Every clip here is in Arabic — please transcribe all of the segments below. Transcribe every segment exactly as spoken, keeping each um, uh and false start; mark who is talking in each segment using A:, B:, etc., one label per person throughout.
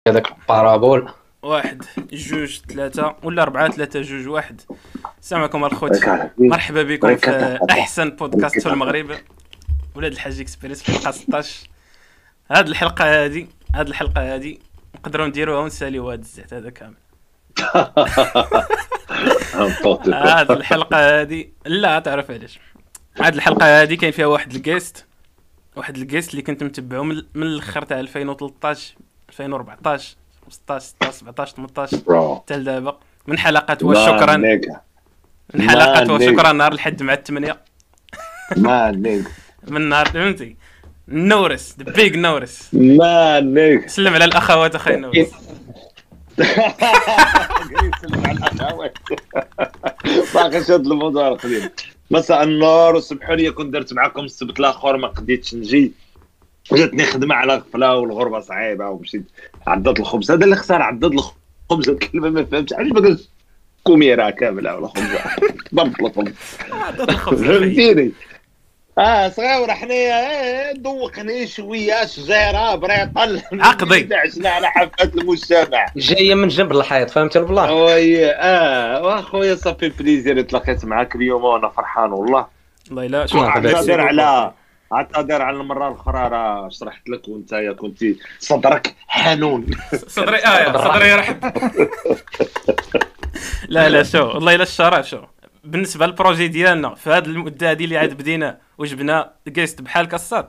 A: هذاك البارابول.
B: واحد جوج ثلاثة ولا أربعة ثلاثة جوج واحد. السلام عليكم الخوت، مرحبا بكم في أحسن بودكاست في المغرب، ولاد الحاج إكسبريس في الحلقة ستطاش. هاد الحلقة هادي هاد الحلقة هادي نقدروا نديروها ونساليو هاد الزيت هذا كامل. هاد الحلقة هادي لا تعرف علاش. هاد الحلقة هادي كاين فيها واحد الجيست واحد الجيست اللي كنت متبعه من من الاخر تاع ألفين وثلاثطاش ألفين وأربعطاش ستطاش ستطاش سبعطاش ثمنطاش حتى لدابا، من حلقات وشكرا من حلقات وشكرا نهار الحد مع الثمانية
C: ما نيك
B: من نهار فهمتي نورس ذا بيج نورس.
C: ما نيك
B: سلم على الاخوات اخي نورس.
C: سلم على الاخوات باقي شاد الموضوع القديم. مساء النور وسمحوا لي كنت درت معكم السبت الاخر ما قديتش نجي، جاتني خدمه على غفله والغربه صعيبه ومشيت عدد الخبز. هذا اللي خسر عدد الخبز، الكلمه ما فهمتش علاش ما قالش كوميره كامله ولا خبزه ضرب الخبز
B: عدد الخبز
C: فهمتيني. اه صغيره حنايا ايه دوقني شويه شجيره بريطل
B: عقدي
C: دعسنا على حافه المجتمع
A: جايه من جنب الحيط، فهمتي البلان؟
C: وي اه واخويا صافي بليزير تلاقيت معاك اليوم وانا فرحان والله.
B: والله لا
A: شكرا.
C: اعتذر على اعتذر على المره الاخرى راه شرحت لك وانت يا كنتي صدرك حنون.
B: صدري اه صدري يرحب. لا لا شو والله الا الشرف. شو بالنسبه للبروجي ديالنا في هذه المده هذه اللي عاد بدينا وجبنا جيست بحال كاسات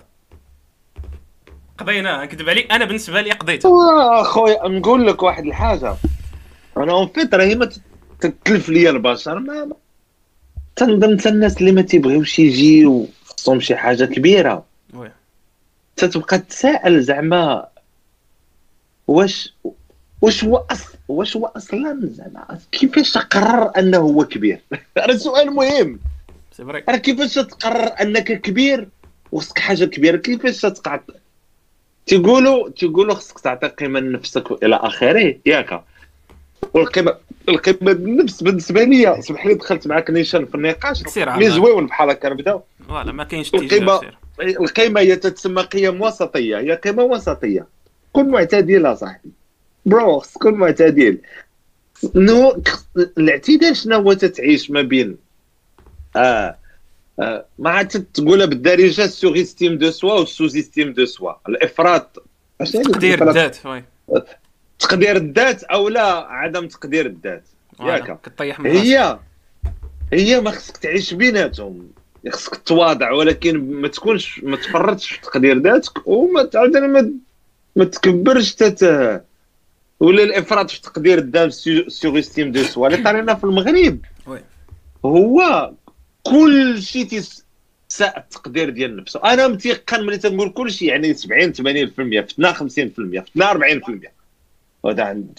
B: قضينا، نكذب عليك انا بالنسبه لي قضيت.
C: اخويا نقول لك واحد الحاجه، انا اون فيت راهي ما تتكلف ليا البشر، ما تنظن حتى الناس اللي ما تيبغيوش يجيو خصهم شي حاجه كبيره
B: وي
C: تتبقى تسائل زعما واش واش هو اصلا واش هو اصلا زعما كيفاش تقرر انه هو كبير؟ هذا سؤال مهم.
B: سي فري
C: راه كيفاش تقرر انك كبير وخصك حاجه كبيره؟ كيفاش تقعد تيقولوا تيقولوا خصك تعطي قيمه لنفسك الى اخره ياك. والقيمه القيمه النفس بالنسبه لي، سمح لي دخلت معاك نيشان في النقاش مي زويون بحال هكا نبداو.
B: فوالا ما كاينش
C: القيمه القيمه هي تتسمى قيم وسطيه، هي قيمه وسطيه. كن معتدل صاحبي برو، كن معتدل. نو الاعتدال شنو هو؟ تتعيش ما بين اه, آه. ما عاد تقولها بالدارجه سوغ استيم دو سوا و سوز استيم دو سوا. الافراط
B: تقدير الذات، وي
C: تقدير الذات او لا عدم تقدير الذات ياك.
B: كطيح من
C: هي هي ما خصك تعيش بيناتهم، خصك تواضع ولكن ما تكونش ما تفرطش في تقدير ذاتك وما تعاود ما ما تكبرش تت ولا الافراط في تقدير الذات سوغ استيم دو سوا. اللي طارينا في المغرب
B: وي
C: هو كل شيء تساء التقدير ديال نفسه. انا متيقن ملي تنقول كل شيء يعني سبعين ثمانين بالمئة فتنا خمسين بالمئة فتنا أربعين بالمئة هذا عند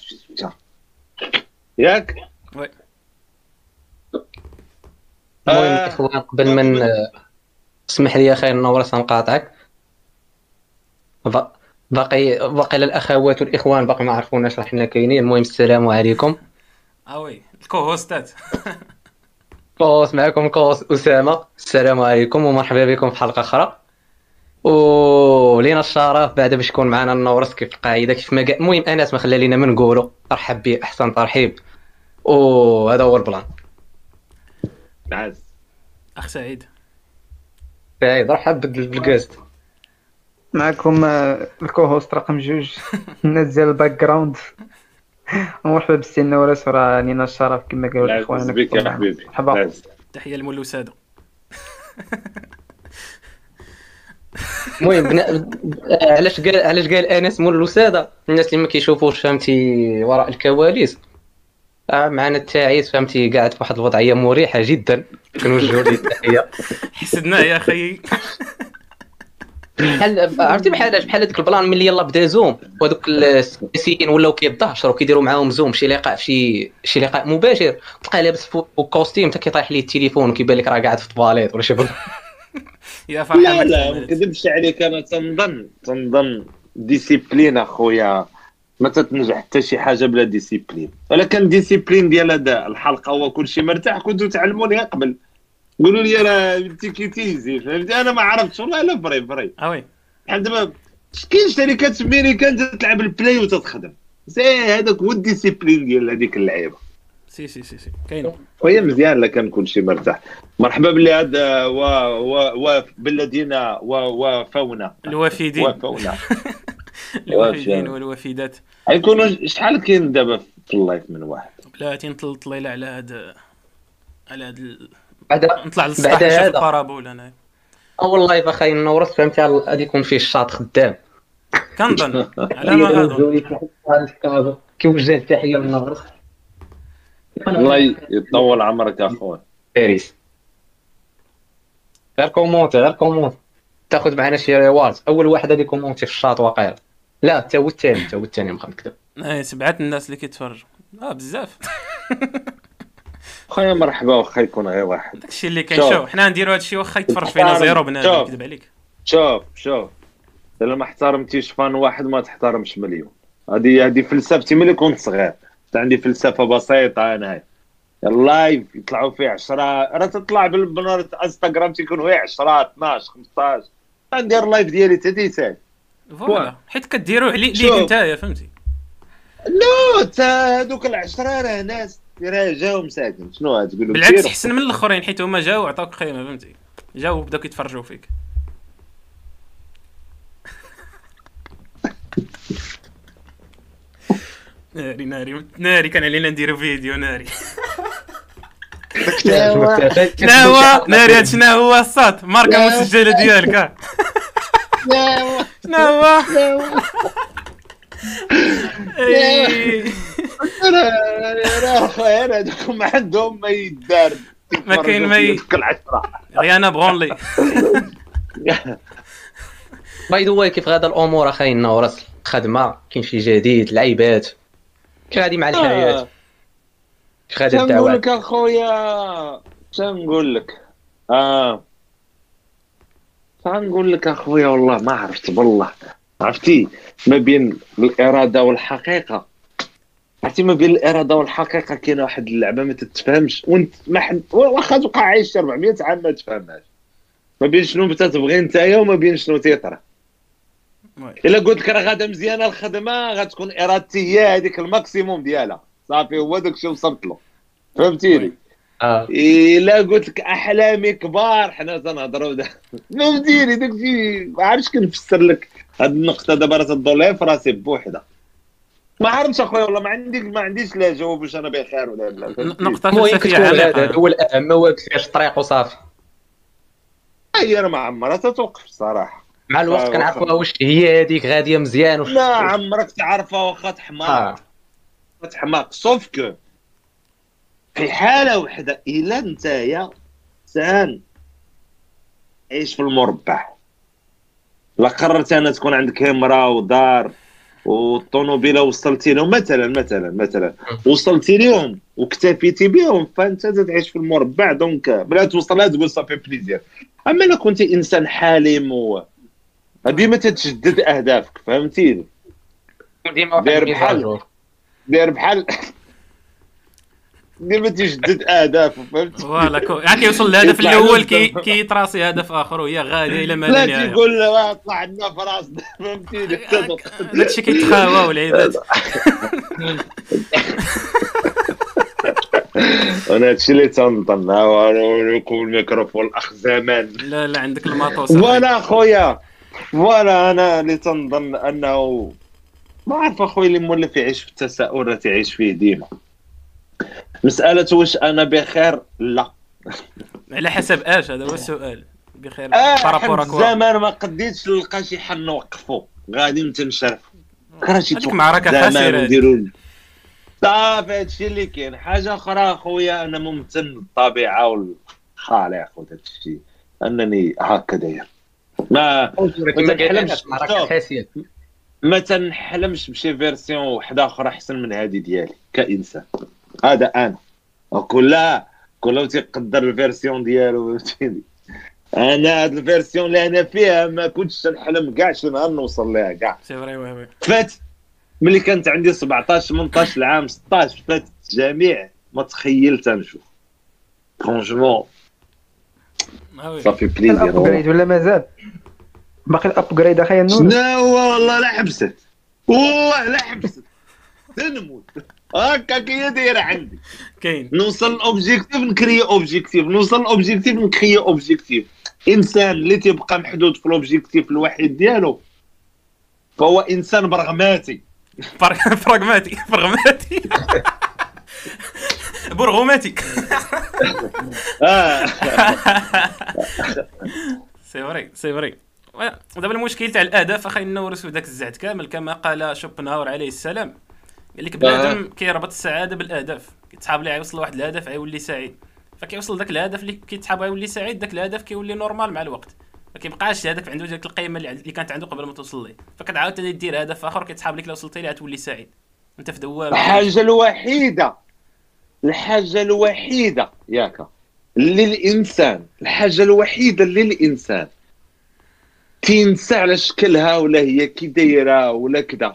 C: ياك.
B: وي
A: المهم الاخوان قبل من اسمح لي اخي نورس نقاطعك، باقي باقي للاخوات والاخوان باقي ما عرفوناش راه حنا كاينين. المهم السلام عليكم.
B: اه وي الكوهوستات
A: كوس معكم كوس اسامه. السلام عليكم ومرحبا بكم في حلقه اخرى، ولينا الشرف بعد باش يكون معنا النورس كيف القاعده كيف ما قال. المهم انس ما خلى لينا ما نقولوا ارحب به احسن ترحيب، وهذا هو البلان.
C: عز
B: اخ سعيد
A: سعيد رحب بالجاست
D: معكم الكوهوست رقم جوج الناس ديال الباك جراوند. مرحبا بالسي نورس، وراه لينا الشرف كما قالوا الاخوان.
C: بك يا حبيبي،
D: مرحبا.
B: تحيه لمول وسادو.
A: المهم بنا... علاش قال علاش قال انس مول وساده؟ الناس اللي ما كيشوفوش فهمتي وراء الكواليس، آه معنا التاعيس فهمتي قاعد في واحد الوضعيه مريحه جدا، كنوجهوا ليه التحيه.
B: حسدنا يا اخي.
A: بحال عرفتي بحال بحال هذاك البلان ملي يلاه بدا زوم وهذوك السياسيين ولاو كيضحشروا كيديروا معاهم زوم شي لقاء في شي شي لقاء مباشر، تلقى لابس فوق كوستيم حتى كيطيح ليه التليفون وكيبان لك راه قاعد في الطواليت ولا شي بل.
B: يا فرحه.
C: لا لا ما نكذبش عليك، انا تنظن تنظن ديسيبلين اخويا ما تتنجح حتى شي حاجه بلا ديسيبلين. ولكن ديسيبلين ديال هذا الحلقه هو كلشي مرتاح. كنتو تعلموني قبل قولوا لي راه تيكيتيزي فهمتي، انا ما عرفتش والله لا فري فري.
B: اه وي
C: بحال دابا كاين شركات امريكان تلعب البلاي وتتخدم سي هذاك هو الديسيبلين ديال هذيك اللعيبه.
B: سي سي سي سي كاين.
C: وهي مزيان لا كان كلشي مرتاح. مرحبا باللي هذا و و بالذين و وفونا
B: الوافدين
C: وفونا
B: الوافدين والوافدات.
C: غيكونوا شحال كاين دابا في اللايف من واحد؟
B: بلاتي نطل طليله على هاد على هاد ال...
A: بعد
B: نطلع للسطح
A: بعد
B: نشوف
A: هذا
B: البارابول انا
A: اول لايف اخاي النورس فهمتي غادي يكون فيه الشاط خدام
B: كنظن على ما اظن.
A: كيوجه التحيه للنورس.
C: الله يطول عمرك اخويا
A: باريس. غير كومونتي غير كومونتي تاخذ معنا شي ريوارد. اول واحد غادي كومونتي في الشاط واقيلا. لا حتى هو الثاني حتى هو الثاني ما نكذب.
B: اي سبعه الناس اللي كيتفرجوا اه بزاف.
C: خويا مرحبا واخا يكون غير واحد.
B: داكشي اللي كاين. شوف حنا نديروا هادشي واخا يتفرج فينا زيرو بنادم نكذب عليك.
C: شوف شوف الا ما احترمتيش فان واحد ما تحترمش مليون. هذه هذه فلسفتي ملي كنت صغير. عندي فلسفه بسيطه انا. اللايف يطلعوا فيه عشرة راه تطلع بالبنار انستغرام تيكون فيه عشرة اثناش خمسطاش. ندير اللايف ديالي حتى تيسال
B: فوالا حيت كديروا عليك ليك نتايا فهمتي.
C: لا تا هذوك العشرة راه ناس راه جاو مساكن شنو غتقولوا؟
B: بالعكس احسن من الاخرين حيت هما جاو عطاوك قيمه فهمتي. جاو بداو كيتفرجوا فيك. ناري ناري ناري كان علينا نديرو فيديو ناري. شنو هو ناري هاد شنو هو الصوت ماركه مسجله ديالك. شنو هو
C: راه خويا هذوك عندهم ما يدار
B: ما كاين ما ي... ريانا بغونلي.
A: باي ذا واي كيف غادا الامور اخاي النورس؟ خدمه كاين شي جديد لعيبات كيف غادي مع الحياه؟ كيف غادي الدعوه؟
C: نقول لك اخويا تنقول لك اه تنقول لك اخويا والله ما عرفت بالله. عرفتي ما بين الاراده والحقيقه. عرفتي ما بين الاراده والحقيقه كاينه واحد اللعبه ما تتفهمش وانت ما حد واخا تبقى عايش أربعمية عام ما تفهمهاش. ما بين شنو تتبغي نتايا وما بين شنو تيطرى. الا قلت لك راه غادا مزيانه الخدمه غتكون ارادتي هي هذيك الماكسيموم ديالها صافي هو داك الشيء وصلت له فهمتيني.
A: اه
C: الا قلت لك احلامي كبار حنا تنهضروا فهمتيني داك الشيء ما عرفتش كنفسر لك هاد النقطه دابا راه تدور لي في راسي بوحده. ما عرفتش اخويا والله ما عندي ما عنديش لا جواب واش انا بخير ولا لا.
B: نقطه فلسفيه
A: هذا هو الاهم ما واقفش الطريق وصافي.
C: هي انا ما عمرها تتوقف صراحه.
A: مع الوقت كنعرفوها واش هي هذيك غاديه مزيان.
C: لا عمرك تعرفها واخا تحماق. آه. تحماق سوف كو في حاله وحده الا نتايا سان عيش في المربع. لا قررت انا تكون عندك امراه ودار والطوموبيله وصلتي لهم مثلا مثلا مثلا وصلتي لهم واكتفيتي بهم فانت تعيش في المربع دونك بلا توصل لها تقول صافي بليزير. اما الا كنتي انسان حالم و ديما تتجدد اهدافك فهمتيني. داير بحال داير بحال ديما تجدد اهدافه فهمتي.
B: فوالا يعني كيوصل للهدف الاول كي كيتراسي هدف اخر وهي غاديه الى ما لا نهايه.
C: لا تيقول لا طلع عندنا في راسنا فهمتيني.
B: داكشي كيتخاوى والعيبات.
C: انا هادشي اللي تنظن ونكون الميكروفون الاخ زمان.
B: لا لا عندك الماطوس.
C: وانا اخويا ولا انا اللي تنظن انه ما عارف اخويا اللي مولف يعيش في التساؤل راه تيعيش فيه ديما. مساله واش انا بخير لا
B: على حسب اش هذا هو السؤال. بخير
C: بارابور اكوا زمان ما قديتش نلقى شي حل نوقفو غادي نتنشرف كرهتي
B: هذيك معركه خاسره
C: نديروا صافي هادشي اللي كاين. حاجه اخرى اخويا انا ممتن للطبيعه والخالق يا اخو هادشي انني هكا داير. ما ما تنحلمش ما تنحلمش بشي فيرسيون وحده اخرى احسن من هذه ديالي كانسان. هذا انا وكل كل تيقدر الفيرسيون ديالو فهمتيني. انا هاد الفيرسيون اللي انا فيها ما كنتش نحلم كاع شي نهار نوصل ليها كاع.
B: سي فري وي وي
C: فات ملي كانت عندي سبعطاش ثمنطاش العام ستطاش فات جميع ما تخيلت نشوف فرونشمون صافي بليزير.
D: الابجريد ولا مازال باقي الابجريد اخايا النور؟
C: لا والله لا حبست والله لا حبست نموت هكا كي دايره عندي
B: كاين
C: نوصل لاوبجيكتيف نكري اوبجيكتيف نوصل لاوبجيكتيف نكري اوبجيكتيف انسان اللي تيبقى محدود في الاوبجيكتيف الوحيد ديالو فهو انسان برغماتي
B: براغماتي براغماتي برغوماتي
C: اه
B: سي فري سي فري دابا المشكل تاع الاهداف اخا نورسو داك الزعت كامل كما قال شوبنهاور عليه السلام، قال لك بنادم كيربط السعاده بالاهداف، كيتحاب ليه يوصل لواحد الهدف غيولي سعيد، فكيوصل داك الهدف اللي كيتحاب غيولي سعيد، داك الهدف كيولي نورمال مع الوقت، ما كيبقاش هذاك عنده ديك القيمه اللي كانت عنده قبل ما توصل ليه، فكتعاود تاني دير هدف اخر كيتحاب لك لو وصلتي ليه غتولي سعيد، انت في دوامه.
C: الحاجه الوحيده الحاجه الوحيده ياك للانسان الحاجه الوحيده اللي الانسان تنسى على شكلها ولا هي كي دايره ولا كذا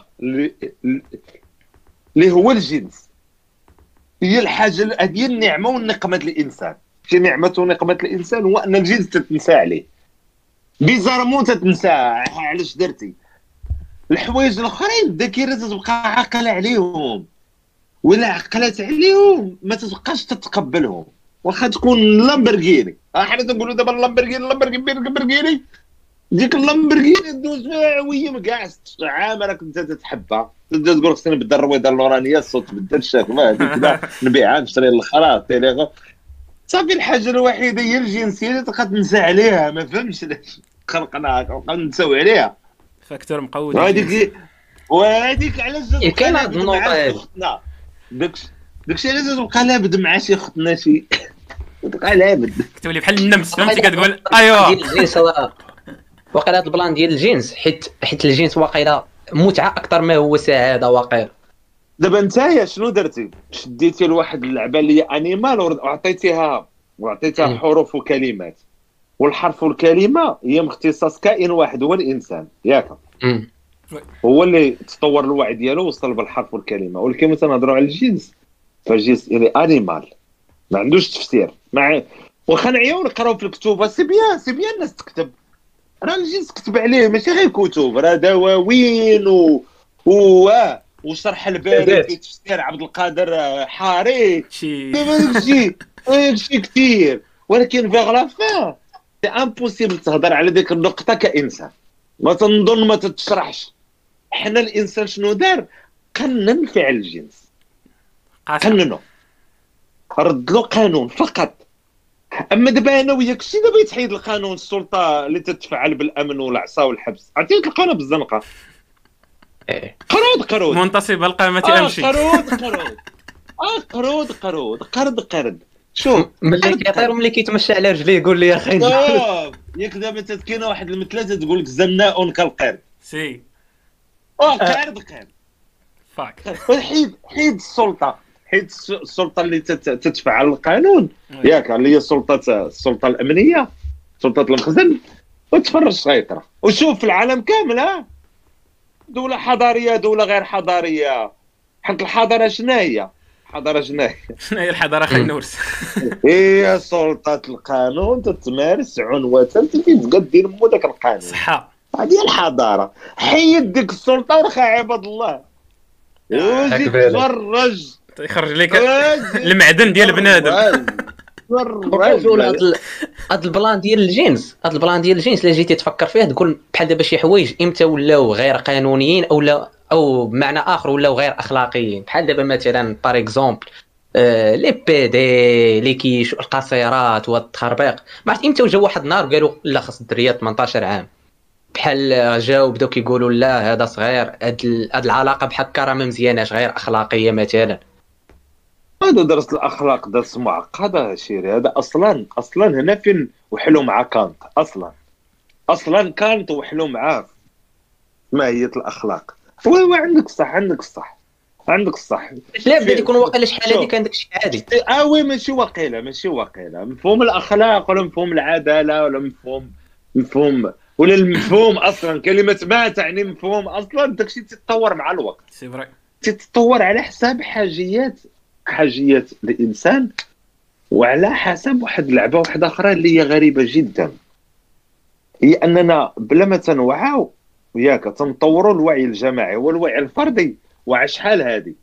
C: اللي هو الجنس، هي الحاجه هذه النعمه والنقمه الانسان. شي نعمه ونقمه الانسان هو ان الجنس تتنسى عليه بيزارمون تتنسى. علاش درتي الحوايج الاخرين الذاكره تتبقى عاقله عليهم، ولا عقلات عليهم ما تتبقاش تتقبلهم واخا تكون لامبرغيني. حنا تنقولوا دابا اللامبرغيني اللامبرغيني ديك اللامبرغيني دوز فيها وهي كاع ست عام راك انت تتحبها، تبدا تقول خصني نبدا الرويضه اللورانيه الصوت بدل الشاكمه هذيك كذا نبيعها نشري الاخرى تيليغو صافي. الحاجه الوحيده هي الجنسيه اللي تبقى تنسى عليها، ما فهمتش علاش خلقناها تبقى نساو عليها
B: فاكتور مقود
C: هذيك وهذيك علاش
A: جات كاين هاد النقطه هذه
C: داكشي داكشي علاش تبقى لابد مع شيختنا شي تبقى لابد
B: كتولي بحال النمس فهمتي كتقول ايوا
A: ديال الجنس. واقيلا هاد البلان ديال الجنس حيت حيت الجنس واقيلا متعه اكثر ما هو سعاده واقيلا.
C: دابا نتايا شنو درتي؟ شديتي لواحد اللعبه اللي هي انيمال وعطيتيها وعطيتيها حروف وكلمات، والحرف والكلمه هي من اختصاص كائن واحد هو الانسان ياك، هو اللي تطور الوعي ديالو وصل بالحرف والكلمه. ولكن مثلا نهضروا على الجنس فالجنس يعني انيمال ما عندوش تفسير. مع واخا نعياو نقراو في الكتب سي بيان سي بيان الناس تكتب، راه الجنس كتب عليه ماشي غير كتب، راه دواوين و و وشرح الباري في تفسير عبد القادر حاري
B: شي
C: داكشي داكشي كثير. ولكن في لا فان سي امبوسيبل تهضر على ديك النقطه كانسان، ما تنظن ما تتشرحش. حنا الانسان شنو دار؟ قنن فعل الجنس، قننو رد له قانون فقط. اما دابا انا وياك شتي دابا يتحيد القانون السلطه اللي تتفعل بالامن والعصا والحبس عرفتي تلقانا بالزنقه قرود قرود
B: منتصب القامه
C: آه
B: امشي
C: قرود قرود اه قرود قرود قرد قرد. شوف
A: ملي كيطير وملي كيتمشى على رجليه يقول لي يا اخي
C: ياك دابا تتكينا واحد المثلثه تقول لك زناء كالقرد
B: سي
C: اه قرد قرد
B: فاك
C: حيد حيد السلطه حيد السلطه اللي تتفعل القانون ياك اللي هي سلطه السلطه الامنيه سلطه المخزن، وتفرج سيطره وشوف في العالم كامل. ها دوله حضاريه دوله غير حضاريه، حق الحضاره شنو هي؟ الحضاره شنو هي؟
B: شنو هي الحضاره خاي نورس؟
C: هي سلطه القانون تتمارس عنوه تبقى دير مو داك القانون
B: صحه
C: هذه الحضاره. حيد ديك السلطه ورخا عباد الله وجي تفرج
B: يخرج لك المعدن ديال بنادم.
A: هاد البلان ديال الجنس هاد البلان ديال الجنس اللي جيتي تفكر فيه تقول بحال دابا شي حوايج امتى ولاو غير قانونيين او لا او بمعنى اخر ولاو غير اخلاقيين. بحال دابا مثلا بار اكزومبل آه لي بي دي لي كيش القصيرات والتخربيق. ما عرفت امتى وجا واحد النهار قالوا لا خاص الدريات ثمنطاش عام، بحال جاو بداو كيقولوا لا هذا صغير هاد هاد العلاقه بحال راه ما مزياناش غير اخلاقيه مثلا.
C: هذا درس الاخلاق درس معقد هذا شيري. هذا اصلا اصلا هنا فين وحلو مع كانت اصلا اصلا كانت وحلو معاه ماهيه الاخلاق. هو عندك الصح عندك الصح عندك الصح.
A: لا بدا يكون واقيلا شحال هذه كان داكشي عادي.
C: اه وي ماشي واقيلا ماشي واقيلا مفهوم الاخلاق ولا مفهوم العداله ولا مفهوم مفهوم ولا المفهوم اصلا كلمه ما تعني مفهوم اصلا. داكشي تتطور مع الوقت
B: سي فري
C: تتطور على حساب حاجيات حاجيات الانسان وعلى حسب واحد اللعبه واحده اخرى اللي هي غريبه جدا، هي اننا بلا ما تنوعاو وياك تنطوروا الوعي الجماعي والوعي الفردي. وعا شحال هذه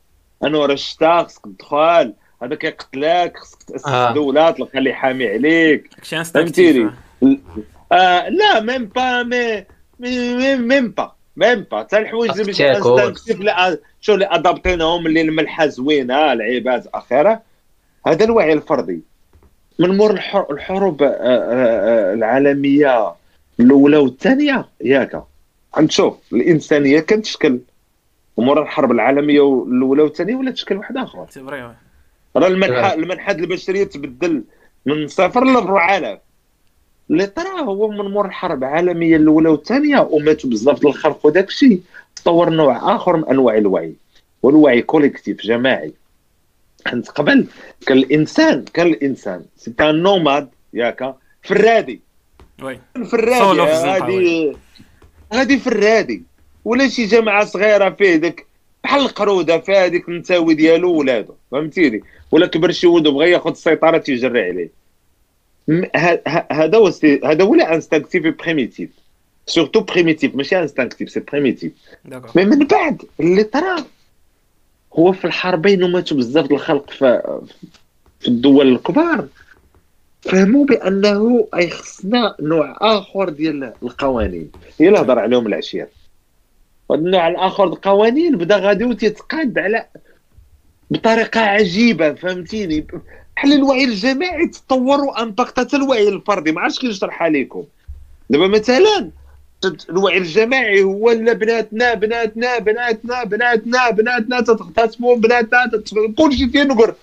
C: انور الشتا خصك تدخل، هذا كيقتلك، خصك تاسس
A: آه.
C: دوله، تلقى اللي حامي عليك.
B: كشي
C: فهمتيني؟
B: انستاكتيف.
C: آه لا ميم با مي مي- ميم با ميم با حتى الحوايج اللي باش
A: تاكل.
C: انستانكتيف لا شو اللي ادابطيناهم اللي الملحه زوينه العباد اخره. هذا الوعي الفردي من مور الحر- الحروب آه، آه، آه، العالميه الاولى والثانيه ياك غنشوف الانسانيه كتشكل، ومور الحرب العالميه الاولى والثانيه ولا تشكل واحد اخر.
B: سي فري.
C: راه المنحى المنحى البشريه تبدل من صفر ل أربعة آلاف. اللي طرا هو من مور الحرب العالميه الاولى والثانيه وماتوا بزاف د الخلق، وداك الشيء تطور نوع اخر من انواع الوعي، والوعي كوليكتيف جماعي. حيت قبل كان الانسان كان الانسان سي ان نوماد ياك فرادي
B: وي
C: فرادي
B: سولو في الزنقة،
C: هادي هادي فرادي، ولا شي جماعه صغيره فيه داك بحال القروده فيها هذيك النتاوي ديالو ولادو، فهمتيني؟ ولا كبر شي ولد وبغى ياخذ السيطره تيجري عليه. م- ه- ه- هذا هو السي- هذا هو انستانكتيف بريميتيف، سورتو بريميتيف ماشي انستانكتيف سي بريميتيف.
B: داكور.
C: مي من بعد اللي طرا هو في الحربين وماتوا بزاف د الخلق في في الدول الكبار، فهموا بانه اي خصنا نوع اخر ديال القوانين هي اللي هضر عليهم العشير. وهذا النوع الاخر ديال القوانين بدا غادي وتيتقاد على بطريقه عجيبه، فهمتيني؟ بحال الوعي الجماعي تطور وامباكت حتى الوعي الفردي. ما عرفتش كي نشرحها لكم. دابا مثلا الوعي الجماعي هو لا بناتنا بناتنا بناتنا بناتنا بناتنا تتغتصبوا بناتنا تت- كلشي تينقر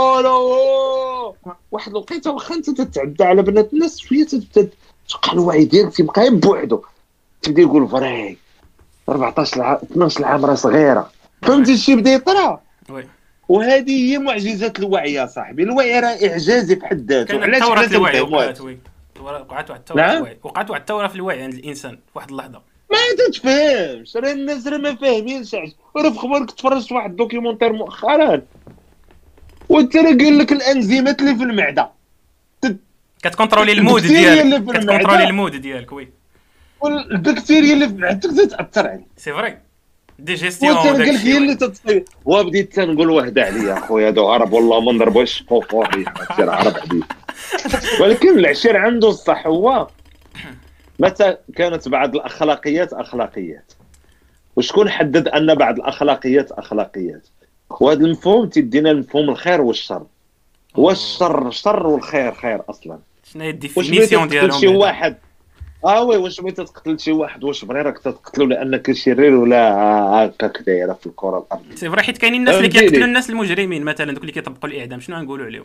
C: الو واحد الوقيته واخا انت تتعدى على بنات الناس شويه تبدا تبقى الوعي ديالك تيبقى بوحدو، تبدا يقول فري أربعطاش عام اثناش عام راه صغيره، فهمتي الشيء بدا يطرا.
B: وي
C: وهذه هي معجزه الوعي يا صاحبي. الوعي راه اعجازي في حد ذاته.
B: كاين
C: علاش
B: ثوره
C: حنا
B: في الوعي
C: تنفهموها؟
B: وقعت. وي وقعت واحد الثوره في
C: نعم؟
B: الوعي، وقعت واحد الثوره في الوعي عند الانسان في واحد اللحظه.
C: ما تتفهمش، راه الناس راه ما فاهمينش. راه في خبرك تفرجت في واحد الدوكيومونتير مؤخرا وانت راه قال لك الانزيمات اللي في المعده
B: كتكونترولي المود
C: البكتيريا
B: ديالك،
C: اللي في
B: كتكونترولي
C: المعدة.
B: المود ديالك. وي
C: والبكتيريا اللي في معدتك تتاثر عليك،
B: سي فري. ديجيستيون
C: وانت
B: وداك
C: قال لك هي
B: الشيء.
C: اللي تتصيب. وبديت تنقول وحده عليا اخويا هادو عرب والله ما نضربوش فوقوري العشير عرب عليك. ولكن العشير عنده الصح. هو متى كانت بعض الاخلاقيات اخلاقيات، وشكون حدد ان بعض الاخلاقيات اخلاقيات؟ وهذا المفهوم تدينا المفهوم الخير والشر. والشر شر والخير خير اصلا.
B: شنو هي
C: واش بغيتي
B: الديفينيسيون
C: تقتل
B: ديالهم
C: شي
B: بعدا؟
C: واحد اه وي واش بغيتي تقتل شي واحد واش بغي راك تقتلو لانك شرير ولا هكاك دايره في الكره الارضيه؟
B: سي فري، حيت كاينين الناس اللي
C: فهمتيني؟
B: كيقتلوا الناس المجرمين مثلا، دوك اللي كيطبقوا الاعدام، شنو غنقولوا عليهم؟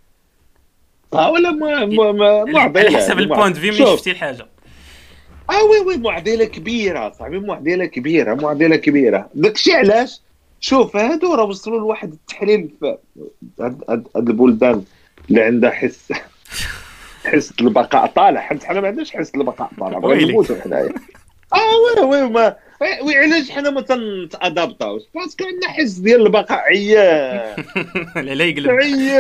C: اه ولا ما ما ما معضله
B: على حسب البوينت فيو ملي شفتي الحاجه.
C: اه وي وي معضله كبيره صاحبي، معضله كبيره معضله كبيره. داكشي علاش شوف هادو راه وصلوا لواحد التحليل في هاد هاد هاد البلدان اللي عندها حس حس البقاء طالع، حيت حنا ما عندناش حس البقاء طالع، بغينا
B: ويلي.
C: نموتوا حنايا. اه وي وي ما وي علاش حنا ما تنتادابطاوش؟ باسكو عندنا حس ديال البقاء عيان
B: لا يقلب.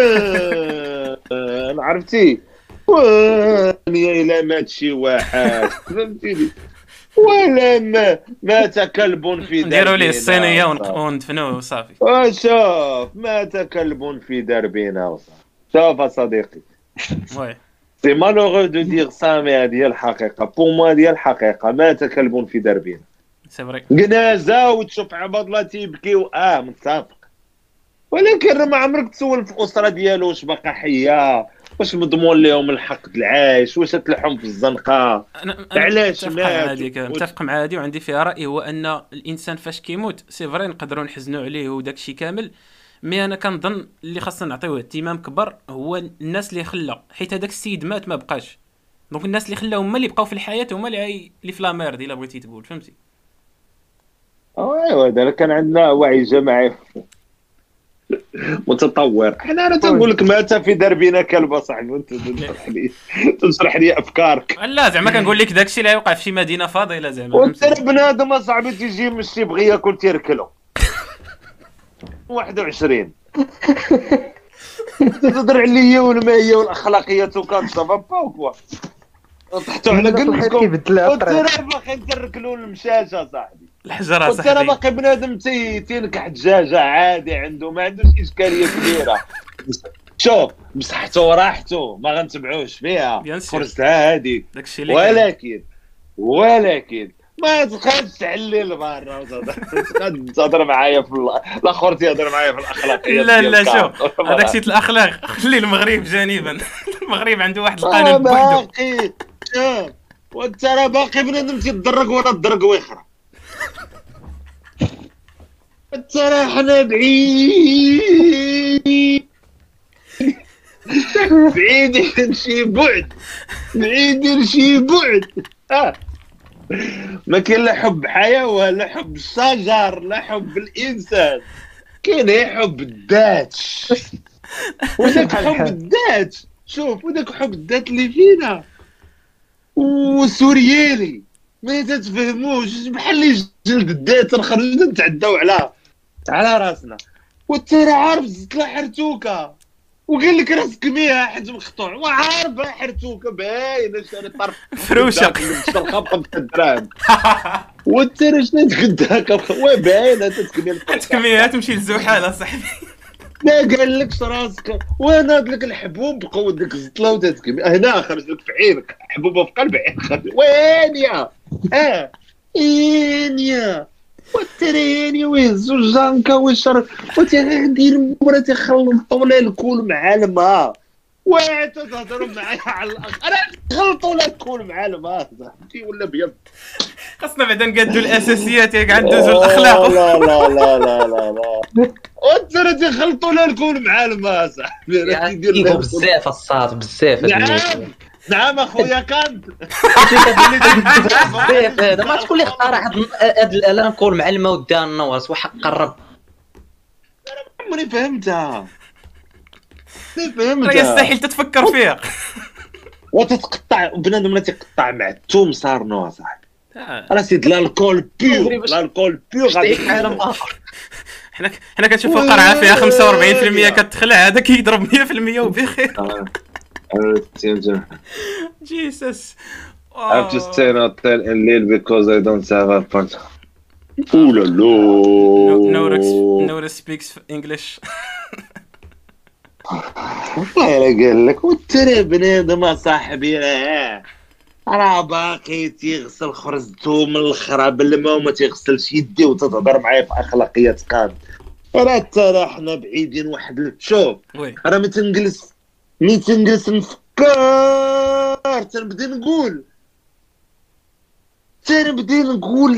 C: عيان عرفتي؟ واني الا مات شي واحد فهمتيني، ولا ما مات كلب في دربنا
B: نديروا ليه الصينيه ونق- وندفنوه وصافي.
C: وشوف مات كلب في دربنا وصافي. شوف صديقي
B: وي
C: سي مالوغو دو دير سا، مي هذه هي الحقيقه. بو موا ديال الحقيقه مات كلب في دربنا.
B: سي فري.
C: جنازه وتشوف عباد الله تيبكيو، اه متفق. ولكن راه ما عمرك تسول في الاسره ديالو واش باقا حيه، واش مضمون لهم الحق د العيش، واش تلحم في الزنقه،
B: انا أنا
C: علاش
B: متفق مع
C: مات؟
B: هذيك، متفق مع هذه، وعندي فيها راي، هو ان الانسان فاش كيموت سي فري نقدروا نحزنوا عليه وداك الشيء كامل، مي انا كنظن اللي خاصنا نعطيوه اهتمام كبر هو الناس اللي خلى، حيت هذاك السيد مات ما بقاش، دونك الناس اللي خلاهم هما اللي بقاو في الحياه، هما اللي اللي في لا ميرد الا بغيتي تقول، فهمتي؟
C: ايوا هذا كان عندنا وعي جماعي متطور. حنا انا تنقول لك مات في دربنا كلب صاحبي، وانت تشرح لي تشرح لي افكارك.
B: لا زعما كنقول لك داك الشيء اللي غيوقع في شي مدينه فاضله زعما،
C: وانت بنادم اصاحبي تيجي مشي بغي ياكل تيركلو واحد وعشرين تهضر عليا والماهيه والاخلاقيات وكان صافا باكوا طحتوا على قلبكم
D: كيبدل
C: وانت
D: الطريق.
C: راه باغي تركلوا المشاشه صاحبي.
B: الحجره
C: وانت راه
B: صاحبي.
C: باقي بنادم تي تينكح دجاجه عادي عنده، ما عندوش اشكاليه كبيره. شوف بصحته وراحته ما غنتبعوش فيها،
B: بيان سور.
C: فرصها هذيك.
B: داكشي اللي كاين.
C: ولكن ولكن ما تبقاش تعلي لبرا وتهضر تهضر معايا في ال- الاخر تيهضر معايا في الاخلاقيات
B: لا
C: ديال
B: لا
C: الكارت.
B: شوف هذاك شي الاخلاق خلي المغرب جانبا. المغرب عنده واحد
C: آه،
B: القانون بوحدو.
C: باقي شوف وانت راه باقي بنادم تيضرك ولا تضرك ويخرى. انت راه حنا بعيد بعيدين شي بعد، بعيدين شي بعد. اه ما كاين لا حب حيوان، لا حب الشجر، لا حب الانسان، كاين غير حب الذات. وداك حب الذات، شوف وداك حب الذات اللي فينا والسوريالي ما تتفهموش، بحال اللي جلد الذات نخرجوا نتعداو على على راسنا. وانت راه عارف زدت لها حرتوكه وقال لك راسك ميها حد مقطوع، وعارفها حرتوكه باينه شاري طرف
B: فروشه.
C: الخبطه بالدراهم. وانت راه شنو تقداك وباينه تتكمل
B: تكميها تمشي للزوحه صاحبي.
C: ما قال لكش راسك وانا هاد لك الحبوب بقوا ديك الزطله وتتكمل هنا خرج لك في عينك حبوبه في قلب عينك. وين يا اه وين يا والتريني ويهزو الجانكا ويشرب وتيدير مرة تيخلطوا لها الكول مع الماء. وين تهضروا معايا على الاخ انا خلطوا لها الكول مع الماء صاحبي ولا بيض.
B: خاصنا بعدا نقادوا الاساسيات ياك عاد ندوزو الاخلاق.
C: لا لا لا لا لا لا وانت راه تيخلطوا لها الكول مع الماء صاحبي. راه
A: يعني
C: تيدير
A: كيفو
C: لها
A: بزاف الصاط بزاف.
C: نعم نعم اخويا كانت
A: بزاف هذا ما تقول لي اختار هاد هاد الاله نقول مع الماء وديها النورس وحق قرب.
C: عمري فهمتها عمري
B: راه
C: فهمتها.
B: يستحيل تتفكر فيها.
C: وتتقطع بنادم لا تيقطع مع الثوم صار نو صاحبي.
B: آه.
C: راه سيد الكول بيور الكول بيور غادي
A: تعيش عالم اخر.
B: حنا حنا كنشوفوا القرعه فيها خمسة وأربعين بالمية كتخلع، هذا كيضرب مية بالمية وبخير. جيسس.
C: I'm just staying out there in Lille because I don't have a punch. Ooh la la.
B: No speaks English.
C: والله قال لك وترى بنادم صاحبي راه راه باقي تيغسل خرزتو من الاخرى بالماء وما تيغسلش يديه وتتهضر معايا في اخلاقيات قاد. راه ترى حنا بعيدين واحد ال- شوف
B: وي
C: راه ما تنجلس ملي تنجلس نفكر تنبدا نقول تنبدا نقول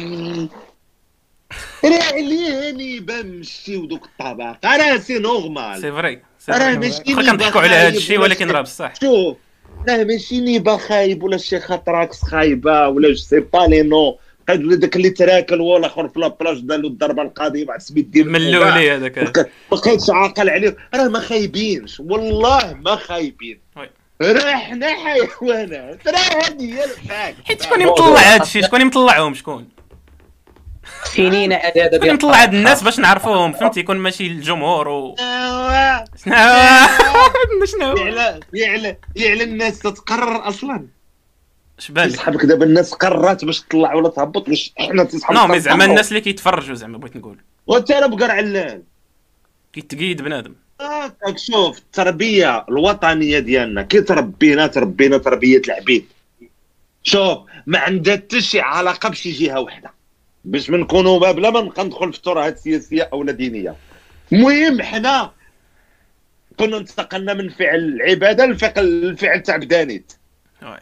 C: راه علياني بنمشي ودوك الطبق راه سي نورمال.
B: سي فري سي
C: راه
B: فري.
C: ماشي
B: واخا كنضحكوا على هذا الشيء ولكن راه بصح.
C: شوف راه ماشي نيبا خايب ولا شي خاطراكس خايبه ولا جو سي با لي نو قاد ولا داك اللي تراكل ولا الاخر في لابلاج داروا الضربه القاضيه بعد سميت ديال
B: ملولي هذاك.
C: ما بقيتش عاقل عليه. راه ما خايبينش والله ما خايبين.
B: وي.
C: راه حنا حيوانات. راه هذه هي الفاك.
B: حيت شكون اللي مطلع هذا الشيء؟ شكون اللي مطلعهم؟ شكون
A: سنين هذا
B: شكون اللي مطلع هاد الناس باش نعرفوهم؟ فهمتي يكون ماشي الجمهور و
C: ايوا
B: شنو شنو
C: يعلى يعلى يعلى الناس تتقرر اصلا.
B: اش بالك؟
C: صحابك دابا الناس قررات باش تطلع ولا تهبط واش حنا تصحاب
B: نو مي زعما الناس اللي كيتفرجوا زعما بغيت نقول
C: وانت راه بقر علان.
B: كيتقيد بنادم.
C: هاكاك شوف التربيه الوطنيه ديالنا كي تربينا تربينا تربيه العبيد. شوف ما عندها حتى شي علاقه بشي جهه وحده باش ما نكونوا بلا ما نبقى ندخل في الترهات السياسيه او دينيه. المهم حنا كنا انتقلنا من فعل العباده لفعل الفعل تاع بدانيت.
B: وي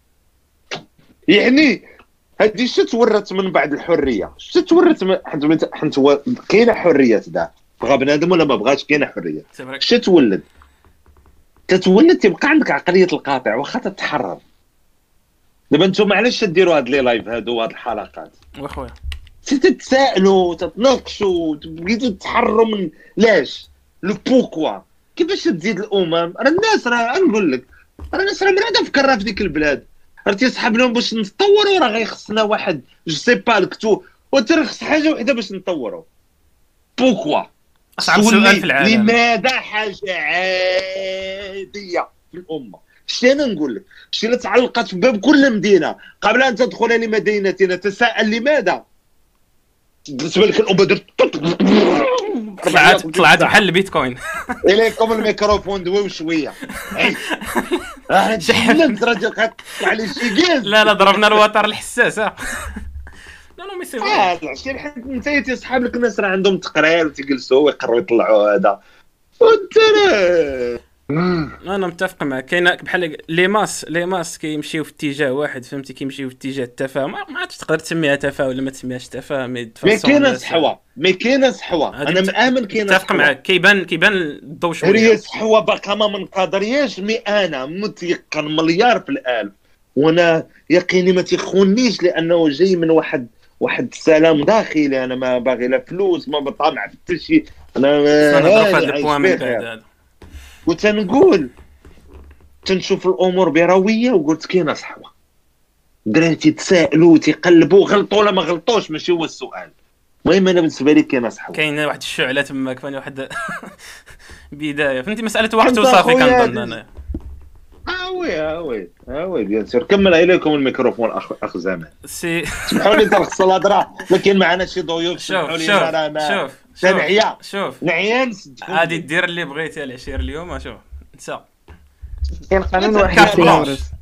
C: يعني هادي شتو تورث من بعد الحريه شتو تورث من حيت حيت هو كاينه حريه دا بغا بنادم ولا ما بغاش كاينه حريه.
B: سي فري.
C: شتو تولد تتولد تبقى عندك عقليه القاطع واخا تتحرر. دابا نتوما علاش تديروا هاد لي لايف هادو وهاد الحلقات؟
B: واخويا
C: تتسائلوا تتناقشوا بغيتوا تتحرروا من لاش لو بوكوا كيفاش تزيد الامم. راه الناس راه نقول لك راه الناس راه مريضه فكرها في ديك البلاد. راه تيسحب لهم باش نتطوروا راه غيخصنا واحد جو سي با الكتو وتر خص حاجه وحده باش نتطوروا. بوكوا
B: اصعب سؤال في العالم.
C: لماذا حاجه عاديه في الامه؟ شتي انا نقول لك شتي اللي تعلقت في باب كل مدينه قبل ان تدخل لمدينتنا تساءل لماذا بالنسبه لك الام درت
B: طلعت طلعت بحال البيتكوين.
C: اليكم الميكروفون دوي وشويه اه جننت راجل كطلع لي شي كاز.
B: لا لا ضربنا الوتر الحساس. لا لا مي سي
C: اه العشيه حيت انت تيصحاب لك الناس راه عندهم تقرير وتيجلسوا ويقرروا يطلعوا هذا وانت
B: انا متفق معك. كاين بحال لي ماس لي ماس كيمشيو في اتجاه واحد فهمتي، كيمشيو في اتجاه التفاهم. ما عرفتش تقدر تسميها تفاهم ولا ما تسميهاش تفاهم.
C: مي كاينه صحوه مي كاينه صحوه انا مآمن كاينه.
B: متفق معك. كيبان كيبان الضوء شويه.
C: هي صحوه باقا ما منقدرياش. مي انا متيقن مليار في الالف وانا يقيني ما تيخونيش لانه جاي من واحد واحد السلام داخلي. انا ما باغي لا فلوس ما بطمع في حتى شيء. انا
B: انا ضرب هذا البوان من بعد هذا
C: وتنقول تنشوف الامور برويه وقلت كاينه صحوه. دراري تسائلوا تيقلبوا غلطوا ولا ما غلطوش ماشي هو السؤال. المهم انا بالنسبه لي كاينه صحوه.
B: كاينه واحد الشعله تما كفاني واحد بدايه فهمتي مساله وقت وصافي كنظن انا.
C: اه وي اه وي اه وي بيان سور. كمل اليكم الميكروفون اخ اخ زمان.
B: سي
C: سمحوا لي ترخص الهضره ما كاين معنا شي ضيوف. سمحوا لي راه ما
B: شوف
C: نعيا
B: شوف
C: نعيان
B: غادي دير اللي بغيتي على العشير اليوم. شوف انسى
D: كاين قانون واحد يورث.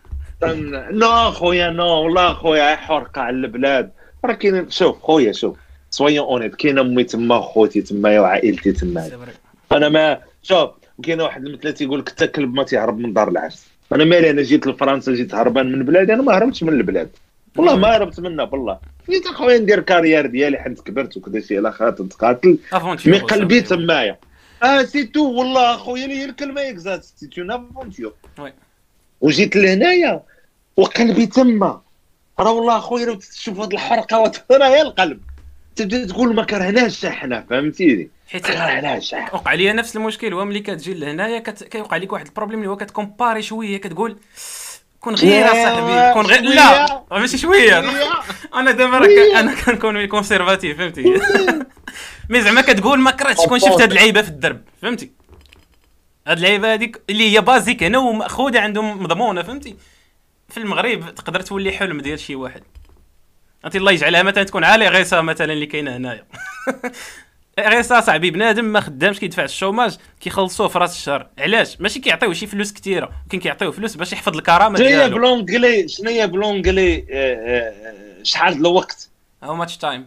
C: نو خويا نو والله خويا حرقه على البلاد. راه كاين شوف خويا شوف سويون اونيت. كاين امي تما خوتي تما وعائلتي تما. انا ما شوف كاين واحد المثل تيقول لك حتى كلب ما تيهرب من دار العرس. انا مالي انا جيت لفرنسا جيت هربان من بلادي. انا ما هربتش من البلاد والله ما هربت منها بالله. جيت اخويا ندير كارير ديالي حيت كبرت وكذا شي على خاطر نتقاتل مي قلبي تمايا. اه سي تو والله اخويا لي الكلمه اكزاكت سي تو افونتيور.
B: وي
C: وجيت لهنايا وقلبي تما. راه والله اخويا لو تشوف هاد الحرقه راه هي القلب تبدا تقول ما كرهناش حنا فهمتيني.
B: حيت
C: كرهناش
B: وقع لي نفس المشكل. هو ملي كتجي لهنايا كت... كيوقع لك واحد البروبليم اللي هو كتكومباري شويه كتقول كون غير اصاحبي كون غير لا ماشي شويه. انا دابا راه انا كنكون كونسيرفاتيف فهمتي. مي زعما كتقول ما كرهتش كون شفت هاد اللعيبه في الدرب فهمتي. هاد اللعيبه هذيك اللي هي بازيك هنا ومأخوذه عندهم مضمونه فهمتي. في المغرب تقدر تولي حلم ديال شي واحد. انت الله يجعلها مثلا تكون عالي غيصه مثلا اللي كاينه هنايا. غيصه صاحبي بنادم ما خدامش كيدفع الشوماج كيخلصوه في راس الشهر. علاش ماشي كيعطيوه شي فلوس كثيره ولكن كيعطيوه فلوس باش يحفظ الكرامه ديالو.
C: شنو هي بلونجلي شنو هي بلونجلي شحال الوقت
B: هاو ماتش تايم.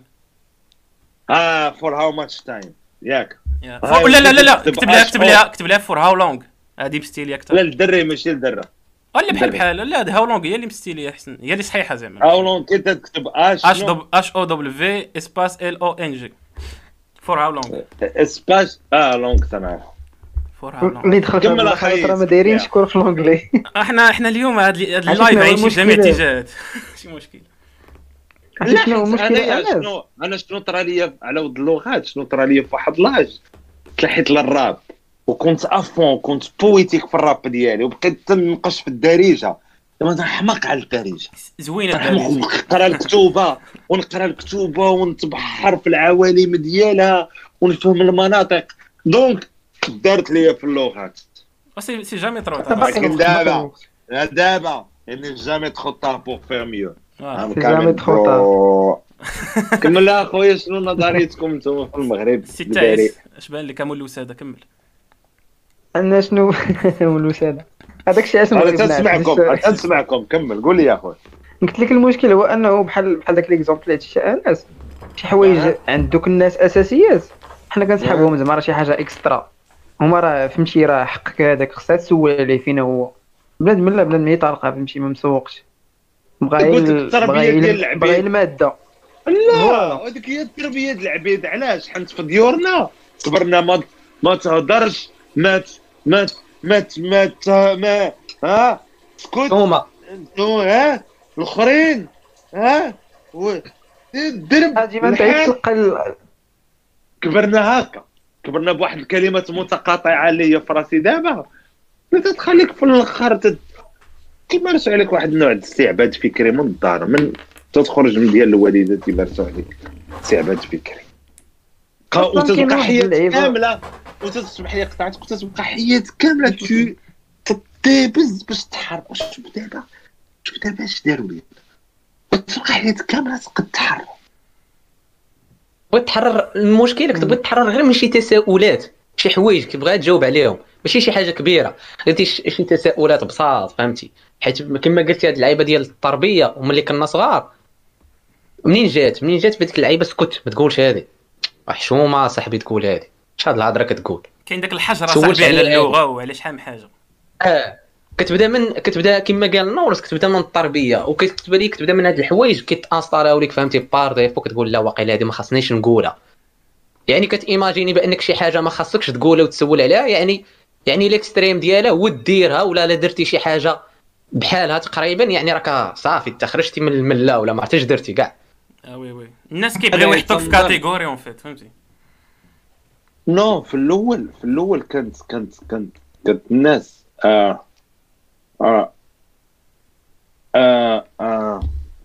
C: اه فور هاو ماتش تايم ياك.
B: لا لا لا لا كتب لها كتب لها كتب لها فور هاو لونغ. هذه مستيليه اكثر.
C: لا الدري ماشي الدره
B: ولا بحال بحال. لا هذا هاو لونغ هي اللي مستيليه احسن هي اللي صحيحه زعما.
C: هاو لونغ كي تكتب اش
B: اش دبل اش او دبليو في اسباس ال او ان جي فور هاو لونغ
C: اسباس اه لونغ تمام.
B: فور هاو لونغ
D: اللي دخل
C: كمل اخي
D: راه ما دايرينش كور في لونجلي.
B: احنا احنا اليوم هاد اللايف عايشين في جميع الاتجاهات. شي مشكل.
D: عرفتي شنو المشكل؟
C: انا شنو انا شنو طرا ليا على ود اللغات شنو طرا ليا في واحد لاج تلحيت للراب وكنت افون كنت بويتيك في الراب ديالي وبقيت تنقش في الدارجه. انا حماق على الدارجه
B: زوينه الدارجه.
C: نقرا الكتوبه ونقرا الكتوبه ونتبحر في العوالم ديالها ونفهم المناطق. دونك دارت ليا في اللغات.
B: سي سي جامي ترو
C: لكن دابا دابا يعني جامي تخطا بور فير ميو.
D: جامي تخطا.
C: كمل اخويا شنو نظريتكم نتوما في المغرب؟
B: سي تايس اش بان لك امول الوساده كمل.
D: انا شنو الوساده هذاك الشيء اسمه
C: انا تسمعكم تسمعكم كمل قول لي يا اخويا.
D: قلت لك المشكل هو انه بحال بحال داك ليكزومبل اللي هادشي الناس شي حوايج عند دوك الناس اساسيات حنا كنسحبهم زعما راه شي حاجه اكسترا. هما راه فهمتي راه حقك هذاك خصها تسول عليه فين هو. بنادم لا بنادم يطلقها فهمتي ما مسوقش بغا بغا بغا الماده.
C: لا هذيك هي التربيه ديال العبيد. علاش حنت في ديورنا كبرنا ما ما تهضرش ما ما ما ما ما ها سكوت
A: هما
C: ها الاخرين ها الدرب
D: ديما تلقى.
C: كبرنا هكا كبرنا بواحد الكلمات متقاطعه اللي هي في راسي دابا تخليك في الاخر تمارسوا عليك واحد النوع ديال الاستعباد فكري من الدار من تخرج من ديال الوالده تمارسوا عليك استعباد فكري وتتبقى حياتك كامله وتسمح لي قطعتك وتتبقى حياتك كامله تو تطيبز باش تحرك. شوف دابا شوف دابا اش داروا لي وتبقى حياتك كامله تقد تحرك
A: بغيت تحرر المشكل، كتبغي تحرر غير من شي تساؤلات، شي حوايج كتبغي تجاوب عليهم، ماشي شي حاجه كبيره، غير شي شي تساؤلات بساط، فهمتي؟ حيت كما قلتي هاد اللعيبه ديال التربيه وملي كنا صغار، منين جات منين جات بديك اللعيبه سكت ما تقولش هذه، حشومه صاحبي تقول هذه، اش هاد الهضره كتقول؟
B: كاين داك الحجره
A: سولت
B: صاحبي على
A: عليه
B: اللغه وعلى شحال من حاجه.
A: اه كتبدا من كتبدا كما قال النورس، كتبدا من التربيه وكتبدا ليك كتبدا من هاد الحوايج كيتانستالاو ليك، فهمتي؟ بار ديفو كتقول لا واقيلا هذه ما خاصنيش نقولها، يعني كتيماجيني بانك شي حاجه ما خاصكش تقولها وتسول عليها، يعني يعني الاكستريم ديالها هو ديرها، ولا لا درتي شي حاجه بحالها تقريبا يعني راك صافي تخرجتي من المله ولا ما عرفتيش درتي كاع.
B: اه وي وي الناس كيبغيو يحطوك في كاتيجوري اون فيت، فهمتي؟
C: نو في الاول في الاول كانت كانت كانت كانت الناس آه آه آه آه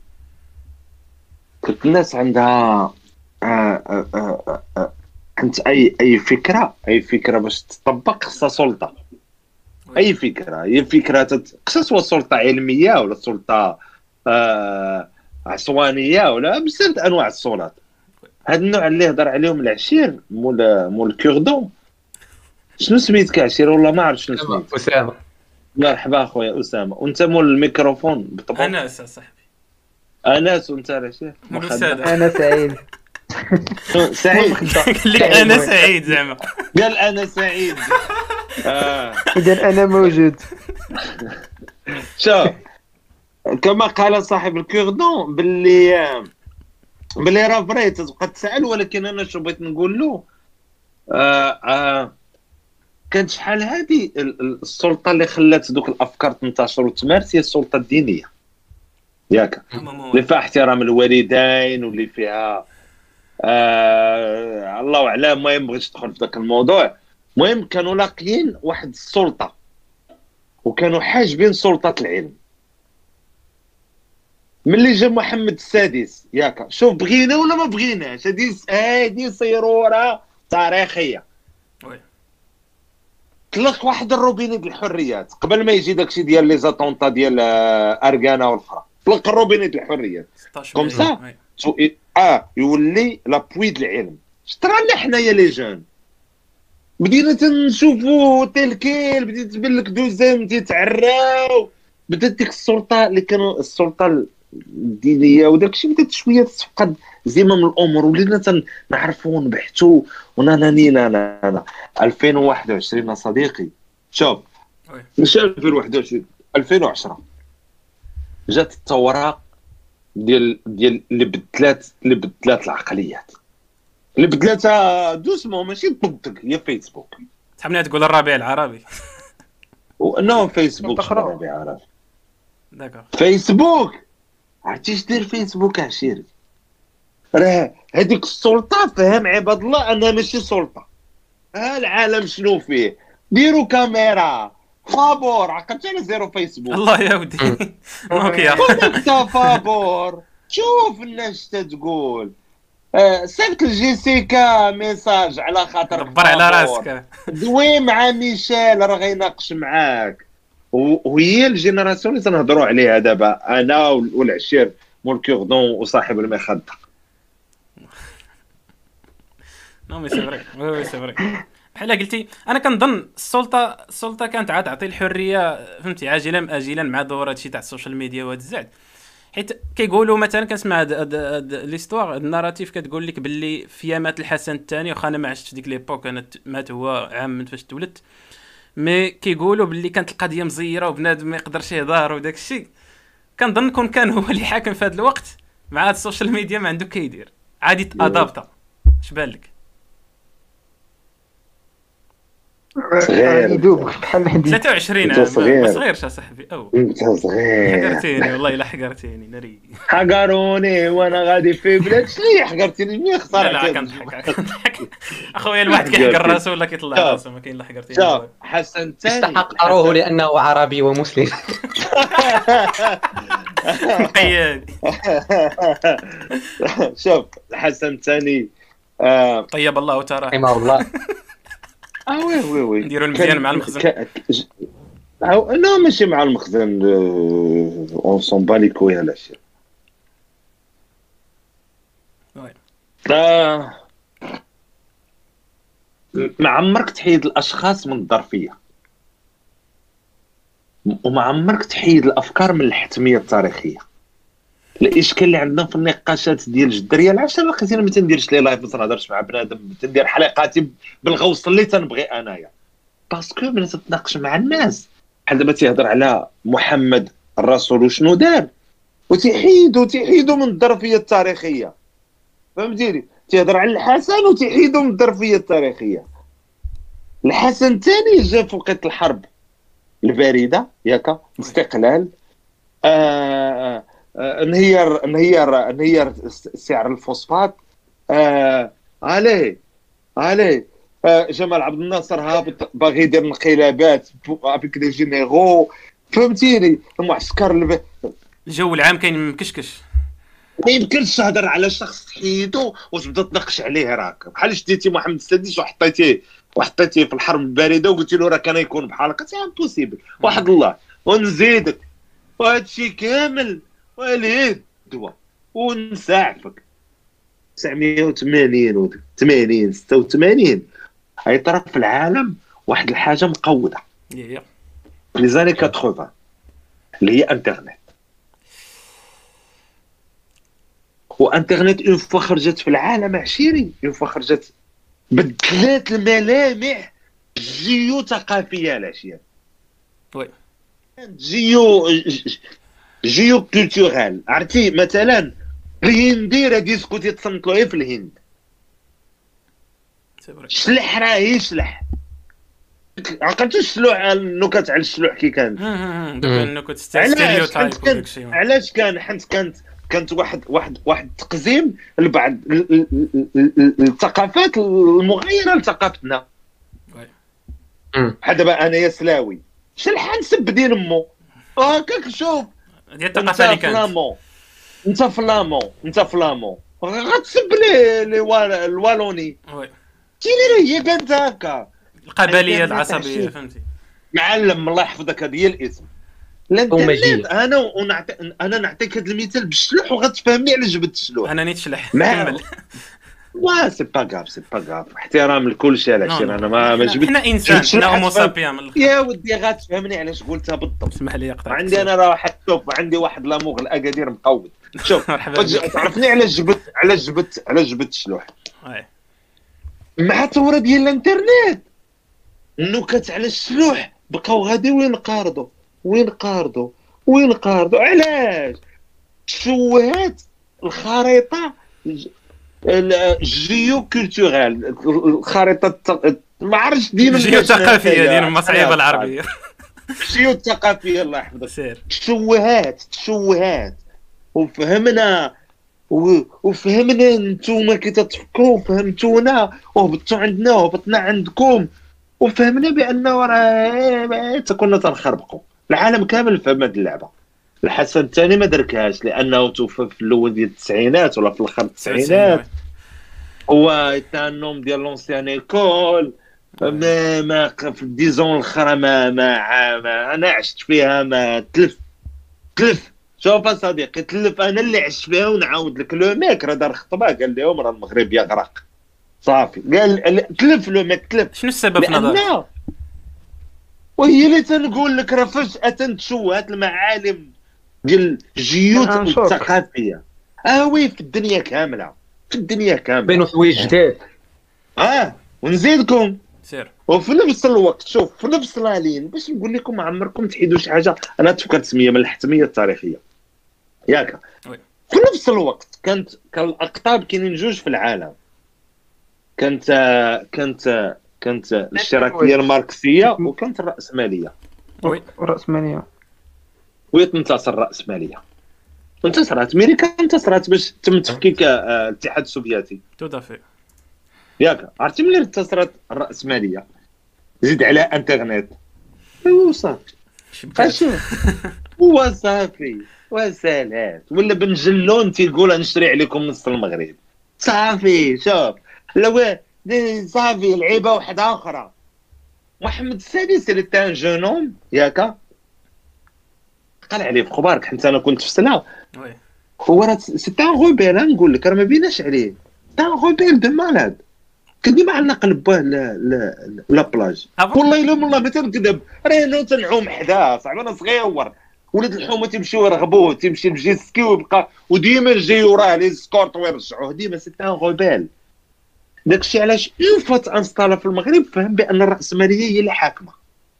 C: كانت الناس عندها آه آه آه آه كانت اي اي فكره اي فكره باش تطبق خصها سلطه. اي فكره هي فكره تت... سواء سلطه علميه ولا سلطه آه عصوانيه ولا بزاف د انواع السلطات. هاد النوع اللي هضر عليهم العشير مول مول كوردون، شنو سميتك عشير والله ما عرفت شنو سميت.
A: اسامه.
C: مرحبا اخويا اسامه، وانت مول الميكروفون بالطبع.
B: انس صاحبي.
C: انس وانت العشير.
D: انا سعيد.
C: سعيد
B: قال لك انا سعيد زعما،
C: قال انا سعيد. اه
D: اذا انا موجود.
C: شوف كما قال صاحب الكوردون باللي باللي راه فري تبقى تسال، ولكن انا شو بغيت نقول له آه آه كانت شحال هذه السلطه اللي خلات دوك الافكار تنتشر وتمارس، هي السلطه الدينيه ياك، اللي فيها احترام الوالدين واللي فيها آه الله اعلم. المهم بغيتش ندخل في ذاك الموضوع. المهم كانوا لاقيين واحد السلطه وكانوا حاجبين سلطه العلم. ملي جا محمد السادس ياك، شوف بغينا ولا ما بغيناش هذه هذه صيروره تاريخيه.
B: وي
C: طلق واحد الروبيني ديال الحريات قبل ما يجي داكشي ديال لي زاتونطا ديال ارغانا والاخرى. طلق الروبيني ديال الحريات كوم سا اه يولي لابوي ديال العلم. شطرنا حنايا لي جون بدينا تنشوفوا تلكيل، بديت تبان لك دوزام تيتعراو، بدات ديك السلطه اللي كانوا السلطه الدينيه وداك الشيء بدات شويه تفقد زمام الامور، ولينا نعرفوا ونبحثوا وناناني نانا انا ألفين وواحد وعشرين صديقي. شوف ماشي ألفين وواحد وعشرين ألفين وعشرة جات الثوره ديال ديال اللي بدلات اللي بدلات العقليات، اللي بدلاتها دوسمون ماشي بطق، هي فيسبوك.
B: تحبنا تقول الربيع العربي.
C: نو فيسبوك الربيع العربي.
B: داكور
C: فيسبوك عرفتي اش دير فيسبوك عشيري؟ راه هذيك السلطه فهم عباد الله انها ماشي سلطه. ها العالم شنو فيه؟ ديروا كاميرا فابور، عقلت على زيرو فيسبوك.
B: الله يا ودي نوكيا
C: انت فابور شوف الناس تقول آه سبت الجيسيكا ميساج على خاطر
B: دبر على راسك،
C: دوي مع ميشيل راه غيناقش معاك. وهي الجينيراسيون اللي تنهضروا عليها دابا انا والعشير مول كوردون وصاحب المخده.
B: نو مي سي فري وي سي فري. بحال قلتي انا كنظن السلطه السلطه كانت عاد تعطي الحريه، فهمتي؟ عاجلا ام اجلا مع ظهور هادشي تاع السوشيال ميديا وهاد الزعد. حيت كيقولوا مثلا كنسمع ليستوار الناراتيف كتقول لك باللي في يامات الحسن الثاني، واخا انا ما عشتش في ديك ليبوك، انا مات هو عام من فاش تولدت، مي كيقولوا باللي كانت القضيه مزيره وبنادم ما يقدرش يهضر وداك الشيء. كنظن كون كان هو اللي حاكم في هذا الوقت مع هاد السوشيال ميديا ما عنده كيدير عادي تادابتا. اش بان لك؟
C: صغير
D: يدوب بحال عندي
B: ثلاثة وعشرين عام، ما صغيرش اصاحبي. او
C: انت صغير
B: حقرتيني والله الا حقرتيني ناري.
C: حقروني وانا غادي في بلاد شنو حقرتيني ملي خسرت.
B: لا كنضحك كنضحك اخويا، الواحد كيحقر راسو ولا كيطلع راسو، ما كاين لا حقرتيني.
C: شوف حسن الثاني
A: استحقروه لانه عربي ومسلم.
B: قيادي.
C: شوف الحسن الثاني
B: طيب الله ترى
A: رحمه الله.
C: اه وي وي وي
B: نديروا المزيان مع المخزن.
C: ك... ج... أو... لا ماشي مع المخزن، اون سون باليكو يا لاشي.
B: وي
C: آه ما عمرك تحيد الاشخاص من الظرفيه، وما عمرك تحيد الافكار من الحتميه التاريخيه. الاشكال اللي عندنا في النقاشات ديال الجدريه، علاش انا لقيت ما تنديرش لي لايف، ما نهضرش مع بنادم، تندير حلقاتي بالغوص اللي تنبغي انايا، باسكو ملي تتناقش مع الناس بحال دابا تيهضر على محمد الرسول وشنو دار، وتحيدو تحيدو من الظرفيه التاريخيه، فهمتيني؟ تيهضر على الحسن وتحيدو من الظرفيه التاريخيه. الحسن الثاني جا في وقت الحرب البارده ياك، استقلال، آه آه انهيار انهيار انهيار سعر الفوسفات، آه عليه عليه آه جمال عبد الناصر هابط باغي يدير انقلابات افيك دي جينيرو، فهمتيني؟ المعسكر الب...
B: الجو العام كاين مكشكش.
C: ما يمكنش تهضر على شخص تحيدو وتبدا تناقش عليه، راك بحال شديتي محمد السادس وحطيتيه وحطيتيه في الحرب البارده وقلتي له راه كان يكون بحال هكا، سي امبوسيبل، واحد الله ونزيدك وهادشي كامل وليد دوا ونساعفك تسعمية وثمانين و ثمانين ستة وثمانين غيطرق في العالم واحد الحاجه مقوده
B: هي
C: لي زاني ثمانين اللي هي انترنت. وانترنت اون فوا خرجت في العالم عشيري، اون فوا خرجت بدلات الملامح جيو ثقافيه العشير،
B: وي
C: جيو جيو كولتورال. عرفتي مثلا الهندي راه ديسكو تيتصنت له في الهند، شلح راه يشلح، عقلتوا الشلوح النكت على الشلوح كي كانت،
B: دوك النكت ستيريوتايب.
C: علاش كان حيت كانت كانت واحد واحد واحد التقزيم لبعض الثقافات المغايره لثقافتنا. بحال دابا انا يا سلاوي شلح نسب دين امو هكاك، شوف
B: ديال الثقافه اللي كانت
C: انت فلامون انت فلامون غتسب لي لي الوالوني،
B: وي
C: تيري هي كانت هكا
B: القبليه العصبيه، فهمتي؟
C: معلم الله يحفظك، هذا هي الاسم الانترنت. انا ونعطي انا نعطيك هذا المثال بالشلوح وغتفهمني على جبت الشلوح.
B: انا نيت شلح
C: كمل. وا سي با غاف سي با غاف، احترام لكل شيء. علاش انا ما ما جبت
B: حنا انسان، حنا هومو سابيان من الاخر.
C: يا ودي غتفهمني علاش قلتها بالضبط.
B: اسمح لي اقطع.
C: عندي انا راه واحد شوف، عندي واحد لاموغ الاكادير مقود. شوف تعرفني علاش جبت علاش جبت علاش جبت الشلوح مع الثوره ديال الانترنت. النكت على الشلوح بقاو غادي وين قارضوا وين قارضوا وين قارضوا علاش؟ تشوهات الخريطه الجيو كولتورال، الخريطه ما عرفتش ديما
B: الجيو الثقافيه ديال المصعيبه العربيه،
C: الجيو الثقافيه الله يحفظك.
B: سير
C: تشوهات تشوهات وفهمنا وفهمنا نتوما كي تتفكروا، فهمتونا وهبطتوا عندنا وهبطنا عندكم، وفهمنا بانه راه كنا تنخربقوا. العالم كامل فهم هذه اللعبه. الحسن الثاني ما دركهاش لانه توفى في الاول ديال التسعينات ولا في الاخر التسعينات، هو التانوم ديال لونسيان ايكول ما ما في ديزون الاخرى ما ما, ما انا عشت فيها، ما تلف تلف. شوف صديقي تلف، انا اللي عشت فيها ونعاود لك. لو ميك راه دار خطبه قال لهم راه المغرب يغرق صافي، قال تلف لو ميك تلف.
B: شنو السبب في نظرك؟
C: وهي اللي تنقول لك راه فجاه تشوهات المعالم ديال الجيوت الثقافيه. اه وي في الدنيا كامله، في الدنيا كامله
A: بينو حوايج جداد.
C: اه ونزيدكم
B: سير
C: وفي نفس الوقت شوف في نفس لالين باش نقول لكم ما عمركم تحيدوا شي حاجه. انا تفكرت سميه من الحتميه التاريخيه ياك. في نفس الوقت كانت كان الاقطاب كاينين جوج في العالم، كانت كانت كانت الاشتراكيه الماركسيه وكانت الراسماليه.
B: وي
D: الراسماليه
C: وهي تنتصر الراسماليه، انتصرت امريكا، انتصرت باش تم تفكيك الاتحاد السوفيتي.
B: تدافع
C: ياك. عرفتي ملي انتصرت الراسماليه زيد على انترنت وصافي اشوف هو صافي وسالات. ولا بنجلون تيقول نشري عليكم نص المغرب صافي. شوف لو صافي لعيبه واحده اخرى. محمد السادس اللي تاع جونوم ياك قال عليه في خبارك حيت انا كنت في سلا.
B: وي
C: هو راه سي تاع غوبيل، نقول لك راه ما بيناش عليه تاع غوبيل دو مالاد. كان ديما علق لباه لا لا لا بلاج. والله الا والله ما تنكذب، راه تنعوم حداه صاحبي انا صغير، ولاد الحومه تيمشيو يرغبوه، تيمشي بجيسكي ويبقى وديما يجي وراه لي سكورت ويرجعوه ديما. سي ان غوبال. داكشي علاش اون فوا تانستالا في المغرب فهم بان الراسماليه هي اللي حاكمه.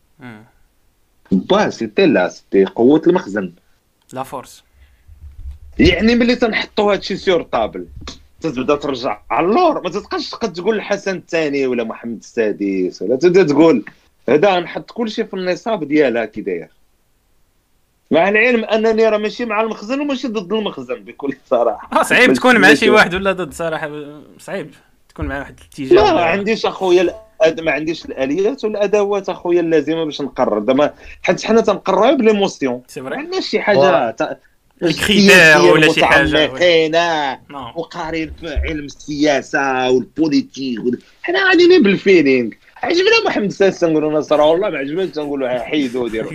C: با سيتي لا سيتي قوه المخزن
B: لا فورس.
C: يعني ملي تنحطوا هادشي سيور طابل تتبدا ترجع على اللور، ما تبقاش تقد تقول الحسن الثاني ولا محمد السادس، ولا تبدا تقول هذا نحط كلشي في النصاب ديالها كي داير، مع العلم انني راه ماشي مع المخزن وماشي ضد المخزن بكل صراحه.
B: اه صعيب تكون مع شي واحد ولا ضد صراحه، صعيب تكون مع واحد الاتجاه.
C: لا ما عنديش اخويا ما عنديش الاليات والادوات اخويا اللازمه باش نقرر دابا، حيت حنا تنقرروا باليموسيون، ما عندناش شي حاجه
B: الكريتير ولا شي حاجه
C: وقارين في علم السياسه والبوليتيك. حنا غاديين بالفيلينغ. عجبنا محمد السادس تنقولوا نصر والله، ما عجبناش تنقولوا حيدوا ديروا.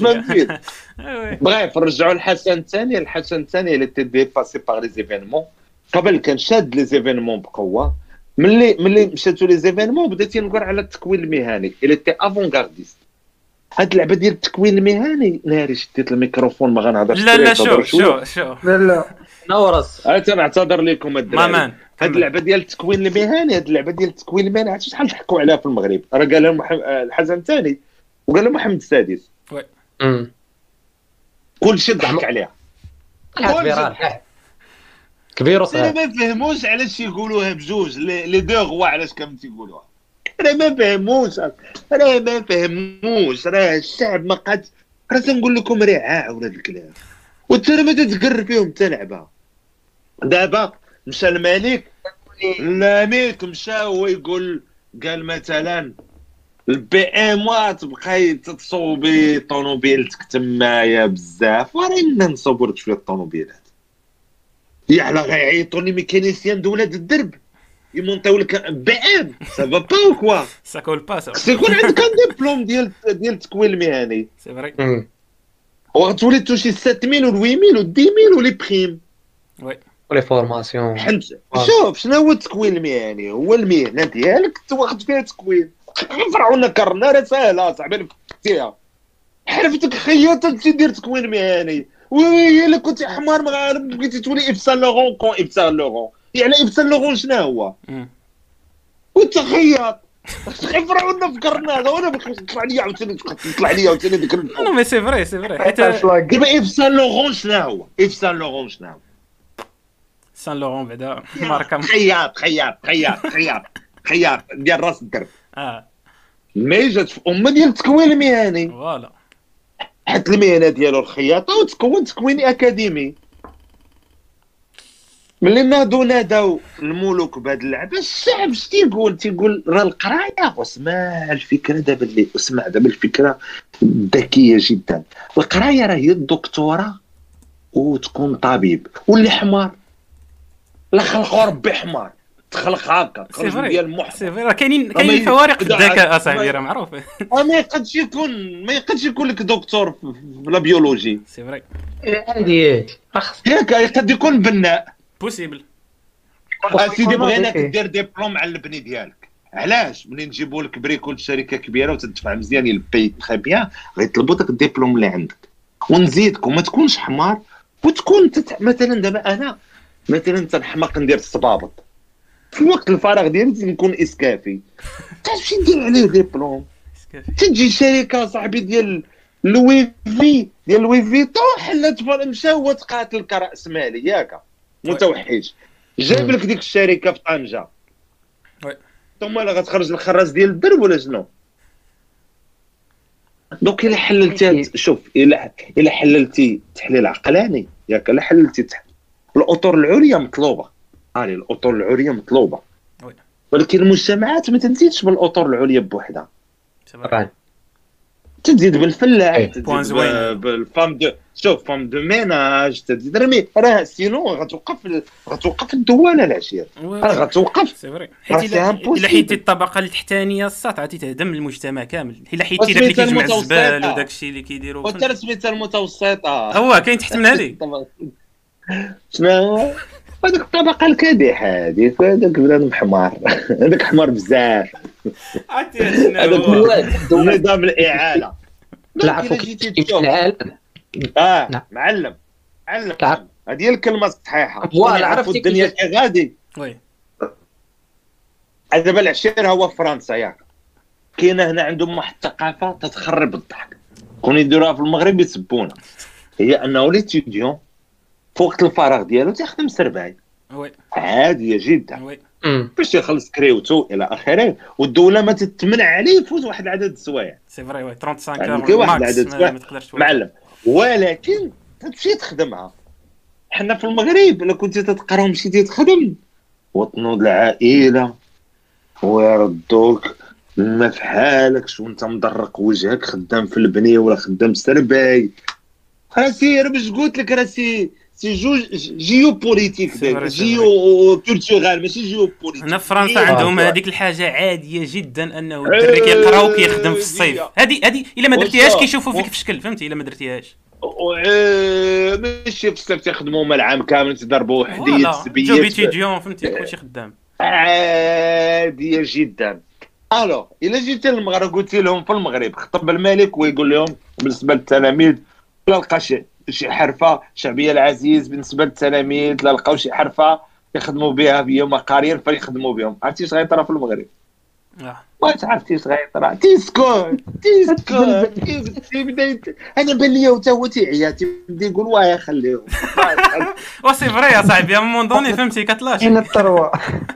C: بغيت نرجعوا الحسن الثاني. الحسن الثاني اللي تي ديباسي باغ لي زيفينمون. قبل كان شاد لي زيفينمون بقوه، ملي ملي مشاتو لي زيفينمون بديتي نقول على التكوين المهني اللي تي افونغارديست. هاد اللعبه ديال التكوين المهني ناري شديت الميكروفون ما غنهضرش.
B: لا لا شوف شوف شوف
D: لا لا
A: نورس
C: انا تنعتذر لكم الدراري.
B: مامان
C: هاد اللعبه ديال التكوين المهني هاد اللعبه ديال التكوين المهني عرفتي شحال ضحكوا عليها في المغرب. راه قالها محمد الحسن الثاني وقالها محمد السادس.
B: وي
A: امم
C: كلشي ضحك عليها.
A: كبير وصغير
C: ما فهموش علاش يقولوها بجوج لي دو غوا، علاش كانوا تيقولوها. راه ما فهموش راه ما فهموش راه الشعب ما قاد. راه تنقول لكم رعاع ولاد الكلاب، وانت ما تتقر فيهم حتى لعبه. دابا مشى الملك الملك مشى هو يقول قال مثلا البي ام تبقاي تتصوبي طوموبيلتك تمايا بزاف، ورينا نصوبوا لك شويه الطوموبيلات. يعلى غيعيطوا لي ميكانيسيان د ولاد الدرب يمونطيو لك بي ام سافا با او كوا
B: ساكول با.
C: خص يكون عندك ديبلوم ديال ديال التكوين المهني.
B: سي فري.
C: وغتولي توشي سبعة آلاف و ثمانية آلاف و عشرة آلاف ولي بريم.
B: وي
A: ولي فورماسيون.
C: حنت شوف شنو هو التكوين المهني؟ هو المهنه ديالك تواخد فيها تكوين. فرعونا كرنا راه ساهله صاحبي فيها. حرفتك خياطه تمشي دير تكوين مهني، وي الا كنت حمار ما بغيتي تولي افسان لوغون. كون افسان لوغون يعني افسان لوغون شنو هو؟ وانت خياط. فرعونا فكرنا هذا وانا طلع لي عاوتاني طلع لي عاوتاني ديك
B: نو مي سي فري سي فري. حيت
C: دابا افسان لوغون شنو هو؟ افسان لوغون شنو هو؟
B: سان لورون بعدا ماركه
C: خياط خياط خياط خياط خياط ديال راس الدرب.
B: اه
C: مي جات في امه ديال التكوين المهني.
B: فوالا
C: حيت المهنه ديالو الخياطه وتكون تكوين اكاديمي. ملي ناضو ناداو الملوك بهاد اللعبه الشعب اش تيقول؟ تيقول راه القرايه. واسمع الفكره دابا اللي اسمع دابا الفكره ذكيه جدا. القرايه راه هي الدكتوره وتكون طبيب. واللي حمار لا خلقوا ربي حمار تخلق هكا تخرج ديال المحور.
B: سي فري. كاينين كاينين فوارق في الذكاء اصاحبي راه معروف.
C: ما يقدش يكون ما يقدش يكون لك دكتور في لا بيولوجي.
B: سي فري
A: عادي
C: ياك يقد يكون بناء
B: بوسيبل.
C: اسيدي بغيناك دير ديبلوم على البني ديالك. علاش ملي نجيبوا لك بريكول شركه كبيره وتدفع مزيان يلبي تري بيان غيطلبوا داك الدبلوم اللي عندك ونزيدك وما تكونش حمار وتكون تت... مثلا دابا انا مثلا تنحماق ندير الصبابط في الوقت الفراغ ديالي نكون اسكافي تمشي ندير عليه ديبلوم. تجي شركه صاحبي ديال لوي في ديال لوي فيتون حلت مشى هو تقاتل كراس مالي ياك متوحش جايب لك ديك الشركه في طنجه.
B: وي
C: ثم لا غتخرج الخراز ديال الدرب ولا شنو؟ دوك الا حللتي شوف الا الا حللتي تحليل عقلاني ياك الا حللتي تح... الاطر العليا مطلوبه. هاني الاطر العليا مطلوبه
B: وي.
C: ولكن المجتمعات ما تنزيدش بالاطر العليا بوحدها.
A: طبعا
C: تزيد بالفلاح
A: أيه.
C: تزيد بالفام دو شوف فام دو ميناج تزيد رمي راه سينو غتوقف غتوقف الدوله العشير غتوقف.
B: سي فري. حيت الا حيتي الطبقه التحتانيه الساط عادي تهدم المجتمع كامل. الا حيتي داك اللي كيجمع الزبال وداك الشيء اللي كيديروا
C: والترسميه المتوسطه
B: هو كاين تحت من هذه
C: شنو هو هذاك الطبقه الكادحه هذيك، هذاك بنادم حمار هذاك حمار بزاف.
B: عرفتي شنو
C: هذاك
B: هو؟
C: نظام الاعاله.
A: لا عفوك في العالم.
C: اه
A: نعم.
C: معلم معلم
A: تعرف-
C: هذه هي الكلمه الصحيحه.
A: فوالا،
C: كون
A: عرفتي
C: يعرفوا الدنيا
A: كيفاش-
C: كي غادي.
B: وي
C: دابا العشير هو في فرنسا ياك، كاينه هنا عندهم واحد الثقافه تتخرب الضحك، كون يديروها في المغرب يسبونا. هي انه ليتيديون في وقت الفراغ ديالو تيخدم سرباي
B: وي
C: عاديه جدا
B: وي
A: أمم.
C: باش يخلص كريوتو الى اخره، والدوله ما تتمنع عليه يفوز واحد العدد السوايع.
B: سي فري وي خمسة وثلاثين
C: يعني
B: كار
C: كاين واحد
B: ماكس
C: العدد
B: ما
C: سوايع
B: ما تقدرش توقف.
C: معلم، ولكن تمشي تخدمها. حنا في المغرب الا كنتي تتقرا ومشيتي تخدم وطنود العائله ويردوك ما في حالك شو انت مدرق وجهك خدام في البنيه ولا خدام سرباي. راسي راه باش قلت لك راسي سي جو جيو بوليتيك
B: سي فري،
C: داك
B: سي
C: جيو كولتورال ماشي جيو بوليتيك.
B: هنا في فرنسا
C: جيو
B: عندهم
C: كولتورال.
B: هذيك الحاجه عاديه جدا انه الدري كيقرا وكيخدم في الصيف. هذه هذه الا ما درتيهاش
C: وصا-
B: كيشوفوا فيك
C: و-
B: في شكل، فهمتي؟ الا ما درتيهاش
C: و- ماشي في الصيف تخدموا هما العام كامل تضربوا حديد
B: فوالا جو
C: سبيات
B: بيتيديون، فهمتي؟ كلشي خدام.
C: عاديه جدا. الو الا جيتي للمغرب قلتي لهم في المغرب خطب الملك ويقول لهم بالنسبه للتلاميذ لا لقى شي شي حرفه شعبيه العزيز بالنسبه للتلاميذ لا لقاو شي حرفه يخدموا بها في يوم قرير فيخدموا بهم. عرفتي اش غيطرا في المغرب؟
B: اه
C: ما تعرفتي اش غيطرا. تيسكت تيسكت تيبدا انا بان ليا حتى هو تيعيا تيبدا يقول واه خليهم.
B: وسي فري يا صاحبي، ا مون دوني فهمتي كتلاش.
D: كاين الثروه.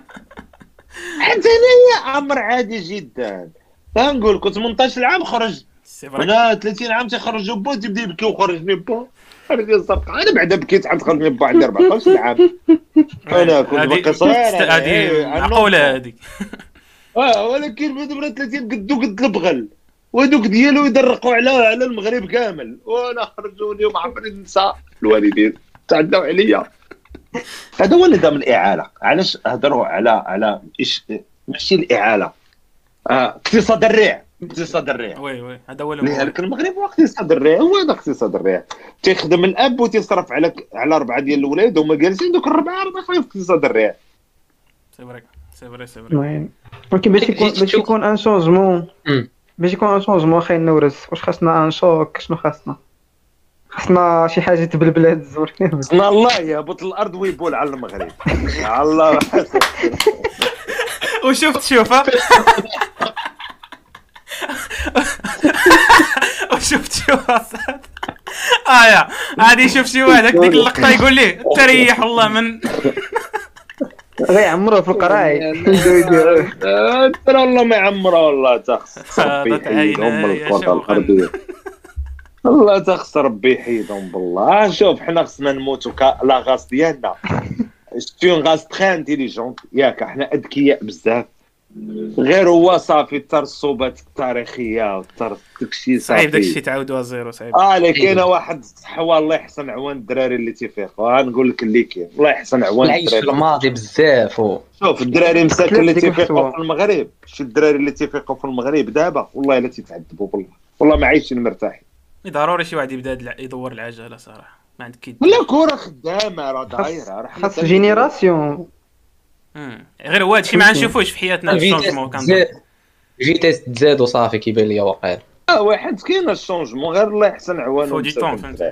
C: حتى انايا امر عادي جدا. تنقول لكم ثمنطاش عام خرج،
B: سي فري
C: انا ثلاثين عام تيخرجوا بو تيبدا يبكي وخرجني بو. هذه الصفقه انا بعدا بكيت عاد خرجني بو عندي أربعطاش عام. انا كنت
B: هذه-
C: باقي صغير
B: هذه
C: إيه،
B: معقوله هذه.
C: اه ولكن بعد مرة ثلاثين قدو قد البغل وهذوك ديالو يدرقوا على على المغرب كامل، وانا خرجوني وما عمري ننسى الوالدين تعدوا عليا. هذا هو نظام الاعاله. علاش هضروا على على إيش ماشي الاعاله، آه اقتصاد الريع. اقتصاد الريع
B: وي وي هذا هو
C: اللي
B: المهم.
C: هلك المغرب هو اقتصاد الريع. هو هذا اقتصاد الريع، تيخدم الاب وتيصرف على على اربعه ديال الاولاد وهما جالسين دوك الربعه راه داخلين في اقتصاد الريع.
B: سي فري سي فري سي فري.
D: المهم ولكن باش يكون باش
A: شوف.
D: يكون ان شونجمون
A: أمم.
D: باش يكون ان شونجمون خاين نورس، واش خاصنا ان شوك؟ شنو خاصنا؟ خاصنا شي حاجه تبلبل هاد الزور.
C: صنع الله يهبط الارض ويبول على المغرب. الله
B: وشفت شوفها وشفت شوفها صاد. اه يا عادي شوف شي واحد هك ديك اللقطه يقول لي تريح والله من
D: غيعمروه في القراي.
C: ترى والله ما يعمره والله تخص ربي
B: هذا تعينا
C: يحيدهم من
B: يا
C: الكرة
B: شوقاً.
C: الأرضية. الله تخص ربي يحيدهم بالله. شوف حنا خصنا نموتوا كا لا غاس ديالنا سي اون غاس تري انتيليجونت ياك. حنا اذكياء بزاف، غير هو صافي الترسبات التاريخيه والتر داكشي
B: صعيب داكشي
C: صافي.
B: تعاودوها زيرو صعيب.
C: اه اللي كاينه واحد الصحوه الله يحسن عوان الدراري اللي تيفيقوا. غنقول لك اللي كاين الله يحسن عوان
A: العيش في
C: الدراري.
A: الماضي بزاف و...
C: شوف الدراري مساكن اللي
D: ديك
C: تيفيقوا
D: المحتوى.
C: في المغرب، شي الدراري اللي تيفيقوا في المغرب دابا والله الا تيتعذبوا بالله، والله ما عايشين مرتاحين.
B: ضروري شي واحد يبدا الع- يدور العجله صراحه، ما عندك كيد.
C: لا كره خدامه راه دايره راه حنا
D: خاص
C: تنقولوا.
D: جينيراسيون.
B: مم. غير هو هادشي ما غنشوفوش في حياتنا الشونجمون كنظن.
A: فيتاس فيتاس تزاد وصافي كيبان ليا واقيلا.
C: اه واحد كاين الشونجمون غير الله يحسن عوانه.
B: فو دي طون
C: ومساكن
B: فهمتي.
C: الدراري.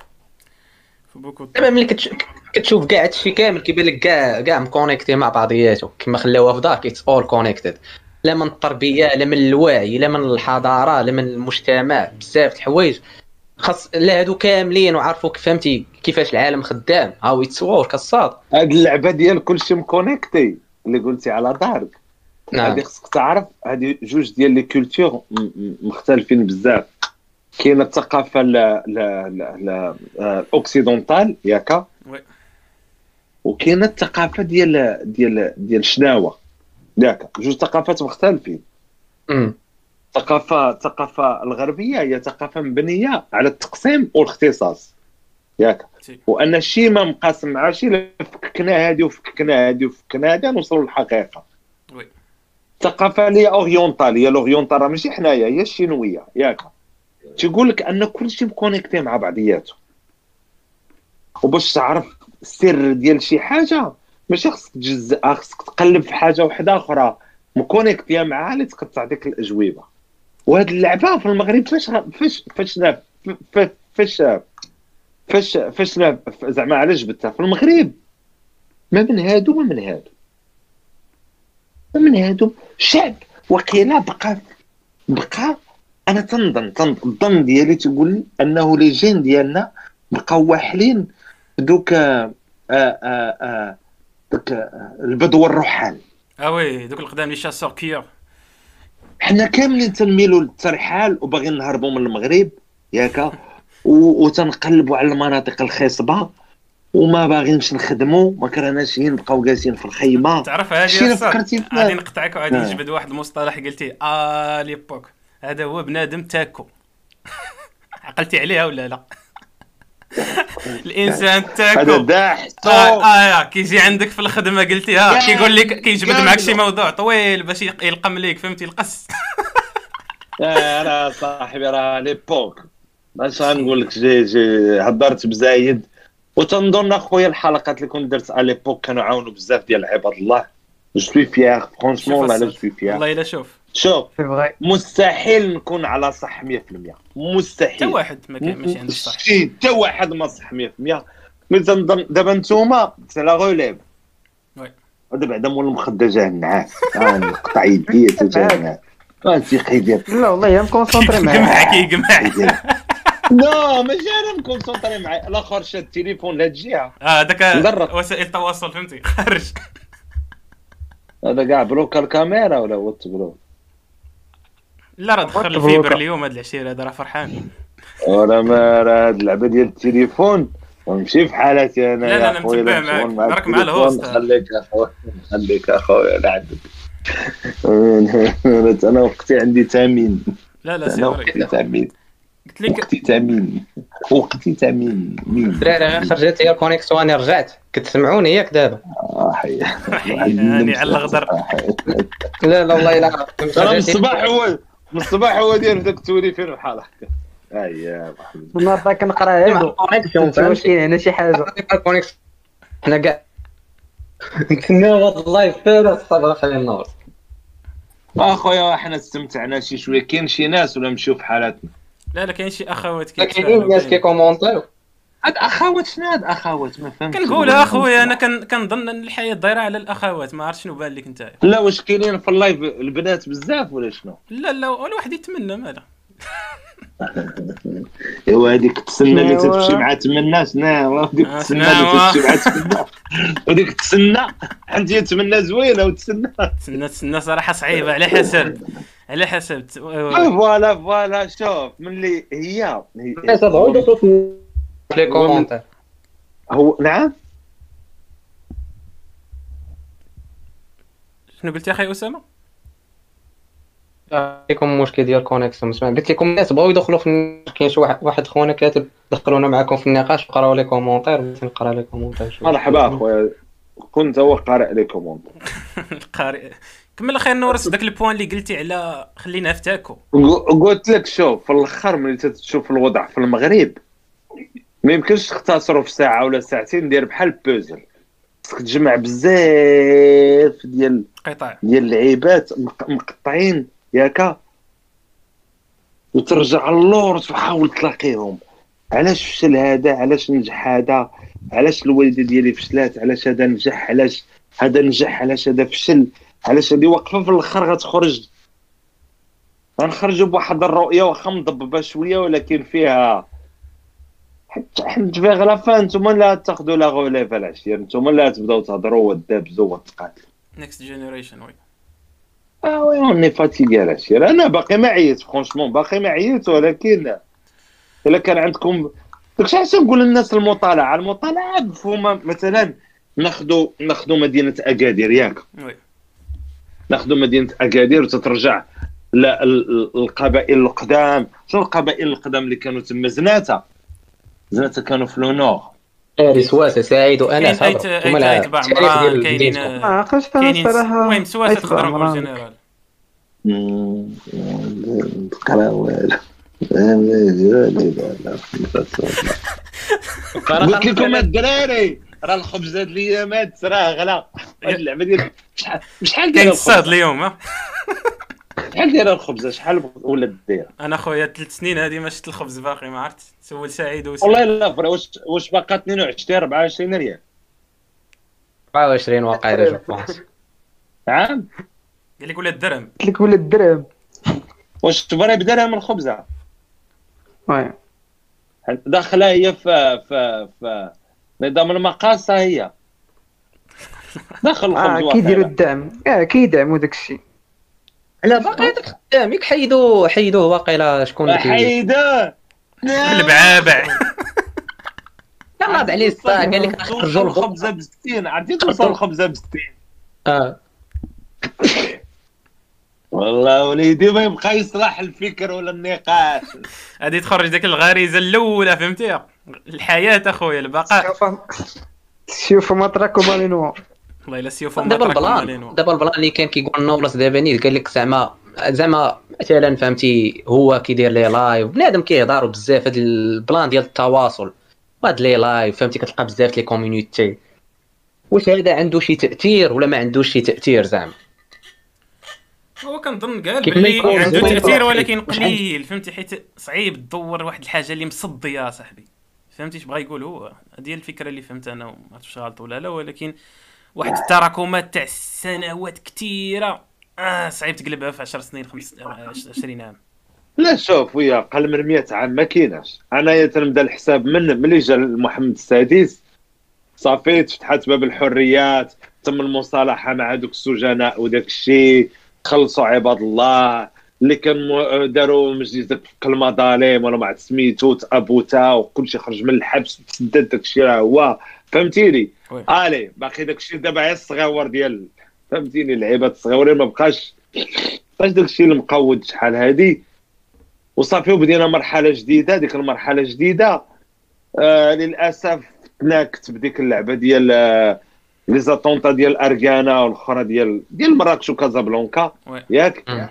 B: فو بوكو
A: دابا ملي كتش- كتشوف كاع هادشي كامل كيبان لك كاع كاع مكونيكتي مع بعضياتو كما خلاوها في دارك. اتس اول كونيكتد، لا من التربيه لا من الوعي لا من الحضاره لا من المجتمع. بزاف د الحوايج خاص لا هادو كاملين وعرفوك فهمتي كيفاش العالم خدام هاو اتس وورك الصاد.
C: هاد اللعبه ديال كلشي مكونيكتي اللي قلتي على دارك،
A: نعم
C: هادي خصك تعرف هادي جوج ديال لي كولتور م- م- مختلفين بزاف. كاينه الثقافه لا لا لا لا آه، الاوكسيدونتال ياكا،
B: وي.
C: وكاينه الثقافه ديال ديال ديال شناوه ياكا. جوج ثقافات مختلفين.
A: امم
C: الثقافه الثقافه الغربيه هي ثقافه مبنيه على التقسيم والاختصاص ياك،
B: سي.
C: وان شي ما مقاسم مع شي لا فككنا هادي وفككنا هادي وفككنا هادي نوصلوا للحقيقه.
B: وي.
C: الثقافه اللي هي اورينتال هي الاورينتال راه ماشي حنايا هي الشينويه ياك، تيقول لك ان كلشي مكونيكتي مع بعضياته. وباش تعرف السر ديال شي حاجه ماشي خصك تجزأ، خصك تقلب في حاجه واحده اخرى مكونيكتيا معها اللي تقدر تعطيك الاجوبه. وهاد اللعبه في المغرب فاش فاش فاش فاش فاش فاش فاش زعما علاش جبتها في المغرب، ما من هادو ما من هادو ما من هادو شعب وقيلا بقى بقى انا تنظن الظن ديالي تقول لي انه لي جين ديالنا بقاو واحلين دوك آه آه آه دوك البدو الرحال.
B: اه وي دوك القدام لي شاسور كيور.
C: حنا كاملين تنميلوا للترحال وباغيين نهربوا من المغرب ياك، وتنقلبوا على المناطق الخصبه وما باغينش نخدموا، ما كرهناش نبقاو جالسين في الخيمه.
B: تعرف هذه غادي نقطعك وغادي نجبد واحد المصطلح قلتي ا ليبوك، هذا هو بنادم تاكو. عقلتي عليها ولا لا؟ الانسان تاكو
C: هذا داح
B: اه, آه كيجي عندك في الخدمه قلتي ها كيقول لك كيجبد معك شي موضوع طويل باش يلقم ليك، فهمتي القص.
C: انا صاحبي راه ليبوك باش غنقول لك جي جي هضرت بزايد، وتنظن اخويا الحلقات اللي كنت درت على ليبوك كانوا عاونوا بزاف ديال عباد الله. جو سوي فيير فرونشمون، لا جو سوي فيير
B: والله الا. شوف
C: شوف مستحيل نكون على صح مية في المية، مستحيل.
B: حتى واحد ما كاين ماشي عنده صح،
C: شي حتى واحد ما صح مية في المية. مي تنظن دابا نتوما سي لا غوليف
B: وي،
C: ودابا بعدا مول المخده جاه النعاس نقطع يدي تجاه انت خيدير.
D: لا والله يا مكونسونطري معاك
B: جمع كيجمع.
C: لا ماشي انا مكونسونطري معايا، الاخر شاد التليفون لهاد الجهه
B: اه داك وسائل التواصل فهمتي خرج.
C: هذا كاع بلوكا الكاميرا ولا هو تبلوك؟
B: لا راه دخل الفيبر اليوم هاد العشير هذا راه فرحان.
C: ولا ما راه هاد اللعبه ديال التليفون ونمشي في حالتي انا.
B: لا لا انا متبع معاك، راك مع الهوست.
C: خليك اخويا خليك اخويا لا عندك. انا وقتي عندي تامين.
B: لا لا
C: انا وقتي تامين،
B: قلت لك
C: وقتي تامين وقتي تامين.
A: دراري غير خرجت هي الكونيكسيون انا رجعت كتسمعوني ياك دابا؟
C: اه حي
B: يعني على الغدر.
A: لا لا والله الا
C: من الصباح هو من الصباح هو داير داك التوري فين بحال هكا. اييه
D: النهار كنقرا هادو واش كاين هنا شي حاجه.
A: حنا كاع نتسناو هاد اللايف فين الصباح خلينا نور.
C: اخويا حنا استمتعنا شي شويه. كاين شي ناس ولا مشيو في حالاتنا؟
B: لا لا كاين شي اخوات
A: كاينين ناس كيكومونطيو.
C: هاد اخوات شنو هاد اخوات ما فهمتش.
B: كنقول اخويا انا كنظن ان الحياه دايره على الاخوات، ما عرفت شنو بان لك انت.
C: لا واش كاينين في اللايف البنات بزاف ولا شنو؟
B: لا لا ولا واحد يتمنى مالا.
C: ايوا هذيك تسنى اللي تمشي مع تمنى شنو هذيك تسنى اللي تمشي مع تمنى هذيك تسنى عندي تمنى زوينه وتسنى
B: تسنى تسنى صراحه صعيبه على حسب على حسب
C: فوالا فوالا. شوف ملي هي
A: هي تضعوا في لي كومونتير.
C: هو نعم
B: شنو قلت يا اخي اسامه؟
A: فيكم مشكل ديال كونيكسيون. سمع قلت لكم الناس بغاو يدخلوا في كاين شي واحد واحد خونا كاتب دخلونا معكم في النقاش قراو لي كومونتير بغيت نقرا لي كومونتير.
C: مرحبا اخويا كنت هو قارئ لي كومونتير.
B: القارئ كمل اخي نورس داك البوان اللي قلتي على خلينا في تاكو.
C: قلت لك شوف في الاخر ملي تشوف الوضع في المغرب ما يمكنش تختصروا في ساعه ولا ساعتين، دير بحال بوزل. خصك تجمع بزاف ديال
B: قطع
C: ديال اللعيبات مقطعين ياك وترجع للور وتحاول تلاقيهم. علاش فشل هذا، علاش نجح هذا، علاش الوالده ديالي فشلات، علاش هذا نجح، علاش هذا نجح، علاش هذا فشل، علاش هذه واقفه في الاخر غتخرج. غنخرجوا بواحد الرؤيه واخا مضببه شويه ولكن فيها حيت فيها غلافه. نتوما لا تاخذوا لا غوليف العشير، نتوما لا تبداو تهضروا وتدابزوا وتقاتلوا.
B: نيكست جينيريشن وي
C: اه وي اوني فاتيغي العشير. انا باقي ما عييت فرونشمون، باقي ما عييت، ولكن الا كان عندكم داكشي علاش نقول للناس المطالعه المطالعه مفهومه. مثلا ناخذوا ناخذوا مدينه اكادير ياك،
B: وي
C: ناخذوا مدينه اكادير وتترجع لا القبائل القدام. شنو القبائل القدام اللي كانوا تما؟ زناته زناته كانوا في لو نور،
A: فارس واسع سعيد وانا
B: صابر هما تبع عمران. كاينين
D: اه قشت انا صراحه
B: المهم سواسه تقدر نقول جنرال.
C: امم قرا والو قلت لكم الدراري راه الخبز هاد الايامات راه غلا. هاد اللعبه ديال شحال شحال داير
B: كاين الصاد
C: الخبز؟
B: اليوم ها.
C: شحال داير الخبز؟ شحال ولا داير؟
B: انا خويا ثلاث سنين هذه ما شفت الخبز باقي، ما عرفت. سول سعيد وسعيد.
C: والله لا فرا. واش واش باقا اثنين وعشرين أربعة وعشرين ريال
A: أربعة وعشرين واقيلا جو بونس.
C: عام؟
B: قال لك ولا الدرهم.
D: قلت لك ولا الدرهم.
C: واش تبغي بدرهم الخبزه
D: وي
C: داخله هي في في في نظام المقاصه هي داخل الخبز
D: اه كيديروا
C: واقيلا.
D: الدعم، اه كيدعموا داك الشيء.
A: لا باقي هذاك خدام ياك حيدوه حيدوه واقيلا. شكون داك ال-
C: حيده
B: البعابع.
A: كان ناض عليه الصاع قال لك
C: توصل
A: خرجوا الخبز.
C: الخبزه ب ستين. عرفتي توصل الخبزه ب ستين.
A: اه
C: والله وليدي ما يبقى يصلح الفكر ولا النقاش.
B: غادي تخرج ديك الغريزه الاولى فهمتي، الحياه اخويا البقاء.
D: شوف مطرك ومالينو.
B: والله الا سيوف
A: دابا البلان دابا البلان اللي كان كيقول النورس دابا نيت قال لك زعما زعما مثلا فهمتي هو كيدير لي لايف بنادم كيهضروا بزاف. هذا البلان ديال التواصل وهاد لي لايف فهمتي كتلقى بزاف لي كوميونيتي. واش هذا عنده شي تاثير ولا ما عندوش شي تاثير زعما؟
B: هو كنظن قال
A: كيف ما
B: بلي
A: يكون
B: عنده
A: زوين
B: تاثير
A: يكون
B: ولكن
A: واحد.
B: قليل فهمتي، حيت صعيب تدور واحد الحاجه اللي مصديه صاحبي. فهمتي اش بغا يقول هو؟ هذه هي الفكره اللي فهمت انا، ما عرفتش غلط ولا لا، ولكن واحد التراكمات تاع سنوات كثيره اه صعيب تقلبها في عشر سنين خمس عشرين عام.
C: لا شوف ويا قل من مئة عام ما كايناش. انايا تنبدا الحساب من ملي جا محمد السادس صافي تفتحت باب الحريات، تم المصالحه مع دوك السجناء وداك الشيء، خلصوا عباد الله اللي كان مو- داروا مجلس داك المظالم ولا ما عرفت سميتو تابوتا وكل شيء خرج من الحبس تسدد داك الشيء راه هو فهمتيني.
B: وي.
C: الي باقي داك الشيء دابا غير الصغاور ديال فهمتيني اللعيبات الصغيورين ما بقاش بقاش داك الشيء المقود شحال هادي وصافي. وبدينا مرحله جديده. ديك المرحله الجديده آه للاسف تناكت بديك اللعبه ديال آه لي زاتونطا ديال ارغانا والاخرى ديال ديال مراكش وكازابلانكا
B: وي.
C: ياك.
A: مم.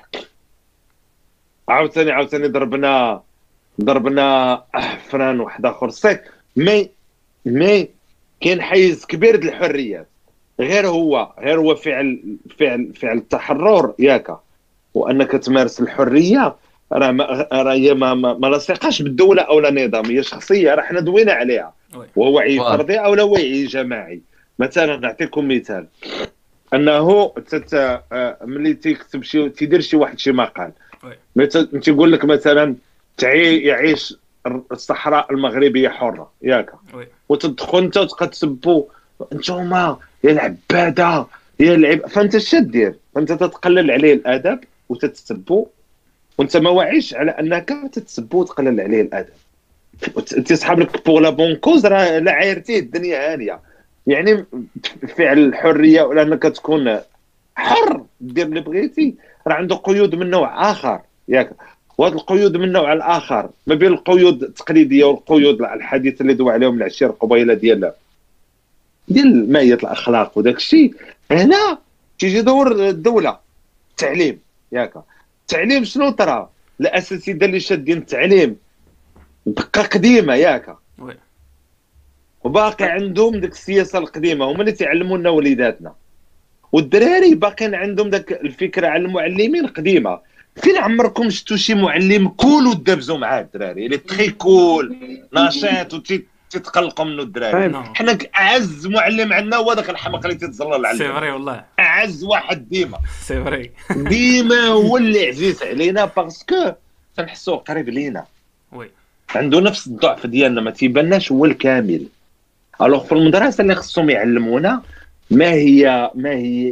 C: عاوتاني عاوتاني ضربنا ضربنا فران واحد اخر سيك. مي مي كاين حيز كبير د الحريات غير هو غير هو فعل فعل فعل التحرر ياك وانك تمارس الحريه. راه ما راه هي ما ما, ما لاصقاش بالدوله او لا نظام، هي شخصيه راه حنا دوينا عليها.
B: وي.
C: وهو وعي
A: واو.
C: فردي او لا وعي جماعي. مثلا نعطيكم مثال انه تت آه، ملي تيكتب شي تيدير شي واحد شي مقال
B: وي.
C: مثلا تيقول لك مثلا تعي يعيش الصحراء المغربيه حره ياك
B: وي.
C: وتدخل انت وتبقى تسبوا انتوما يا العباده يا العب. فانت اش دير؟ فانت تتقلل عليه الادب وتتسبوا وانت ما واعيش على انك تتسبوا وتقلل عليه الادب. تيصحاب لك بوغ لا بون كوز راه لا عايرتيه الدنيا هانيه. يعني فعل الحريه ولا انك تكون حر دير اللي بغيتي راه عنده قيود من نوع اخر ياك. وهاد القيود من النوع الاخر ما بين القيود التقليديه والقيود الحديثه اللي دوا عليهم العشير قبيله ديال ديال ماهيه الاخلاق وداك الشيء. هنا تيجي دور الدوله التعليم ياك. التعليم شنو ترى؟ الاساتذه اللي شادين التعليم بقى قديمه ياك
B: وي.
C: وباقي عندهم ديك السياسه القديمه هما اللي تعلمونا وليداتنا. والدراري باقيين عندهم داك الفكره على المعلمين قديمه. فين عمركم شفتوا شي معلم كول ودابزوا معاه الدراري اللي تخي كول نشاط وتتقلقوا منه الدراري؟
B: نو.
C: حنا اعز معلم عندنا هو داك الحمق اللي تتزلل
B: سي
C: عليه.
B: فري والله
C: اعز واحد ديما
B: سي فري.
C: ديما هو اللي عزيز علينا باسكو تنحسوه قريب لينا،
B: وي.
C: عنده نفس الضعف ديالنا ما تيباناش هو الكامل. الوغ في المدرسه اللي خصهم يعلمونا ما هي ما هي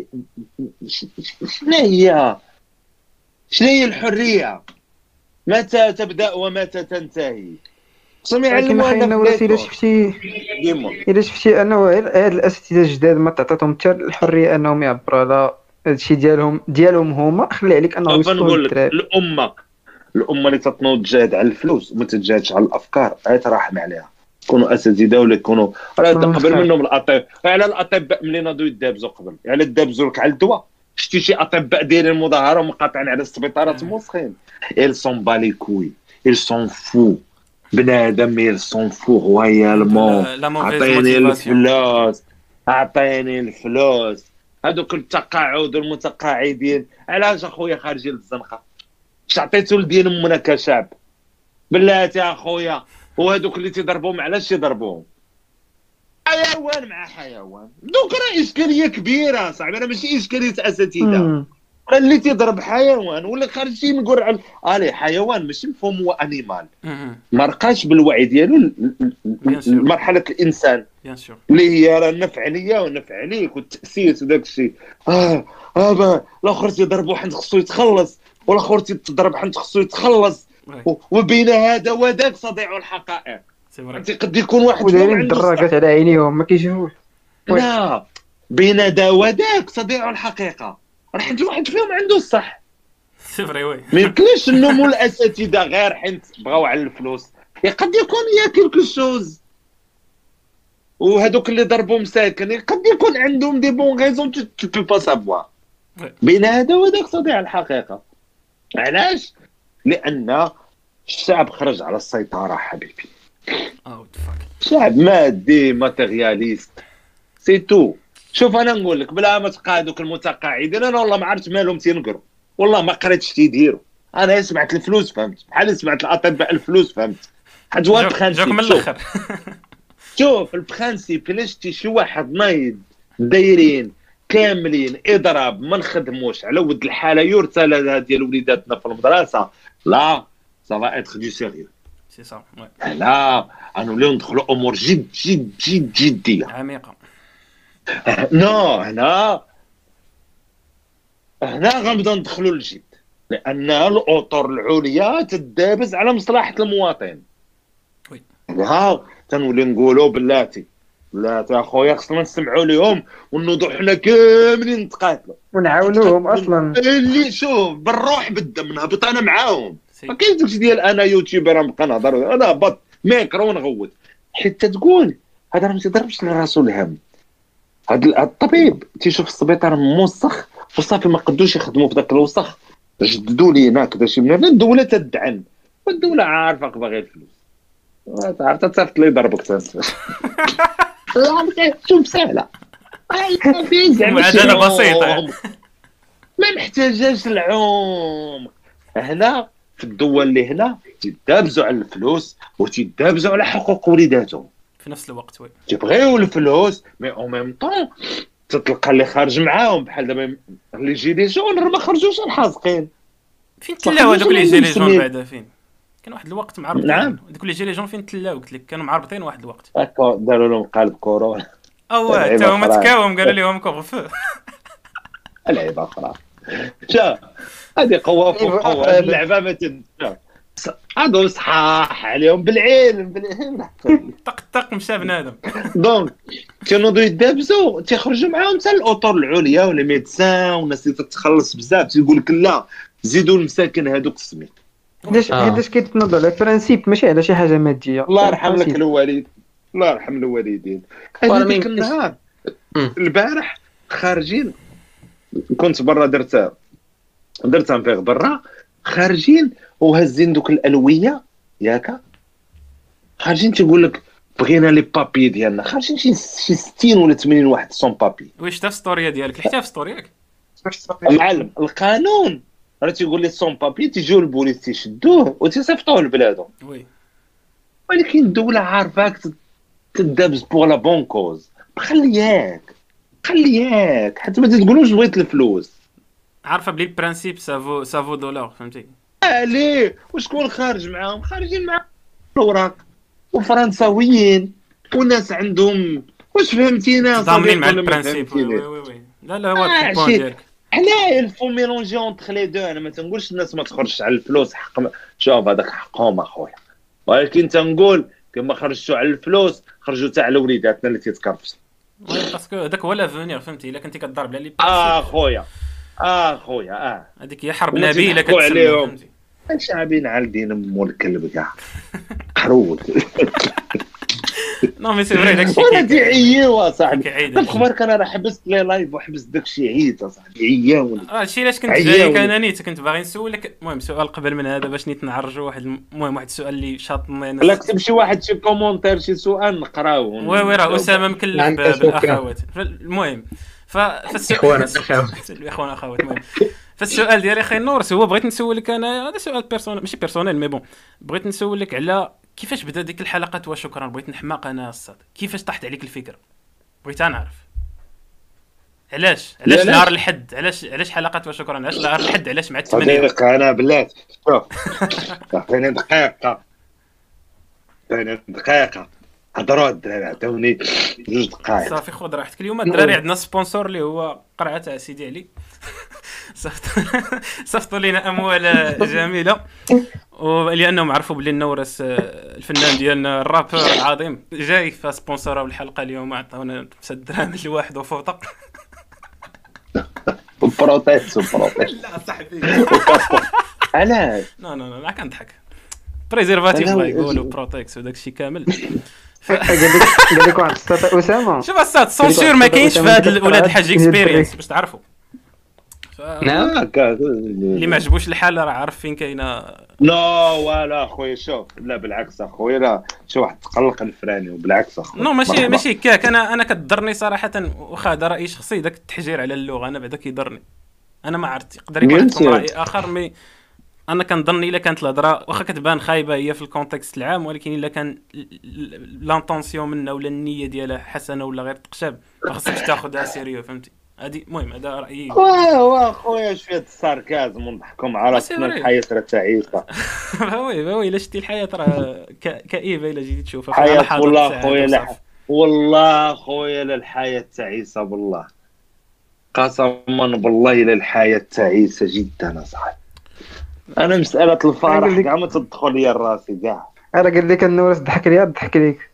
C: شنو هي شنو هي الحريه، متى تبدا ومتى تنتهي. خصهم
D: ولكن
C: يعلمونا
D: خلينا ولا الا شفتي
C: ديما.
D: الا شفتي انه هاد الاساتذه الجداد ما تعطيتهم حتى الحريه انهم يعبروا على هادشي ديالهم ديالهم هما. خلي عليك انه
C: سوف
D: يوصلوا
C: نقول لك
D: للدراري.
C: الامه الامه اللي تتنوض تجاهد على الفلوس وما تتجاهدش على الافكار هاي تراحم عليها. يكونوا اساتذه ولا يكونوا راه قبل منهم الاطباء. على الاطباء ملي ناضوا يدابزوا قبل على الدابزوا لك على الدواء. شتي شي اطباء دايرين مظاهره ومقاطعين على السبيطارات موسخين. ils sont bas les couilles ils sont fous بنادم يلصون فوق رويالمون.
B: لا- لا موفيز
C: عطيني
B: موتيفاسيون.
C: الفلوس، اعطيني الفلوس. هذوك التقاعد والمتقاعدين علاش اخويا خارجين للزنقه؟ اش عطيتو لدين امنا كشعب؟ بلاتي اخويا. وهذوك اللي تيضربوهم علاش تيضربوهم؟ حيوان مع حيوان. دوك راه اشكاليه كبيره صاحبي، راه ماشي اشكاليه اساتذه.
D: مم.
C: اللي تيضرب حيوان ولا خارجين نقول على الي حيوان ماشي مفهوم هو انيمال،
B: مهم.
C: ما رقاش بالوعي ديالو ل- ل-
B: Bien sûr.
C: لمرحله الانسان
B: بيان سور.
C: اللي هي راه النفع ليا ونفع عليك والتاسيس وداك الشيء. اه اه با- الاخر تيضرب واحد خصو يتخلص، والاخر تيضرب واحد خصو يتخلص،
B: وي.
C: و- وبين هذا وذاك صديع الحقائق.
B: سي فري.
C: انت قد يكون واحد فيهم
D: ودايرين
C: عنده
D: الدراجات
C: الصح.
D: على عينيهم ما كيشوفوش. وي.
C: لا، بين ذا وذاك صديع الحقيقه. راح يجي واحد فيهم عنده الصح.
B: سي فري وي.
C: ما يمكنش نلوموا الاساتذه غير حيت بغاو على الفلوس. قد يكون يا كيلكو شوز. وهذوك اللي ضربوا مساكن قد يكون عندهم دي بون غيزون تو بو با سافوار.
B: وي.
C: بين هذا وذاك صديع الحقيقه. علاش؟ لان الشعب خرج على السيطره حبيبي.
B: اوت فاك.
C: شعب مادي ماتيرياليست سي تو. شوف انا نقول لك بلا ما تبقى هذوك المتقاعدين، انا والله ما عرفت مالهم تينقروا، والله ما قريتش تيديروا. انا سمعت الفلوس فهمت، بحال سمعت الاطباء الفلوس فهمت. حد واحد
B: جوك جوك من
C: بخانسيب. شوف
B: الاخر.
C: شوف البخانسيب كلاش شتي شي واحد نايض دايرين كاملين اضراب ما نخدموش على ود الحاله يرسل ديال وليداتنا في المدرسه، لا سافا اتر دو سيريو.
B: سي صا. وي.
C: لا غنوليو ندخلوا امور جد جد جد جديه.
B: عميقه.
C: نو هنا هنا غنبدا ندخلوا للجد، لان الاطر العليا تدابز على مصلحه المواطن.
B: وي.
C: ها تنولي نقولوا بلاتي بلاتي اخويا خصنا نسمعوا لهم ونوضوا حنا كاملين نتقاتلوا
D: ونعاونوهم اصلا.
C: اللي شوف بالروح بالدم نهبط انا معاهم.
B: سي.
C: ما كاينش داكشي ديال انا يوتيوبر نبقى نهضر انا هبط ميكرو ونغوت حتى تقول هذا راه ما تيضربش لراسو الهم. هذا الطبيب تيشوف السبيطار موسخ وصافي ما قدوش يخدموا في ذاك الوسخ، جددوا لينا هكذا شي من الدوله تدعن، والدوله عارفه باغي الفلوس. عرفت تصيفط لي ضربك انت. شوف سهله
B: معادلة بسيطة.
C: ما محتاجاش العوم. هنا في الدول اللي هنا تيدابزوا على الفلوس وتيدابزوا على حقوق وليداتهم،
B: في نفس الوقت. وي.
C: تيبغيو الفلوس مي او ميم طون تتلقى اللي خارج معاهم بحال دابا اللي جي لي جون راه ما خرجوش الحازقين.
B: فين تلاو هذوك اللي جي لي جون
C: المسلمين.
B: بعدا فين؟ كان واحد الوقت معربطين.
C: نعم.
B: هذوك اللي جي لي جون فين تلاو؟ قلت لك كانوا معربطين واحد الوقت.
C: هكا داروا لهم قالب كورونا.
B: او
C: لعيبة
B: حتى هما
C: أخرى.
B: تكاوم قالوا لهم كوغفو.
C: لعيبه اخرى. شا هذه قوه فوق
D: لعيبة
C: قوه،
D: أخرى.
C: هذه اللعبه ما تنسى. هادو صحاح عليهم بالعلم بالعلم.
B: طق طق مشى بنادم.
C: دونك تنوضوا يدابزوا تيخرجوا معاهم حتى الاطر العليا ولا ميدسان والناس اللي تتخلص بزاف تيقول لك لا زيدوا المساكن هذوك السميت.
D: علاش
A: آه.
D: علاش كيتنوضوا على برانسيب ماشي على شي حاجه ماديه.
C: الله يرحم لك
D: برانسيب.
C: الوالد، الله يرحم الوالدين.
A: والله
C: هذا
A: ما
C: ديك
A: يمكنش.
C: النهار
A: مم.
C: البارح خارجين كنت برا درتها درتها نفيق برا خارجين وهزين دوك الالويه ياك خارجين تيقول لك بغينا لي بابي ديالنا، خارجين شي شي ستين ولا ثمانين واحد سون بابي.
B: وي شتا في ستوريا ديالك لحتها في ستورياك.
D: واش تصافي؟
C: معلم القانون راه تيقول لي سون بابي تيجيو البوليس تيشدوه وتيصيفطوه لبلادهم،
B: وي.
C: ولكن الدوله عارفاك تدابز بوغ لا بون كوز. خلياك خلياك حتى ما تقولوش بغيت الفلوس.
B: عارفه بلي البرانسيب سافو سافو دولار فهمتي.
C: عليه وشكون خارج معاهم؟ خارجين مع الاوراق وفرنساويين وناس عندهم واش فهمتينا
B: ضامنين مع
C: ولا ما
B: البرانسيب. وي
C: فهمتيني؟
B: وي وي. لا لا هو
C: آه،
B: البوان
C: شي-
B: ديالك.
C: حنا الفو ميلونجي اونتر لي دو. انا ما تنقولش الناس ما تخرجش على الفلوس حق ما- شوف هذاك حقهم اخويا، ولكن تنقول كما خرجتوا على الفلوس خرجوا حتى على وليداتنا اللي تيتكرفسوا.
B: وي باسكو هذاك هو لافونيغ فهمتي. الا كنتي كضرب على لي
C: اه
B: برانسيب
C: خويا اه خويا اه
B: هذيك هي حرب
C: وما
B: نبيله
C: تضحكوا
B: كتسمى
C: عليهم.
B: فهمتي.
C: شعبين عالدين ام الكلب كاع قرود.
B: نو مي سي فري داكشي
C: وانا تيعيوا صاحبي.
B: كيعيد
C: نخبرك انا راه حبست لي لايف وحبست داكشي عييت صاحبي عياوني.
B: اه هادشي علاش كنت
C: عياوني.
B: جايك انا نيت كنت باغي نسولك المهم سؤال قبل من هذا باش نيت نعرجوا واحد الم- المهم واحد السؤال اللي شاطني انا.
C: لا كتب شي واحد شي كومونتير شي سؤال نقراوه.
B: وي وي راه اسامه مكلف
A: عندك
B: ب-
A: شكرا.
B: بالاخوات المهم ف فالسؤال
A: إخوانا الأخوات.
B: الاخوان اخوات المهم فالسؤال ديالي اخي نورس هو بغيت نسولك انا هذا سؤال بيرسونيل ماشي بيرسونيل مي بون بغيت نسولك على كيفاش بدا ديك الحلقات وشكرا بغيت نحماق انا الصاد كيفاش طاحت عليك الفكره بغيت نعرف علاش علاش
C: علاش؟
B: نهار الحد علاش علاش حلقات وشكرا علاش نهار الحد علاش مع الثمانية
C: صديق انا بلات شوف عطيني دقيقه عطيني دقيقه هضروا الدراري عطوني جوج دقائق.
B: صافي خذ راحتك اليوم الدراري عندنا سبونسور اللي هو قرعه تاع سيدي علي صيفطوا صيفطوا لنا اموال جميله ولانهم عرفوا بلي النورس الفنان ديالنا الرابر العظيم جاي فسبونسراو الحلقه اليوم عطاونا خمسة دراهم لواحد وفوطه
C: بروتيكس بروتيكس
B: لا صاحبي
C: علاش
B: لا لا لا كنضحك بريزيرفاتيف
C: أنا
B: الله
C: و-
B: يقولوا بروتيكس وداك الشيء كامل
D: قال لك قال لك واحد السطر اسامه
B: شوف الصاد سونسور ما كاينش في هاد ولاد الحاج اكسبيرينس باش تعرفوا ف-
A: نعم
C: هكا
B: اللي ما عجبوش الحال راه عارف فين كاينه
C: لا ولا خويا شوف لا بالعكس اخويا لا شي واحد تقلق الفراني وبالعكس اخويا
B: نو ماشي
C: مرحبا.
B: ماشي هكاك انا انا كضرني صراحه واخا هذا راي شخصي داك التحجير على اللغه انا بعدا كيضرني انا ما عرفت يقدر يكون
C: قلت
B: عندكم
C: يا.
B: راي اخر مي انا كنظن الا كانت الهضره واخا كتبان خايبه هي في الكونتكست العام ولكن الا كان لانطونسيون منها ولا النيه ديالها حسنه ولا غير تقشاب ما خصكش تاخذها سيريو فهمتي هذه المهم هذا رايي
C: واه واه خويا شويه الساركازم ونضحكوا مع راسنا
B: فري.
C: الحياه راه تعيسه.
B: وي وي الا شتي الحياه راه ك- كئيبه الا جيتي تشوفها في
C: حياة
B: لحظات
C: والله
B: سعادة
C: خويا لا
B: وصافي.
C: والله خويا لا الحياة تعيسة بالله قسما بالله لا الحياة تعيسة جدا صاحبي. انا مسألة الفرح
D: قال لك-
C: كاع ما تدخل لي راسي كاع.
D: انا قال لك النورس ضحك ليا ضحك ليك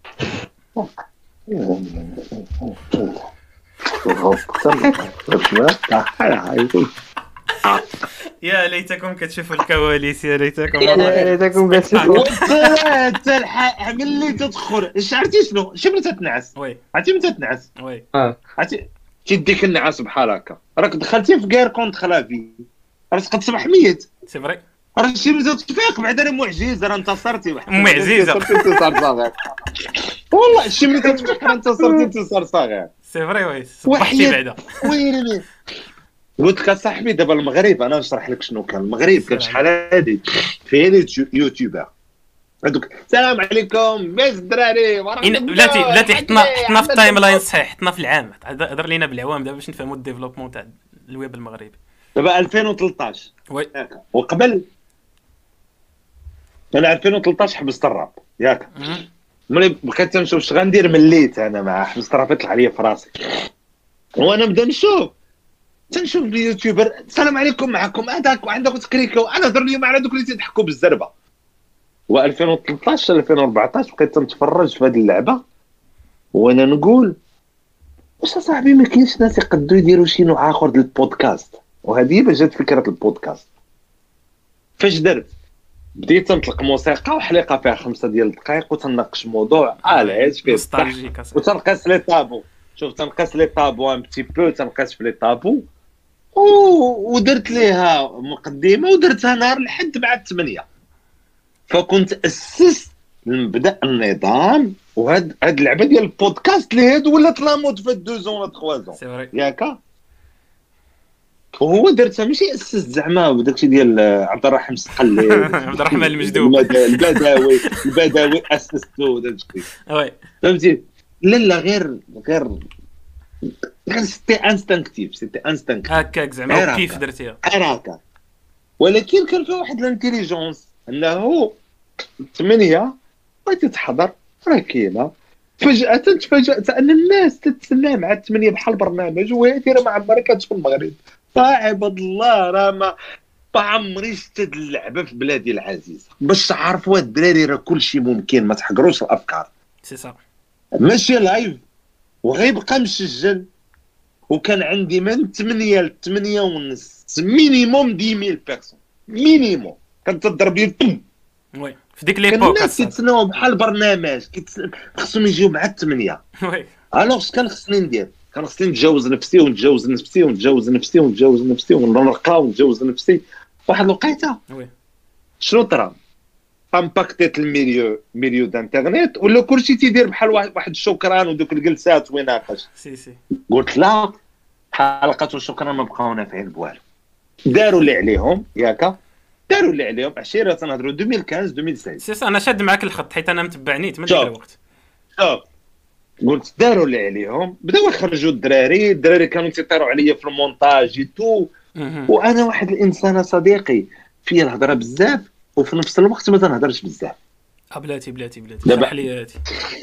B: يا ليتكم كتشوفوا الكواليس يا ليتكم
D: يا ليتكم كتشوفوا
C: وانت الح... ملي تدخل اش عرفتي شنو شي ملي تتنعس
B: وي
C: عرفتي ملي تتنعس
B: وي
A: اه
C: عرفتي تيديك النعاس بحال هكا راك دخلتي في كير كونت خلافي راه تقد تصبح ميت
B: سي فري
C: راه شي ملي تفيق بعدا راه معجزه راه انتصرتي واحد
B: معزيزة.
C: انتصرتي صار صغير والله شي ملي تفيق راه انتصرتي انتصار صغير
B: سي فري وي صبحتي
C: وحيد.
B: بعدا
C: ويلي قلت لك صاحبي دابا المغرب انا نشرح لك شنو كان المغرب كان شحال هادي فيه لي يوتيوبر هذوك السلام عليكم باش الدراري
B: إن بلاتي بلاتي حطنا حطنا في التايم لاين صحيح حطنا في العام هضر لينا بالعوام دابا باش نفهموا الديفلوبمون تاع الويب المغربي
C: دابا ألفين وثلاثطاش
B: وي
C: ياك وقبل انا ألفين وثلاثطاش حبست الراب ياك
B: مم.
C: ملي بقيت تنشوف اش غندير مليت انا مع حبست الراب يطلع عليا في راسي وانا نبدا نشوف تنشوف اليوتيوبر السلام عليكم معكم هذاك وعندكم تكريكو انا هضر اليوم على دوك اللي تيضحكوا بالزربه و ألفين وثلاثطاش ألفين وأربعطاش بقيت تنتفرج في هذه اللعبه وانا نقول واش صاحبي ما كاينش ناس يقدروا يديروا شي نوع اخر ديال البودكاست وهذه باش جات فكره البودكاست فاش درت بديت تنطلق موسيقى وحلقه فيها خمسه ديال الدقائق وتناقش موضوع علاش فيه الصح
B: نوستالجيك أصاحبي.
C: وتنقص لي طابو شوف تنقص لي طابو ان بتي بو تنقص في لي طابو و- ودرت ليها مقدمه ودرتها نهار الحد مع الثمانيه فكنت اسست نبدا النظام وهاد هاد اللعبه ديال البودكاست اللي هاد ولات لا مود في دو زون ولا تخوا زون
B: سي فري
C: ياك وهو درتها ماشي اسست زعما وداكشي ديال عبد الرحيم السقلي
B: عبد الرحمن المجدوب.
C: المد- البداوي البداوي اسستو داكشي
B: وي
C: فهمتي لا لا غير غير غير سيتي انستانكتيف سيتي انستانكتيف
B: هكاك زعما
C: غير
B: وكيف
C: هكا.
B: درتيها
C: هكا ولكن كان فيها واحد الانتيليجونس انه ثمانية بغيتي تحضر راه كاينه فجأة تفاجأت ان الناس تتسنى مع الثمانية بحال برنامج وهذه راه ما عمرها كانت في المغرب عباد الله راه ما ما عمري شفت هاد اللعبه في بلادي العزيزه باش تعرفوا الدراري راه كلشي ممكن ما تحقروش الافكار
B: سي صا
C: ماشي لايف وغيبقى مسجل وكان عندي من ثمانية ل ثمانية ونص مينيموم عشرة آلاف بيرسون مينيموم كانت تضرب لي بوم
B: وي في ديك
C: كان
B: ليبوك
C: الناس كيتسناو بحال برنامج كيتس... خصهم يجيو مع الثمانيه.
B: وي
C: الوغ كان خصني ندير كان خصني نتجاوز نفسي ونتجاوز نفسي ونتجاوز نفسي ونتجاوز نفسي ونرقى ونتجاوز نفسي. واحد الوقيته
B: وي
C: شنو طرا امباكتيت الميليو ميليو دانترنيت ولا كلشي تيدير بحال واحد واحد الشكران ودوك الجلسات ويناقش.
B: سي سي
C: قلت لا حلقات الشكران ما بقاو نافعين بوالو. داروا اللي عليهم ياك داروا اللي عليهم عشيره تنهضروا ألفين وخمسطاش ألفين وستة.
B: سي سي انا شاد معاك الخط حيت انا متبعنيت من ديك
C: شوف.
B: الوقت.
C: شوف قلت داروا اللي عليهم بداو يخرجوا الدراري الدراري كانوا تيطيروا عليا في المونتاج تو
B: مهم.
C: وانا واحد الانسان صديقي فيا الهضره بزاف وفي نفس الوقت ما تنهضرش بزاف.
B: آه بلاتي بلاتي بلاتي
C: دابا-
B: شرح لي هاتي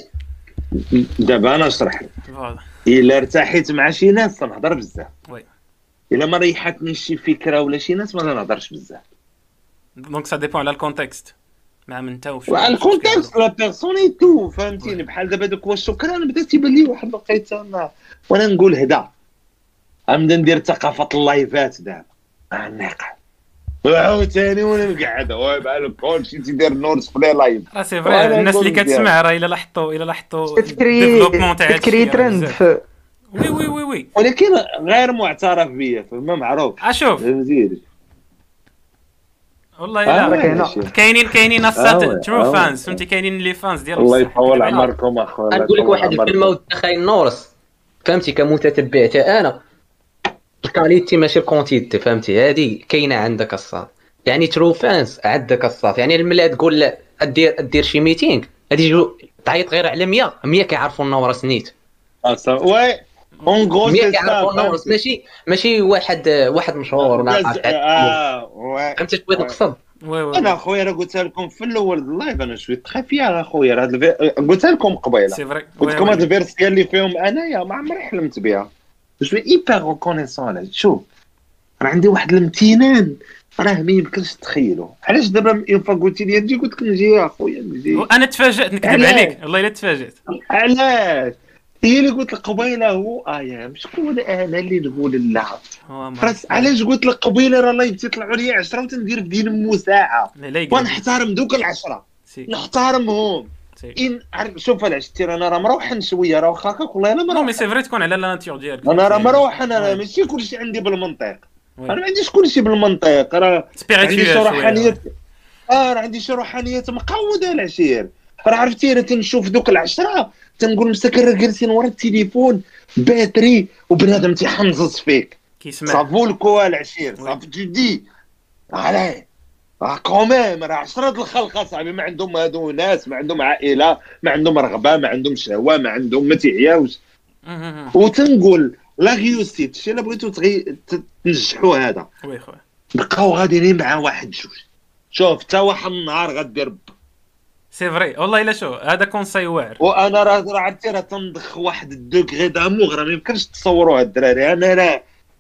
C: دابا انا نشرح لك
B: فوالا.
C: الا ارتحيت مع شي ناس تنهضر بزاف
B: وي
C: الا ما ريحتنيش شي فكره ولا شي ناس ما تنهضرش بزاف.
B: دونك سا ديبون على الكونتكست مع من انت وفي
C: وعلى الكونتكست لا بيرسونيتو فهمتيني بحال دابا دوك واش شكرا بدا تيبان لي واحد الوقيته انا وانا نقول هدا غنبدا ندير ثقافه اللايفات دابا النقاد وعاوتاني وانا مقعد هو بحال كلشي تيدير نورس في لي لايف.
B: راه سي فري
C: وأنا
B: الناس اللي
C: نقول
B: كتسمع راه الا لاحظتوا الا لاحظتوا
D: تكري
B: ديفلوبمون تاع
D: تكري ترند في
B: وي وي وي وي
C: ولكن غير معترف بيا فما معروف
B: اشوف
C: فهمتيني.
B: والله
C: آه،
B: الا
D: كاينه
B: كاينين كاينين
C: آه،
B: السات ترو
C: آه.
B: فانز فهمتي كاينين لي فانز ديال
C: الله
B: بصح.
C: يطول
B: كذب عليك.
C: عمركم اخويا.
A: نقول لك واحد الكلمه ودخل نورس فهمتي كمتتبع حتى انا الكاليتي ماشي الكونتيتي فهمتي هذه كاينه عندك الصاف يعني ترو فانس عندك الصاف يعني الملا تقول لا دير دير شي ميتينغ غادي يجيو تعيط غير على مية مية كيعرفوا النورس نيت
C: وي اون غو
A: مية
C: سي
A: كيعرفوا النورس ماشي ماشي واحد واحد مشهور ولا
C: اه وي
A: فهمتي شنو بغيت نقصد
B: وي وي
C: انا اخويا راه قلت لكم في الاول اللايف انا شويه خفيه اخويا راه الفي... قلت لكم قبيله
B: سي فري
C: قلت لكم هاد الفيرسيال اللي فيهم انايا ما عمري حلمت بها جو ايبر ريكونيسون على شوف راه عندي واحد الامتنان راه ما يمكنش تخيلوا. علاش دابا اون فوا قلتي لي نجي قلت لك نجي يا اخويا نجي
B: انا تفاجات نكذب
C: علاش؟
B: عليك والله الا تفاجات.
C: علاش هي اللي قلت لك قبيله هو ايا شكون انا اللي نقول لا
B: هو ما
C: فرس علاش قلت لك قبيله راه لايف تيطلعوا لي عشرة وتندير في دين مو ساعه
B: لا لا يقلب.
C: ونحترم دوك العشرة
B: سي
C: نحترمهم.
B: سي
C: ان عرف شوف علاش تير انا راه مروحن شويه راه واخا هكاك والله انا
B: نو مي
C: مروح
B: سي فري تكون على لا ناتيور ديالك
C: انا راه مروحن انا
B: وي.
C: ماشي كلشي عندي بالمنطق
B: وي.
C: انا ما عنديش كلشي بالمنطق راه عندي شي
B: سبيريتوال
C: روحانيات اه راه عندي شي روحانيات مقوده العشير راه عرفتي راه تنشوف دوك العشرة تنقول مساكن راه جالسين ورا التليفون باتري وبنادم تيحنصص فيك
B: كيسمع
C: صافو الكوا العشير
B: وي.
C: صافي تدي علاه راه كوميم راه عشرة د الخلق اصاحبي ما عندهم هادو ناس ما عندهم عائله ما عندهم رغبه ما عندهم شهوه ما عندهم ما تيعياوش
B: مهم.
C: وتنقول لا غيوسيت شي الا بغيتو تغي... تنجحوا هذا
B: وي خويا
C: بقاو غاديين مع واحد جوج شوف حتى واحد النهار غدير ب-
B: سي فري والله الا شو هذا كونساي واعر.
C: وانا راه راه عرفتي راه تنضخ واحد الدوغري داموغ راه ما يمكنش تصوروا هاد الدراري انا راه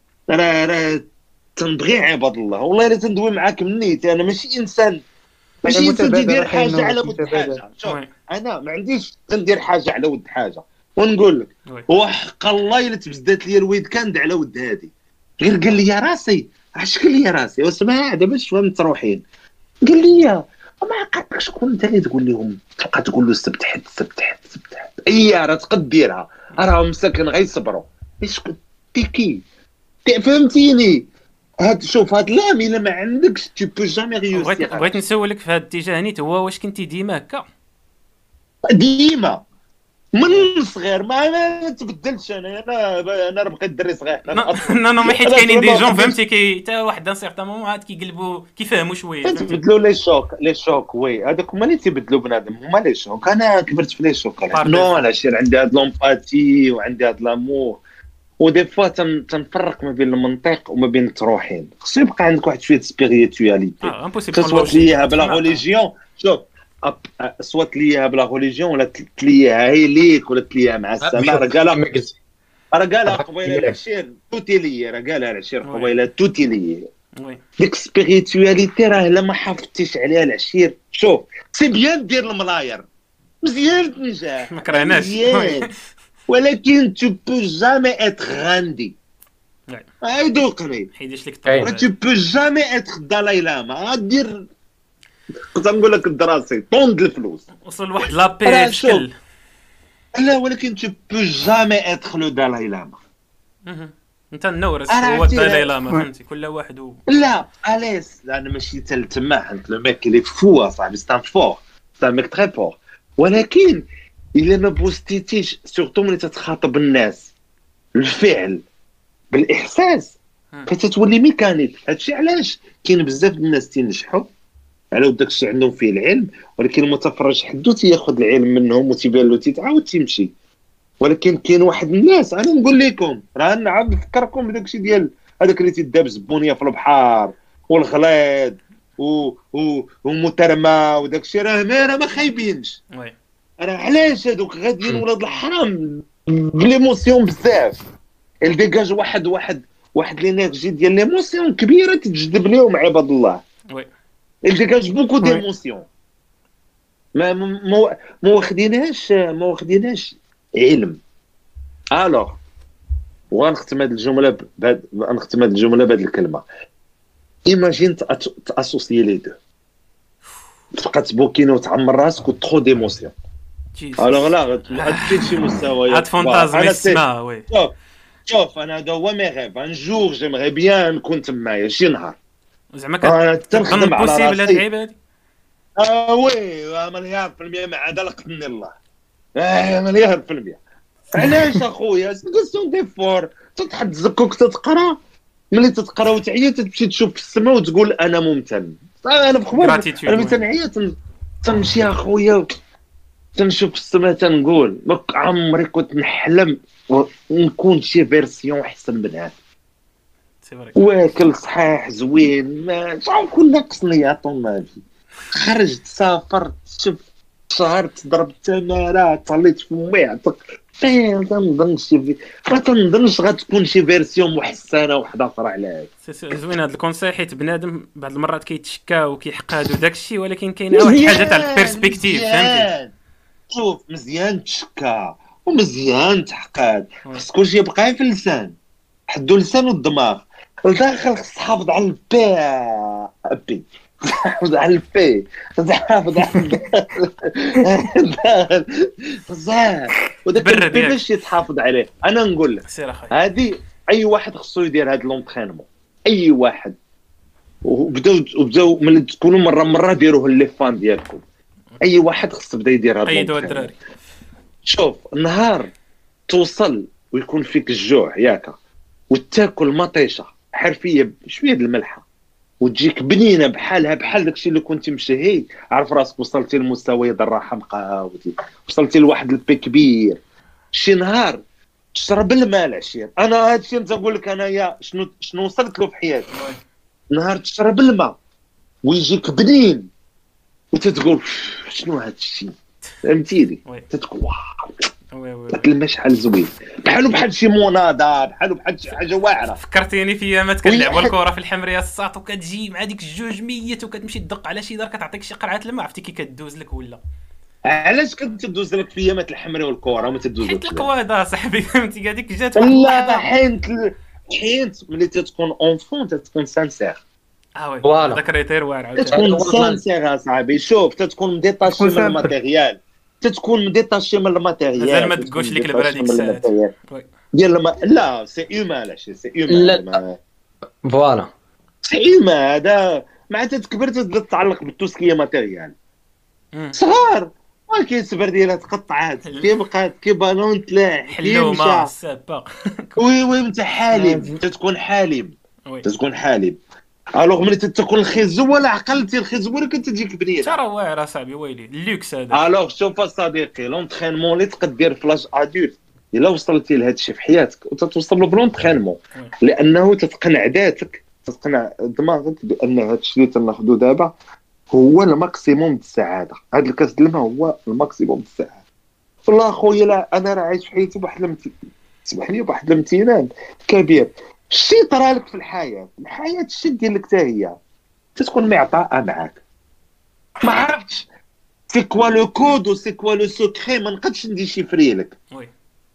C: راه راه تنبغي عباد الله والله الا تندوي معاك من نيتي انا ماشي انسان ماشي انسان
D: متبادل
C: تيدير
D: أخي
C: حاجه على
D: نور،
C: ود
D: متبادل.
C: حاجه شوف
B: وي.
C: انا ما عنديش تندير حاجه على ود حاجه ونقول لك
B: وي.
C: وحق الله الا تبزدات لي الويد كاند على ود هادي غير قال لي يا راسي علاش قال لي يا راسي واسمع دابا شويه متروحين قال لي ما عقلتش شكون انت اللي تقول لهم تبقى تقول له السبت حد السبت حد السبت حد اي راه تقد ديرها راهم مساكن غيصبروا ايش تيكي فهمتيني هاد شوف هاد لام الا ما عندكش تو بو جامي
B: بغيت
C: ريوسير
B: بغيت نسولك في هذا الاتجاه نيت هو واش كنتي ديما هكا
C: ديما من صغير ما ما تبدلش انا انا انا راه بقيت دري صغير
B: نو نو مي حيت كاينين دي جون فهمتي كي حتى واحد ان سيغتان مومون عاد كيقلبوا كيفهموا شويه فهمتي.
C: تبدلوا لي شوك لي شوك وي هذوك هما اللي تيبدلوا بنادم هما لي شوك انا كبرت في لي شوك
B: بارفي.
C: نو انا شي عندي هاد لومباتي وعندي هاد لامور ودي فوا تن- تنفرق ما بين المنطق وما بين التروحين خصو يبقى عندك واحد شويه سبيريتواليتي
B: اه امبوسيبل
C: سواء ليها بلا ريليجيون شوف أب- سواء ليها بلا ريليجيون ولا تليها هي ليك ولا تليها مع السماء راه قالها
A: كما قلت
C: راه قالها قبيله العشير توتي لي راه قالها العشير قبيله توتي لي
B: وي
C: ديك سبيريتواليتي راه الا ما حافظتيش عليها العشير شوف سي بيان دير الملاير مزيان تنجح
B: ما كرهناش.
C: مزيان ولكن تو بو جامي اتر غاندي
B: وي.
C: هاي دوقني
B: حيديش لك
A: كاين.
C: تو بو جامي اتر دالاي لاما غدير كنت نقول لك الدراسي طوند الفلوس
B: وصل لواحد لابي
C: راه
B: في
C: شوف.
B: شكل.
C: لا ولكن tu peux jamais être le Dalai Lama.
B: مهم. انت النورس
C: أنا
B: هو
C: عرفتي
B: الدلاي
C: لا.
B: لاما، فهمتي كل واحد هو.
C: لا اليس انا ماشي تل تما حنت لو ميك اللي فو صاحبي ستان فور ستان ميك تري فور، ولكن الا ما بوستيتيش سورتو ملي تتخاطب الناس الفعل بالاحساس فتتولي ميكانيك. هادشي علاش كاين بزاف د الناس تينجحوا على وداك الشيء عندهم فيه العلم، ولكن المتفرج حدو تياخذ العلم منهم وتيبان له تيتعاود تيمشي. ولكن كاين واحد الناس انا نقول لكم راه نعاود نفكركم بداك الشيء ديال هذاك اللي تيداب زبونيه في البحر والغليظ و و ومترمى وداك الشيء راه ما راه ما خايبينش.
B: وي
C: راه علاش هذوك غاديين ولاد الحرام بليموسيون بزاف الديجاج واحد واحد واحد لينيرجي ديال ليموسيون كبيره تتجذب لهم عباد الله.
B: وي
C: الديجاج بوكو ديموسيون ما ما ما واخدينهاش ما واخدينهاش علم. الوغ وغنختم هذه الجمله بعد غنختم هذه الجمله بهذه الكلمه. ايماجين تاسوسيي لي دو تبقى تبوكيني وتعمر راسك وتخو ديموسيون. الوغ لا غتمشي لشي مستوى
B: هاد فونتازم السما. وي
C: شوف شوف انا هذا هو مي غيف ان جور جيمغي بيان نكون تمايا شي نهار
B: زعما كتنخدم على راسي بلا تعيب هادي.
C: اه وي مليار في المية ما عاد لقتني الله. اه مليار في المية. علاش اخويا سكسيون دي فور تتحد زكوك تتقرا ملي تتقرا وتعيا تمشي تشوف في السماء وتقول انا ممتن. انا بخبر انا ملي تنعيا تنمشي اخويا تنشوف في السماء تنقول ما عمري كنت نحلم نكون شي فيرسيون احسن من هذا. واكل صحيح زوين ما شحال كون ناقصني عطون مافي. خرجت سافرت شفت شهرت ضربت تماره طليت في امي عطك ما تنظنش ما تنظنش غتكون شي فيرسيون محسنه وحده اخرى على هذا.
B: زوين هذا الكونساي حيت بنادم بعض المرات كيتشكى وكيحقاد وداك الشيء، ولكن كاينه واحد الحاجه تاع البيرسبكتيف فهمتي.
C: شوف مزيان تشكى ومزيان تحقاد، خص كلشي يبقى في اللسان حدو اللسان والدماغ لداخل. خص تحافظ على البي ابي تحافظ على البي تحافظ على الداخل بزاف وداك البي باش تحافظ عليه. انا نقول لك هذه اي واحد خصو يدير هذا لونطرينمون، اي واحد. وبداو وبداو ملي تكونوا مره مره ديروه لي فان ديالكم. اي واحد خصو يبدا يدير هذا
B: ايدوا الدراري.
C: شوف نهار توصل ويكون فيك الجوع ياك وتاكل مطيشه حرفيه شويه د الملحه وتجيك بنينه بحالها بحال داكشي اللي كنتي مشهي، عرف راسك وصلتي لمستوى د الراحه مقاودي، وصلتي لواحد البي كبير. شي نهار تشرب الماء العشير. انا هادشي نقول لك انايا شنو شنو وصلت له في حياتي. نهار تشرب الماء ويجيك بنين وتتقول شنو هاد الشيء فهمتيني، تتقول واو الماء شحال زوين بحالو بحال شي مناضه بحالو بحال شي حاجه واعره.
B: فكرتيني في ايامات كنلعبوا الكره في الحمريه الساط وكتجي مع ديك الجوج ميت وكتمشي تدق على شي دار كتعطيك شي قرعه الماء، عرفتي كي كدوز لك ولا
C: علاش كنت تدوز لك في ايامات الحمريه والكره وما تدوز لك
B: حيت القواده صاحبي فهمتي هذيك جات
C: لا حيت حيت ملي تتكون اونفون تتكون سانسير.
B: اه وي هذاك ريتير واعر عاوتاني
C: تتكون سانسير اصاحبي. شوف تتكون مديطاشي من الماتيريال تتكون مديطاشي من الماتيريال
B: مازال ما تقولش ليك البرا ديك الساعات
C: ديال الم... لا سي اومان لاشي سي اومان
A: لا فوالا
C: سي اومان هذا مع تتكبر تبدا تتعلق بالتوسكيه ماتيريال صغار ولكن السبر ديالها تقطعات كي بقات كي بالون تلاح كي مشى
B: سباق
C: وي وي انت حالم تتكون حالم تتكون حالم. الوغ ملي تاكل الخيزو ولا عقلتي الخيزو ولا كنت تجيك بنيه
B: ترى واعر اصاحبي ويلي اللوكس هذا.
C: الوغ شوف صديقي لونطرينمون اللي تقدر دير فلاش ادولت الا وصلتي لهذا الشيء في حياتك وتتوصل له بلونطرينمون لانه تتقنع ذاتك تتقنع دماغك بان هذا الشيء اللي تناخذو دابا هو الماكسيموم د السعاده. هذا الكاس د الماء هو الماكسيموم د السعاده. والله خويا لا انا راه عايش حياتي بواحد الامتنان سمح لي بواحد الامتنان كبير. الشيء طرا لك في الحياه الحياه الشيء ديال لك حتى هي تتكون معطاءه معاك. ما عرفتش سي كوا لو كود و سي كوا لو سوكري ما نقدش ندي شيفري لك
B: وي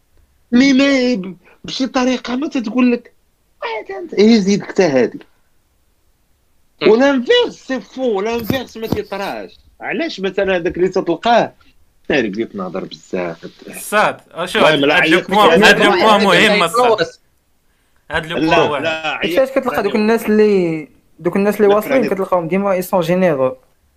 C: مي ما بشي طريقه ما تتقول لك هي زيدك حتى هذه ولانفيرس سي فو، لانفيرس ما تيطراش. علاش مثلا هذاك اللي تتلقاه ناري بديت نهضر بزاف
B: صاد شو
C: المهم، لا
B: هاد لو
C: عيطت
B: بوان
C: لك.
B: هاد لو بوان مهم
A: يعني
B: الصاد هاد لو بوان
C: لا
B: واعر.
C: لا
D: علاش كتلقى دوك الناس اللي دوك الناس اللي
C: لا،
D: واصلين
C: فراني.
D: كتلقاهم ديما اي سون جينيرو.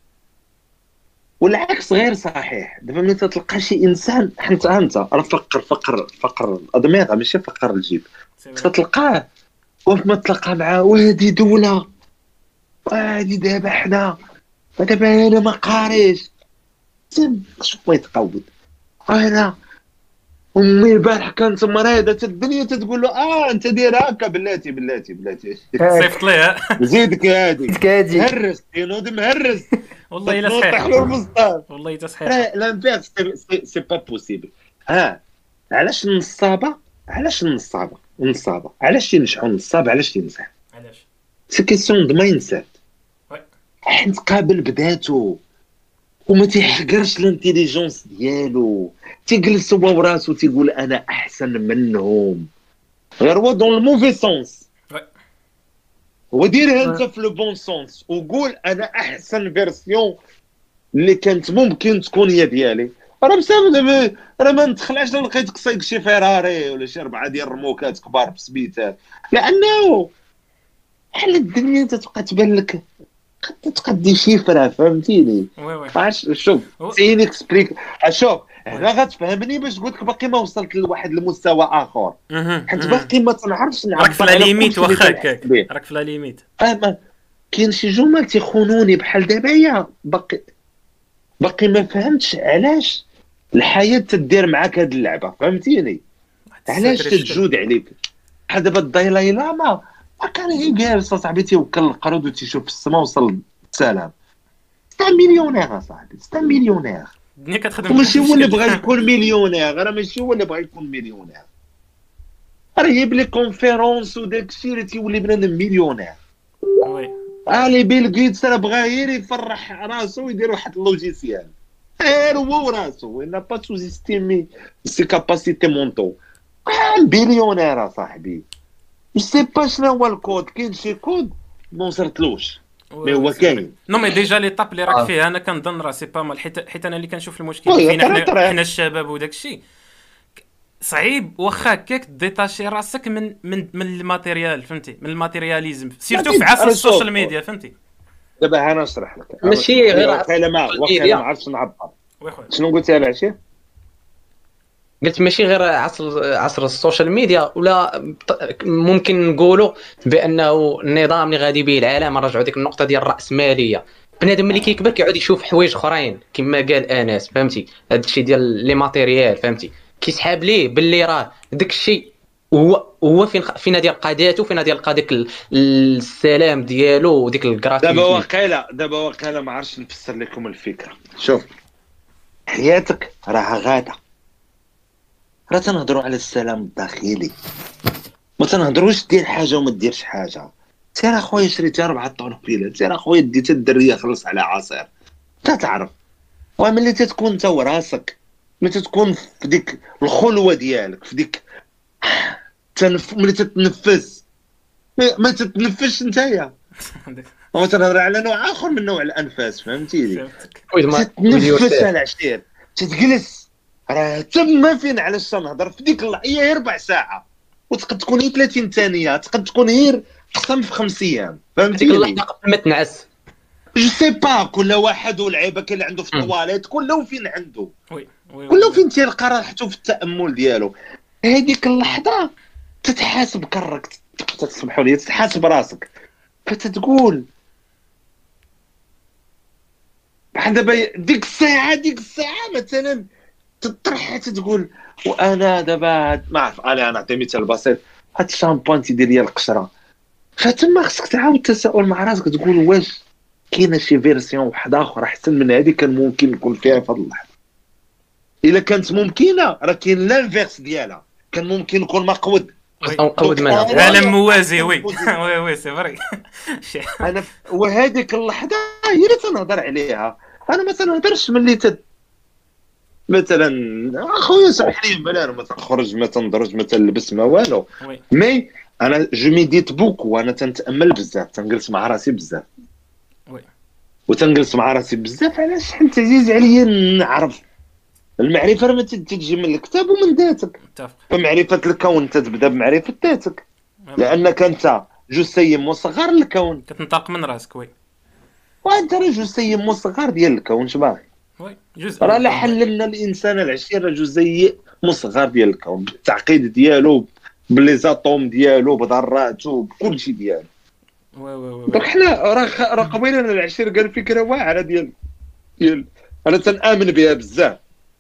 C: والعكس غير صحيح. دابا ملي تتلقى شي انسان، حتى انت راه فقر فقر فقر الادمغه ماشي فقر الجيب، تتلقاه وما تلقى معاه وهذه دوله وهذه دابا حنا ودابا انا ما قاريش سم شوف ما يتقود. انا امي البارح كانت مريضه الدنيا تتقول له اه انت داير هكا بلاتي بلاتي بلاتي
B: صيفط ليه
C: زيدك هادي
D: كادي
C: مهرس ينوض مهرس
B: والله الا
C: تنوض
B: صحيح
C: له المسطر.
B: والله الا صحيح.
C: راه لانفيرس سي با بوسيبل. ها علاش النصابه علاش النصابه النصابه علاش ينجحوا النصاب علاش ينجح؟
B: علاش
C: سي كيسيون دو مايند سيت.
B: وي.
C: حيت قابل بذاته وما تيحقرش الانتيليجونس ديالو، تيجلس هو وراسو تيقول انا احسن منهم، غير هو دون الموفي سونس.
B: وي.
C: هو ديرها انت في لو بون سونس وقول انا احسن فيرسيون اللي كانت ممكن تكون هي ديالي. راه بسبب دابا راه ما ندخلعش لقيتك صايق شي فيراري ولا شي ربعه ديال الرموكات كبار بسبيتات، لانه بحال الدنيا تتبقى تبان لك تقدي شفره، فهمتيني؟
B: وي وي
C: عاش شوف سي نكسبليك. شوف هنا غتفهمني باش قلت لك باقي ما وصلت لواحد المستوى اخر، حيت باقي ما تنعرفش نعبر
B: راك في لا
C: على
B: ليميت
C: كلشي اللي
B: واخا
C: كنحس
B: هكاك
C: به.
B: راك في لا ليميت.
C: فاهم؟ كاين شي جمل تيخونوني بحال دابا هي باقي باقي ما فهمتش علاش الحياه تدير معاك هاد اللعبه، فهمتيني؟ علاش تتجود عليك بحال دابا الدايلاي لاما ما كان هي جالس صاحبي تيوكل القرود وتيشوف في السماء وصل السلام. ستا مليونير اصاحبي، ستا مليونير.
B: الدنيا كتخدم
C: ماشي هو اللي بغى يكون مليونير، راه ماشي هو اللي بغى يكون مليونير، راه يجيب لي كونفيرونس وداك الشيء اللي تيولي بنادم مليونير.
B: وي
C: علي بيل غيتس راه بغا غير يفرح راسو ويدير واحد اللوجيسيال غير هو وراسو، إنا با سوزيستيمي سي كاباسيتي مونطو. كان بليونير صاحبي، مش سي با شنو هو الكود، كاين شي كود ما وصلتلوش مي هو كاين.
B: نو مي ديجا لي طاب اللي راك
A: آه.
B: فيها انا كنظن راه سي با مال، حيت حيت انا اللي كنشوف المشكل
C: وي،
B: فينا
C: طرا
B: حنا
C: طرا.
B: حنا الشباب وداك الشيء صعيب واخا هكاك ديتاشي راسك من من من الماتيريال، فهمتي؟ من الماتيرياليزم سيرتو في عصر السوشيال ميديا، فهمتي؟
C: دابا انا نشرح لك
A: ماشي غير
C: واقيلا ما واقيلا ما عرفتش نعبر.
B: وي خويا
C: شنو قلتي على العشيه؟
A: قلت ماشي غير عصر عصر السوشيال ميديا، ولا بط- ممكن نقولوا بانه النظام اللي غادي به العالم نرجعوا ديك النقطه ديال الراسماليه. بنادم ملي كيكبر كيعود يشوف حوايج اخرين كما قال انس، فهمتي؟ هذا الشيء ديال لي ماتيريال، فهمتي؟ كيسحاب ليه باللي راه داك الشيء هو هو فين فين ديال قاداته، فين ديال لقى ديك ال- السلام ديالو وديك
C: دابا
A: الجراتيتي.
C: واقيلا دابا واقيلا ما عرفتش نفسر لكم الفكره. شوف حياتك راه غاده، راه تنهضروا على السلام الداخلي، ما تنهضروش دير حاجه وما ديرش حاجه. سير اخويا شريتي اربعه طوموبيلات، سير اخويا ديت الدريه خلص على عصير، تا تعرف. وملي تتكون انت وراسك، ملي تتكون في ديك الخلوه ديالك، في ديك تنف... ملي تتنفس ما- ما تتنفسش نتايا. هو تنهضر على نوع اخر من نوع الانفاس، فهمتيني؟ تتنفس على عشير تتجلس، راه تما فين علاش تنهضر في ديك اللحظه هي ربع ساعه وتقد تكون هي ثلاثين ثانيه، تقد تكون هي قسم في خمس ايام،
A: ديك
C: فهمتيني؟
A: اللحظه قبل ما تنعس.
C: جو سي با كل واحد والعيبه كاين اللي عنده في الطواليت، كل فين عنده،
B: وي وي
C: كل فين تلقى راحته في التامل ديالو. هذيك اللحظه تتحاسب كرك، تسمحوا لي تتحاسب راسك، فتتقول بحال دابا ديك الساعه ديك الساعه مثلا تطرح تتقول وانا دابا ما عرف. انا نعطي مثال بسيط، هاد الشامبان تيدير ليا القشره، فتما خصك تعاود تساؤل مع راسك تقول واش كاينه شي فيرسيون واحده اخرى احسن من هذه كان ممكن نكون فيها في هاد اللحظه. الا كانت ممكنه راه كاين لانفيرس ديالها، كان ممكن نكون مقود
A: نقود منها.
B: عالم موازي. وي وي وي سي فري.
C: انا وهذيك اللحظه هي اللي تنهضر عليها. انا ما تنهضرش ملي تد مثلا اخويا سمح لي بلا ما تخرج ما تنضرج ما تلبس ما والو،
B: وي
C: مي انا جو ميديت بوكو، انا تنتامل بزاف، تنجلس مع راسي بزاف، وتنجلس مع راسي بزاف. علاش حيت عزيز عليا نعرف المعرفه راه ما تجي من الكتاب ومن ذاتك.
B: متفق.
C: فمعرفه الكون تتبدا بمعرفه ذاتك، لانك انت جسيم مصغر للكون،
B: كتنطلق من راسك. وي
C: وانت راه جسيم مصغر ديال الكون. شباغي
B: وي جزء
C: راه
B: من
C: لا
B: الكون.
C: حللنا الانسان العشير جزيء مصغر ديال الكون، بالتعقيد ديالو، بلي زاتوم ديالو، بذراته، بكل شيء ديالو.
B: وي وي وي
C: دونك حنا راه راه قبيله العشير قال فكره واعره ديال ديال انا تنامن بها بزاف.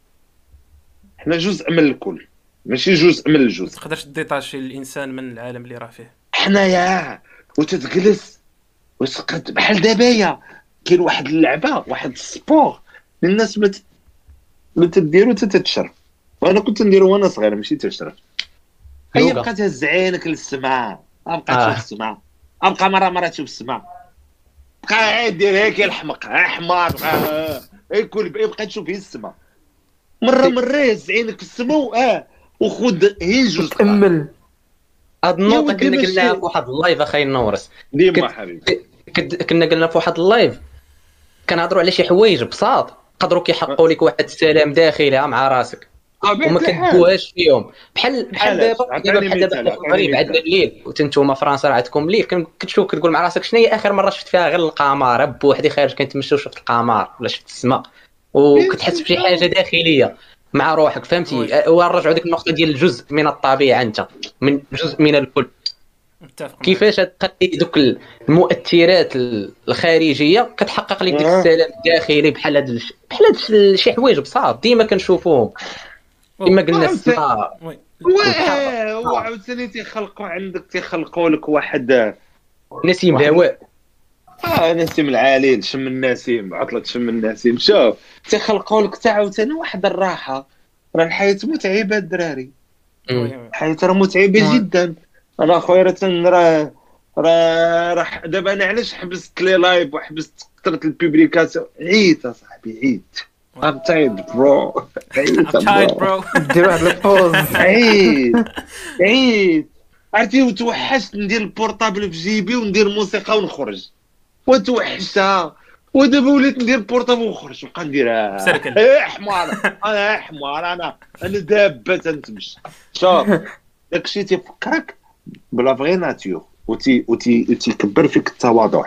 C: حنا جزء من الكل، ماشي جزء من الجزء.
B: تقدرش ديتاشي الانسان من العالم اللي راه فيه.
C: حنايا وتتجلس وتقد بحال دابايا كاين واحد اللعبه، واحد السبور الناس ما ت- ما تديرو تتشرف، وانا كنت نديرو وانا صغير ماشي تشرف. هي
A: يوغا.
C: بقات هز عينك للسماء، ابقى
A: آه.
C: تشوف السماء، ابقى مره مره تشوف السماء، بقى عاد دير هيك الحمق ها حمار ها يكون يبقى تشوف هي السماء، مره مره هز عينك في السماء اه وخذ هي جوج دقائق.
D: تامل.
A: هاد
C: يا
A: النقطه
C: ودي
A: كنا
C: ماشي-
A: قلناها في واحد اللايف اخي نورس.
C: ديما
A: كنت-
C: حبيبي
A: كد- كنا قلنا في واحد اللايف كنهضروا على شي حوايج بساط قدروا كيحققوا لك واحد السلام داخلي مع راسك وما كدوهاش فيهم. بحال بحال
C: علاش؟
A: دابا
C: عطيني
A: دابا بحال دابا
C: مثال،
A: حنا في المغرب
C: عطيني
A: عندنا
C: مثال.
A: الليل وتنتوما فرنسا راه عندكم الليل، كن- كتشوف كتقول مع راسك شنو هي اخر مره شفت فيها غير القمر بوحدي خارج كنتمشى وشفت القمر ولا شفت السماء وكتحس بشي حاجه داخليه مع روحك. فهمتي؟
B: وي.
A: ونرجعوا ديك النقطه ديال الجزء من الطبيعه، انت من جزء من الكل.
B: متفق معك.
A: كيفاش تقضي دوك المؤثرات الخارجيه كتحقق لك ديك
C: آه.
A: السلام الداخلي بحال هاد الش- بحال هاد الش- شي حوايج بصح ديما كنشوفوهم كما قلنا
C: آه،
A: السماء.
B: وي
C: واه هو عاوتاني تيخلقوا عندك تيخلقوا لك واحد
A: نسيم
C: واحد-
A: الهواء.
C: اه نسيم العليل، شم النسيم، عطلة شم النسيم. شوف تيخلقوا لك حتى عاوتاني واحد الراحه. راه الحياه متعبه الدراري،
A: مم.
B: وي وي.
C: الحياه راه متعبه
D: وي.
C: جدا. انا اخويا راه تن- راه راه راه دابا انا علاش حبست لي لايف وحبست كثره البوبليكاسيون؟ عييت اصاحبي عييت. ام تايد برو عييت
B: I'm tired
C: برو
B: bro.
D: دير واحد البوز.
C: عييت عييت عرفتي. وتوحشت ندير البورطابل في جيبي وندير موسيقى ونخرج، وتوحشتها. ودابا وليت ندير البورطابل ونخرج نبقى نديرها.
B: سركل.
C: ايه حمار انا حمار انا انا دابه تنتمشى. شوف داكشي تيفكرك بلا فغي ناتيور وتي وتي تيكبر فيك التواضع.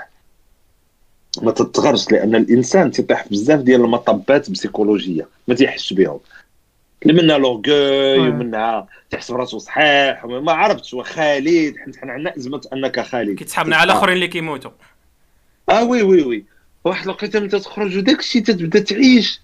C: ما تتغرش، لان الانسان تيطيح بزاف ديال المطبات بسيكولوجيه ما تيحسش بهم، اللي منها لورغوي
D: مم.
C: ومنها تحس براسو صحيح وما عرفتش. وخالد حنا حنا عندنا ازمه انك خالد
B: كيتسحبنا على الاخرين اللي كيموتوا.
C: اه وي وي وي. واحد الوقيته ملي تخرج وداك الشيء تتبدا تعيش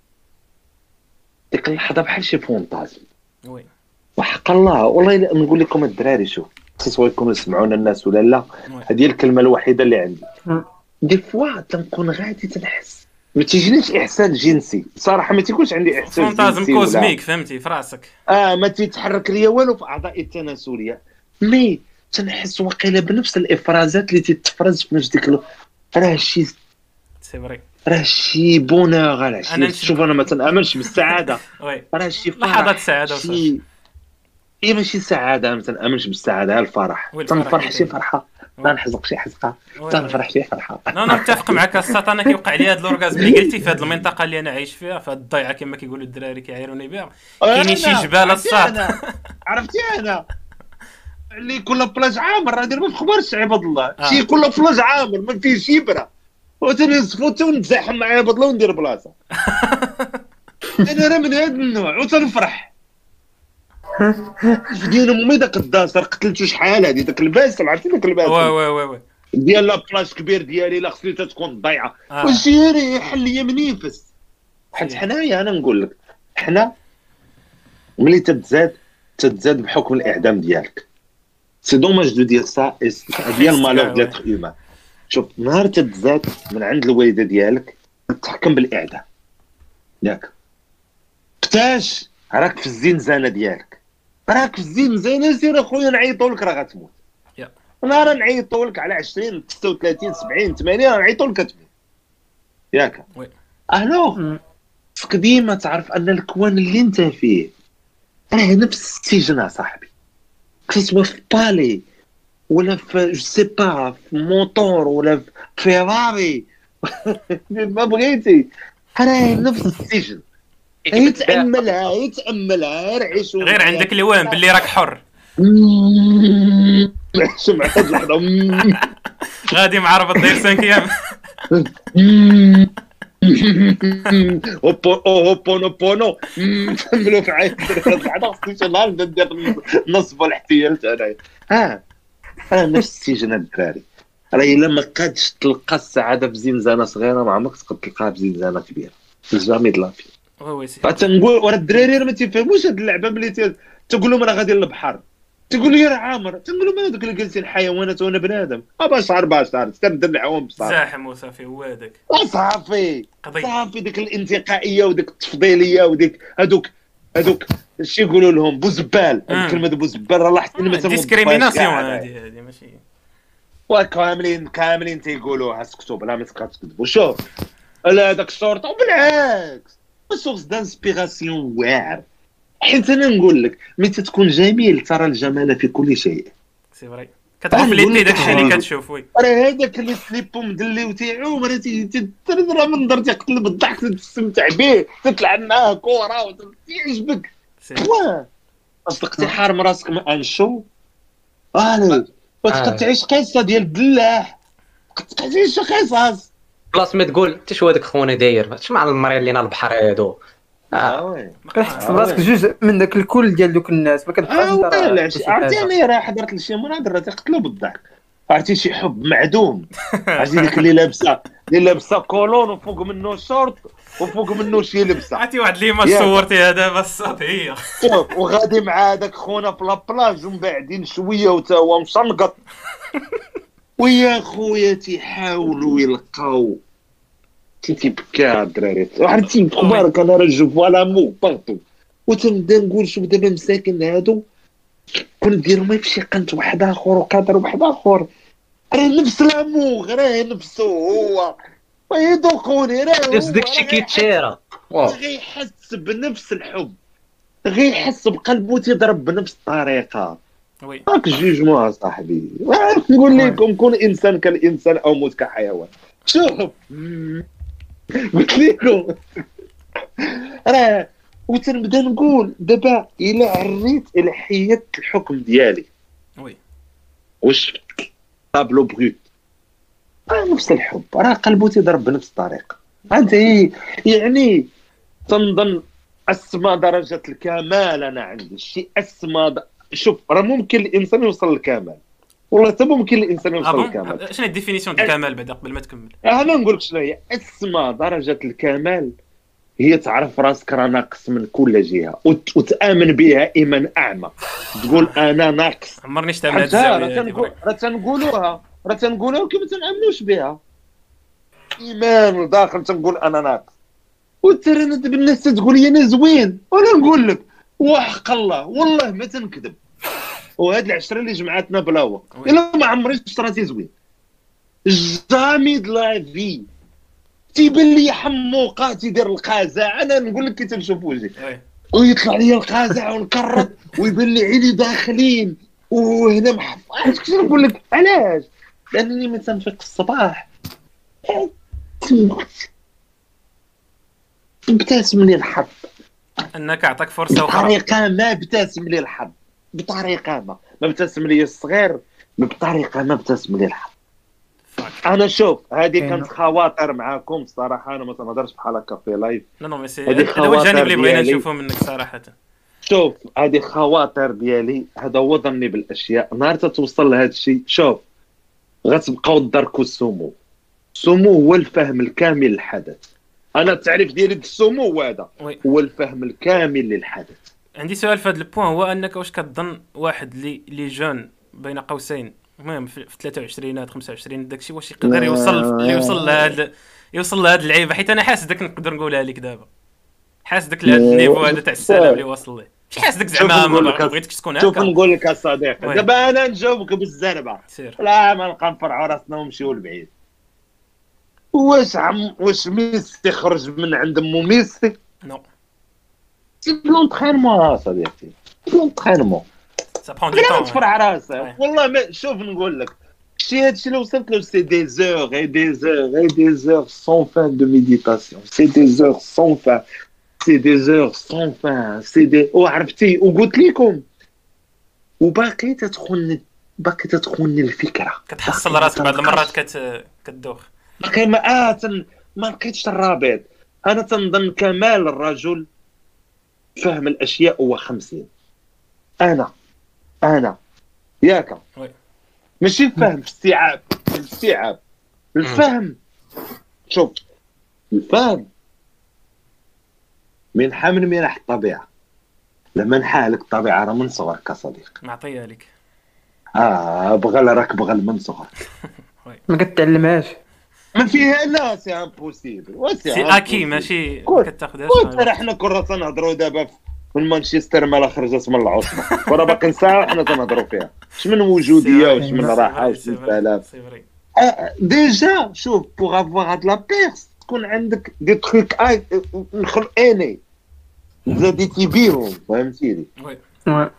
C: ديك اللحظه بحال شي فونتازم.
B: وي
C: وحق الله والله لا نقول لكم الدراري، شوف سواء يكونوا يسمعونا الناس ولا لا،
B: وي.
C: هذه الكلمه الوحيده اللي عندي.
D: مم.
C: دي فوا تنكون غادي تنحس ما تيجينيش احسان جنسي صراحه، ما تيكونش عندي احساس
B: فانتازم
C: جنسي ولا
B: كوزميك فهمتي في راسك.
C: اه ما تيتحرك ليا والو في اعضائي التناسليه، مي تنحس وقيله بنفس الافرازات اللي تتفرز في نفس ديك ال- راه شي
B: سي فري.
C: راه شي بونور.
B: أنا
C: راه
B: نشد-
C: شوف انا ما تنامنش بالسعاده،
B: وي
C: راه شي فرح،
B: لحظات سعادة وصافي.
C: شي اي ماشي سعاده، ما تنامنش بالسعاده، ها الفرح.
B: والفرح
C: تنفرح شي
B: كاين.
C: فرحه،
B: وي.
C: تنحزق شي حزقه،
B: وي.
C: تنفرح شي فرحه.
B: لا انا متفق معك الساط. انا كيوقع لي هذا الاورغازم اللي قلتي في هذه المنطقه اللي انا عايش فيها، في هذه الضيعه كما كيقولوا الدراري كيعايروني بها. كاينين شي
C: أنا-
B: جبال
C: عرفتي
B: الساط.
C: أنا- عرفتي انا اللي كل بلاج عامر راه دير ما تخبرش عباد الله.
B: آه.
C: شي كل بلاج عامر ما فيه شبره وتنسفوت ونتزاحم مع عباد الله وندير بلاصه. انا راه من هذا النوع وتنفرح. ديال امي داك الداسر قتلتو شحال هادي داك الباسل، عرفتي داك
B: وي
C: الباسل
B: وي وي وي.
C: ديال لا بلاج كبير ديالي لا خصني تكون ضايعه.
B: آه.
C: وجيري حل ليا منيفس. حيت حنايا انا نقول لك حنا ملي تتزاد تتزاد بحكم الاعدام ديالك. سي دوماج دو دير سا ديال المالور ديال لتر هيومان. شوف نهار تتزاد من عند الوالده ديالك تتحكم بالاعدام ياك. كتاش راك في الزنزانه ديالك، راك في الزنزانه سير اخويا نعيطوا لك راه غتموت.
B: يا.
C: نهار نعيطوا لك على عشرين ستة وثلاثين سبعين ثمانين نعيطوا لك كتموت ياك.
B: وي.
C: الو
D: مم.
C: خصك ديما تعرف ان الكوان اللي انت فيه راه نفس السجن صاحبي، كسوا في بالي ولا في جو سي با في موتور ولا في فيراري ما بغيتي انا نفس السجن. يتاملها يتاملها غير عيشوا
B: غير عندك الوهم باللي راك حر.
C: عيشوا مع هاد اللحظه.
B: غادي مع ربط داير خمسة ايام.
C: اوبو اوبو بونو نكملوا في عيد بعدا خصني شي نهار نبدا ندير نصب الاحتيال انايا. ها انا نفس السجن الدراري. راه الا ما قادش تلقى السعاده في زنزانه صغيره ما عمرك تقدر تلقاها في زنزانه كبيره. جامي دلافي.
B: وي سي
C: تنقول ورا الدراري راه ما تيفهموش هاد اللعبه. ملي تقول لهم راه غادي للبحر تقول لي راه عامر، تنقول لهم هذوك اللي جالسين حيوانات وانا بنادم. بشعر بشعر تبدا معاهم بصح
B: زاحم وصافي هو هذاك
C: صافي
B: قضي.
C: صافي. ديك الانتقائيه وديك التفضيليه وديك هذوك هذوك اش يقولوا لهم بوزبال. الكلمه دو بوزبال راه لاحظت ما تموت
B: ديسكريميناسيون هذه هذه ماشي
C: وكاملين كاملين تيقولوها. سكتوا بلا ما تبقاو تكذبوا. شوف لا هذاك الشرطه وبالعكس سورس دانسبيراسيون واعر. حيت انا نقول لك متى تكون جميل ترى الجمال في كل شيء.
B: سي فري كتعرف اللي انت داكشي اللي كتشوف. وي
C: راه هذاك اللي سليبو مدلي وتيعوم راه ترى منظر تيقتل بالضحك تستمتع به تتلعب معاه كره وتيعجبك. واه اصدقتي حارم راسك من انشو الي وتقدر تعيش قصه ديال الدلاح. تقدر تعيش قصص
A: بلاص ما تقول انت شو هذاك خونا داير اش مع المريض لينا البحر هادو.
C: اه
D: كتحس براسك جزء من داك الكل ديال دوك الناس ما كتبقاش
C: اه لا
D: انت
C: عرفتي انا راه حضرت لشي مناظره تيقتلوا بالضحك. عرفتي شي حب معدوم. عرفتي ديك اللي لابسه اللي لابسه كولون وفوق منه شورت وفوق منه شي لبسه.
B: عرفتي واحد اللي ما صورتي هذا بس هي
C: وغادي مع هذاك خونا في لابلاج ومبعدين شويه وتا هو مشنقط. ويا خويا تيحاولوا يلقاو تيبكى الدراري. عرفتي تبارك انا راه فوالا مو بارطو. وتنبدا نقول شوف دابا مساكن هادو كون ديروا ما يمشي قنت واحد اخر وكادر واحد اخر راه نفس الاموغ راه نفسه هو ويدوقوني راه
A: نفس داكشي كيتشيرا.
C: غيحس بنفس الحب غيحس بقلبه تيضرب بنفس الطريقه.
B: وي
C: راك جوجمون صاحبي. نقول لكم كون انسان كالانسان او موت كحيوان. شوف قلت لكم راه وتنبدا نقول دابا الا عريت الى حيدت الحكم ديالي
B: وي
C: واش طابلو بغيت راه نفس الحب راه قلبو تيضرب بنفس الطريقه. انت يعني تنظن اسمى درجه الكمال انا عندي شي اسمى د... شوف راه ممكن الانسان يوصل للكمال والله حتى ممكن الانسان يوصل للكمال.
B: شنو الديفينيسيون ديال الكمال بعدا قبل ما تكمل؟
C: انا نقول لك شنو هي اسمى درجه الكمال. هي تعرف راسك راه ناقص من كل جهه وت... وتامن بها ايمان اعمى. تقول انا ناقص.
B: عمرني شفت هاد الزاويه.
C: راه تنقولوها راه تنقولوها كيف ما تنامنوش بها. ايمان داخل تنقول انا ناقص وترى انا دابا الناس تقول لي انا زوين وانا نقول لك وحق الله والله ما تنكذب. وهاد العشره اللي جمعاتنا بلا وقت الا ما عمري شراتي زوين جامي د لا في. تيبان لي حموقه تيدير القازع. انا نقول لك كي تنشوف وجهي ويطلع لي القازع ونكرر ويبان لي عيني داخلين وهنا محف. عرفت كيفاش نقول لك علاش؟ لانني من تنفيق الصباح ابتسم لي الحظ.
B: انك عطاك فرصه
C: اخرى بطريقه ما ابتسم لي الحظ بطريقه ما ما ابتسم لي الصغير بطريقه ما ابتسم لي الحظ. انا شوف هذه كانت خواطر معاكم الصراحه. انا ما تنهضرش بحال هكا في لايف.
B: لا نو ميسي هذا هو الجانب اللي بغينا نشوفه منك صراحه.
C: شوف هذه خواطر ديالي. هذا هو ظني بالاشياء. نهار توصل لهذا الشيء شوف غتبقاو تدركوا السمو. السمو هو الفهم الكامل للحدث. انا التعريف ديالي السمو هو هذا هو الفهم الكامل للحدث.
B: عندي سؤال في هذا البوين هو انك واش كتظن واحد اللي لي جون بين قوسين المهم في ثلاثة وعشرين خمسة وعشرين داكشي واش يقدر يوصل يوصل لهذا يوصل لهذا اللعيبه؟ حيت انا حاس داك نقدر نقولها لك دابا حاس داك لهذا النيفو هذا تاع السلام اللي واصل ليه. مش حاس داك زعما ما بغيتكش تكون هكا.
C: شوف نقول لك الصديق دابا انا نجاوبك بالزربه
B: سير.
C: لا ما نبقى نفرعوا راسنا ونمشيو لبعيد. واش عم واش ميسي خرج من عند مو ميسي؟
B: نو
C: سي بلونطرينمون صديقي بلونطرينمون.
B: سا برون دو
C: طون.
B: طون
C: تفرع راسك والله ما شوف نقول لك شتي هادشي اللي وصلت له سي دي زور اي دي زور اي دي زور سون فان دو ميديتاسيون سي دي زور سون فان سي دي زور سون فان سي دي وعرفتي وقلت لكم وباقي تدخلني باقي تدخلني الفكره
B: كتحصل راسك بعض المرات كت كتدوخ
C: باقي ما آه تن... ما لقيتش الرابط. انا تنظن كمال الرجل فهم الاشياء هو خمسين. انا انا ياك
B: وي.
C: ماشي الفهم في استيعاب الاستيعاب الفهم. شوف الفهم من حمل منح الطبيعه لما نحالك الطبيعه راه من صغرك صديق
B: نعطيها لك
C: اه بغى راك بغى من صغرك
D: ما كتعلمهاش
C: ما فيها لا سي امبوسيبل
B: سي اكي ماشي
C: كنت-
B: كتاخذهاش
C: قلت راه حنا كنا تنهضروا دابا في مانشستر مالا خرجت من العاصمه وراه باقي ساعه حنا تنهضروا فيها اش من وجوديه واش من راحه واش من سلام. آه، ديجا شوف بوغ افوار هاد لا بيرس تكون عندك دي تروك مخلقيني زاديتي بيهم فهمتيني.
D: وي.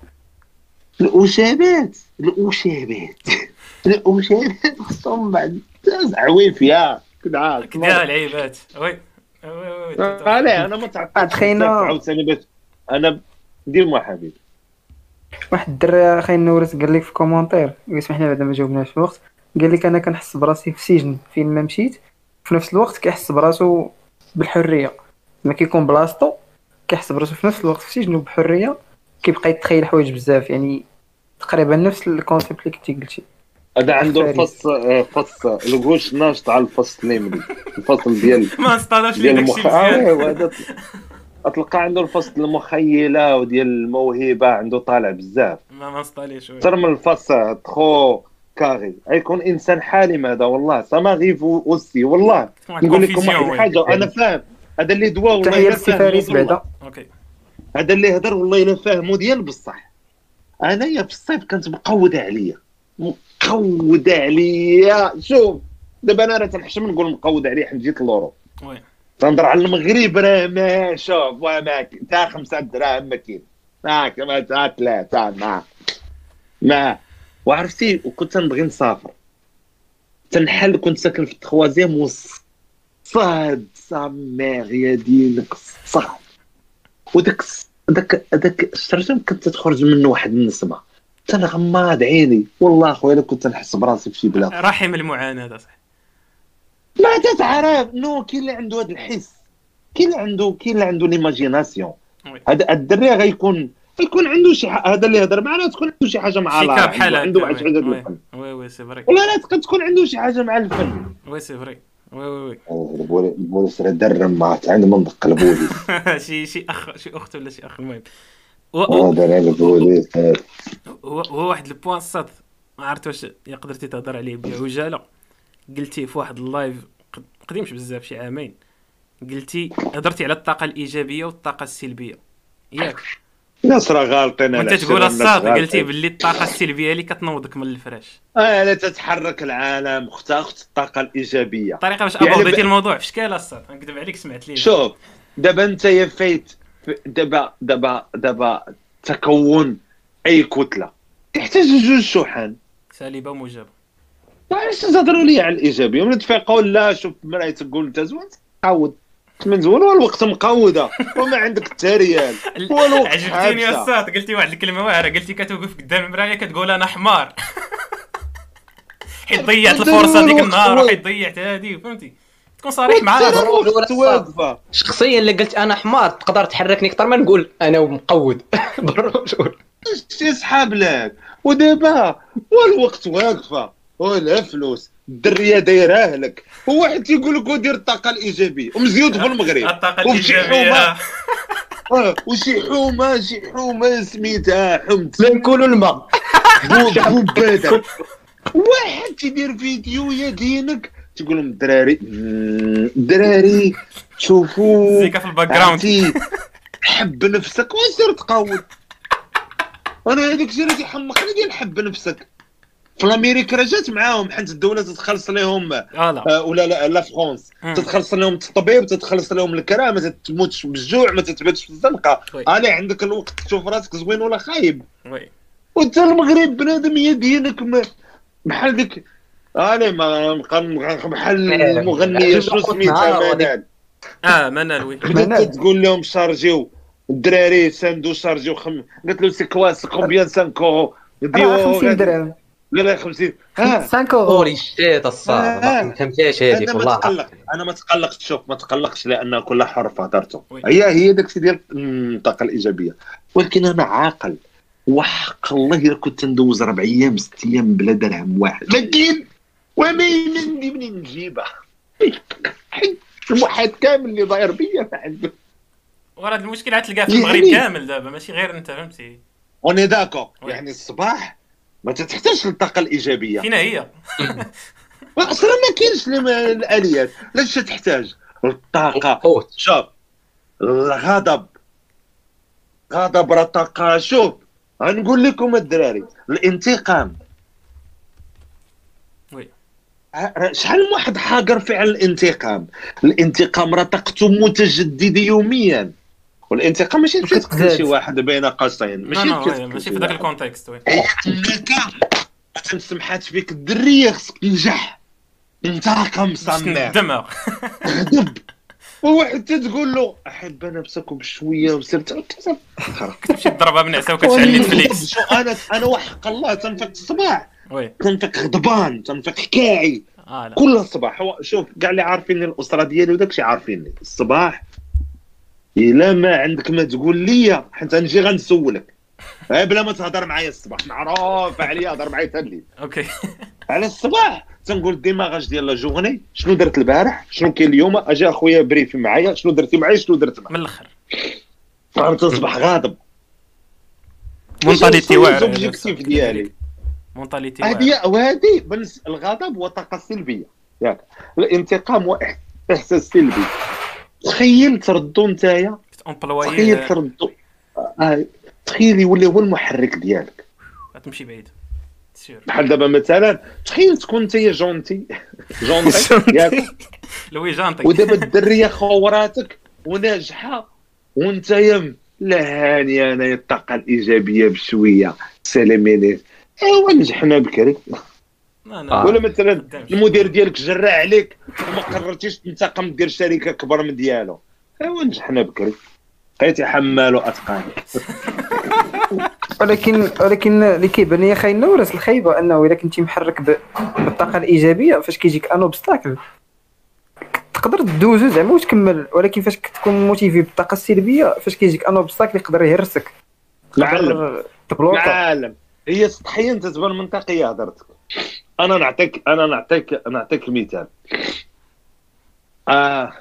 C: الاشابات الاشابات الاشابات خصهم بعد عويف يا كدا
B: كدا العيبات وي وي وي
C: علاه انا ما تعطيتش
D: خينا.
C: عاوتاني باش انا ديما حبيبي.
D: واحد الدري خاين نورس قال لك في كومونتير يسمح لي بعدا ما جاوبناش في الوقت قال لك انا كنحس براسي في سجن فين ما مشيت في نفس الوقت كيحس براسو بالحريه ما كيكون بلاصتو كيحس براسو في نفس الوقت في سجن وبحريه كيبقى يتخيل حوايج بزاف يعني تقريبا نفس الكونسيبت اللي كنتي قلتي.
C: هذا عنده
D: فارس.
C: الفص فص القوش ناشط على الفص اليمني الفصل ديال
B: ما نصطادش
C: ديال
B: لي داكشي
C: المخ آه،
B: مزيان
C: ايوا هذا تلقى عنده الفصل المخيله وديال الموهبه عنده طالع بزاف
B: ما ما نصطاليش وي.
C: اكثر من الفص تخو كاري يكون انسان حالم هذا والله سا ماغيف اوسي والله
B: واحد
C: نقول لكم
B: confusion،
C: واحد
B: وي.
C: الحاجه انا فاهم هذا اللي دوا والله
D: تحيه
C: الا
D: لسي
C: فاهم
D: فارس بعدا.
B: اوكي
C: هذا اللي هضر والله الا فاهمو ديال بصح. انايا في الصيف كانت مقوده عليا مقوده عليا. شوف دابا انا راه تنحشم نقول مقوده عليا حيت جيت لوروب
B: وي
C: تنهضر على المغرب راه ما شوف ما تا خمسة دراهم ما كاين ما كما تا ثلاثة ما ما وعرفتي وكنت تنبغي نسافر تنحل كنت ساكن في التخوازيام وصاد سامير يا دينك صاد وداك داك داك الشرجم كنت تخرج منه واحد النسمه تنغمض عيني والله خويا الا كنت نحس براسي في شي بلاد
B: رحم المعاناه صح.
C: ما تتعرف نو كاين اللي عنده هذا الحس كاين اللي عنده كاين اللي عنده ليماجيناسيون.
B: وي.
C: هذا الدري غيكون يكون عنده شي ح... هذا اللي هضر معنا تكون عنده شي حاجه مع
B: شي
C: الله
B: كاب بحال
C: عنده
B: هكا،
C: عنده واحد حاجه
B: وي.
C: الفن
B: وي وي سي فري
C: ولا لا تقدر تكون عنده شي حاجه مع الفن.
B: وي سي فري وي وي
C: البولي البوليس راه درم ما عندي منطق البوليس
B: وي شي شي اخ شي اخت ولا شي اخ المهم و-
C: هذا راه البوليس
B: هو هو واحد البوان الصاد ما عرفت واش قدرتي تهضر عليه بعجاله. قلتي في واحد اللايف قد- قديمش بزاف شي عامين قلتي هضرتي على الطاقه الايجابيه والطاقه السلبيه ياك
C: الناس راه غالطين
B: وانت تقول الصاد قلتي باللي الطاقه السلبيه اللي كتنوضك من الفراش.
C: اه لا تتحرك العالم اخت اخت الطاقه الايجابيه.
B: الطريقه باش
C: يعني
B: ابورديتي
C: ب-
B: الموضوع في شكال الصاد نكذب عليك سمعت ليه
C: شوف دابا انت يا فايت دابا دابا دابا تكون اي كتله تحتاج جوج شحن.
B: سالبه وموجبه.
C: علاش تهضروا لي على الايجابيه ولا تفيقوا لا شوف المرايه تقول انت زوين قود من زوين والوقت مقوده وما عندك حتى ريال والوقت
B: عجبتيني يا
C: حابسة.
B: الصاد قلتي واحد الكلمه واعره قلتي كتوقف قدام المرايه كتقول انا حمار حيت ضيعت الفرصه ديك النهار وحيت ضيعت هذه فهمتي تكون صريح مع
C: ترى
B: راسك.
C: الوقت واقفه
A: شخصيا اللي قلت انا حمار تقدر تحركني اكثر ما نقول انا مقود بالرجل.
C: اش يسحب لك ودابا والوقت واقفه ولا فلوس الدريه دايراه لك وواحد تيقول لك ودير الطاقه الايجابيه ومزيود في المغرب
B: الطاقه
C: وفي
B: الايجابيه
C: حومه آه، وشي حومه شي حومه سميتها حمت
A: لا نقولوا الماء
C: بوباده واحد تيدير فيديو يا دينك تقول لهم الدراري مم، الدراري شوفوا
B: زيكا في الباك جراوند.
C: عرفتي، حب نفسك وسير تقود. انا هذاك الشيء اللي تيحمقني ديال حب نفسك. في الامريكا راه جات معاهم حيت الدوله تتخلص لهم
B: فوالا
C: آه، ولا لا لا فرونس
B: مم.
C: تتخلص لهم الطبيب تتخلص لهم الكرا ما تتموتش بالجوع ما تتباتش في الزنقه.
B: وي.
C: انا عندك الوقت تشوف راسك زوين ولا خايب.
B: وي
C: وانت المغرب بنادم يا دينك ما- بحال ديك الي ما نبقى بحال المغنيه شنو سميتها منال
B: اه منال وي
C: بدات تقول لهم شارجيو الدراري ساندو شارجيو خم... قالت له سي كوا سي كومبيان خمسة اورو
D: راه خمسين درهم
C: لا لا خمسين ها
D: خمسة اورو
A: هولي شيت الصاد ما فهمتهاش هذيك
C: انا ما
A: والله.
C: تقلق انا ما تقلقش شوف ما تقلقش لان كل حر في هضرته هي هي داكشي ديال الطاقه الايجابيه ولكن انا عاقل وحق الله الا كنت ندوز ربع ايام ست ايام بلا درهم واحد لكن وما عندي منين نجيبها حيت الواحد كامل اللي ضاير بيا ما عنده
B: وراه هاد المشكل غتلقاه في المغرب كامل دابا ماشي غير انت فهمتي
C: اوني داكور يعني الصباح ما تحتاجش للطاقه الايجابيه
B: فينا هي
C: اصلا ما كاينش الاليات لاش تحتاج الطاقه شوف الغضب غضب راه طاقه شوف غنقول لكم الدراري الانتقام
B: وي
C: شحال من واحد حاقر فعل الانتقام الانتقام راه طاقته متجدده يوميا والانتقام ماشي تقتل شي واحد بين قوسين
B: ماشي ماشي في ذاك الكونتكست وي
C: انك تنسمحات فيك الدريه خصك تنجح انتقم صنع
B: الدماغ
C: غضب وواحد تقول له احب نفسك بشويه وسرت
B: تمشي تضربها بنعسه وكتشعل نتفليكس
C: انا انا وحق الله تنفك الصباح
B: وي
C: تنفك غضبان تنفك كاعي
B: آه
C: كل الصباح شوف كاع اللي عارفين الاسره ديالي وداكشي عارفيني الصباح الا ما عندك ما تقول لي حيت غنجي غنسولك بلا ما تهضر معايا الصباح معروف عليا هضر معايا حتى الليل
B: اوكي
C: على الصباح تنقول الديماغاج ديال لا جورني شنو درت البارح شنو كاين اليوم اجي اخويا بريفي معايا شنو درتي معايا شنو درت معايا
B: من الاخر
C: تصبح غاضب
B: مونطاليتي واعره
C: الاوبجيكتيف ديالي
B: مونطاليتي
C: هذه وهذه بالنسبه الغضب هو طاقه سلبيه ياك الانتقام هو احساس سلبي تخيل تردو نتايا تخيل تردو آه. تخيل يولي هو المحرك ديالك
B: غتمشي بعيد
C: بحال دابا مثلا تخيل تكون انت جونتي جونتي ياك
B: لوي جونتي
C: ودابا الدريه خوراتك وناجحه وانت يم لا هاني انا الطاقه الايجابيه بشويه سلاميني ايوا نجحنا بكري
B: آه.
C: ولا مثلا المدير ديالك جرى عليك وما قررتيش تنتقم دير شركه كبر من ديالو ايوا نجحنا بكري بقيتي حمال واتقان
D: ولكن ولكن اللي كيبان لي خاينا وراس الخايبه انه الا كنتي محرك بالطاقه الايجابيه فاش كيجيك ان اوبستاكل تقدر تدوزو زعما وتكمل ولكن فاش كتكون موتيفي بالطاقه السلبيه فاش كيجيك ان اوبستاكل يقدر يهرسك
C: معلم معلم هي سطحيا تتبان منطقيه هضرتك انا نعطيك انا نعطيك نعطيك مثال اه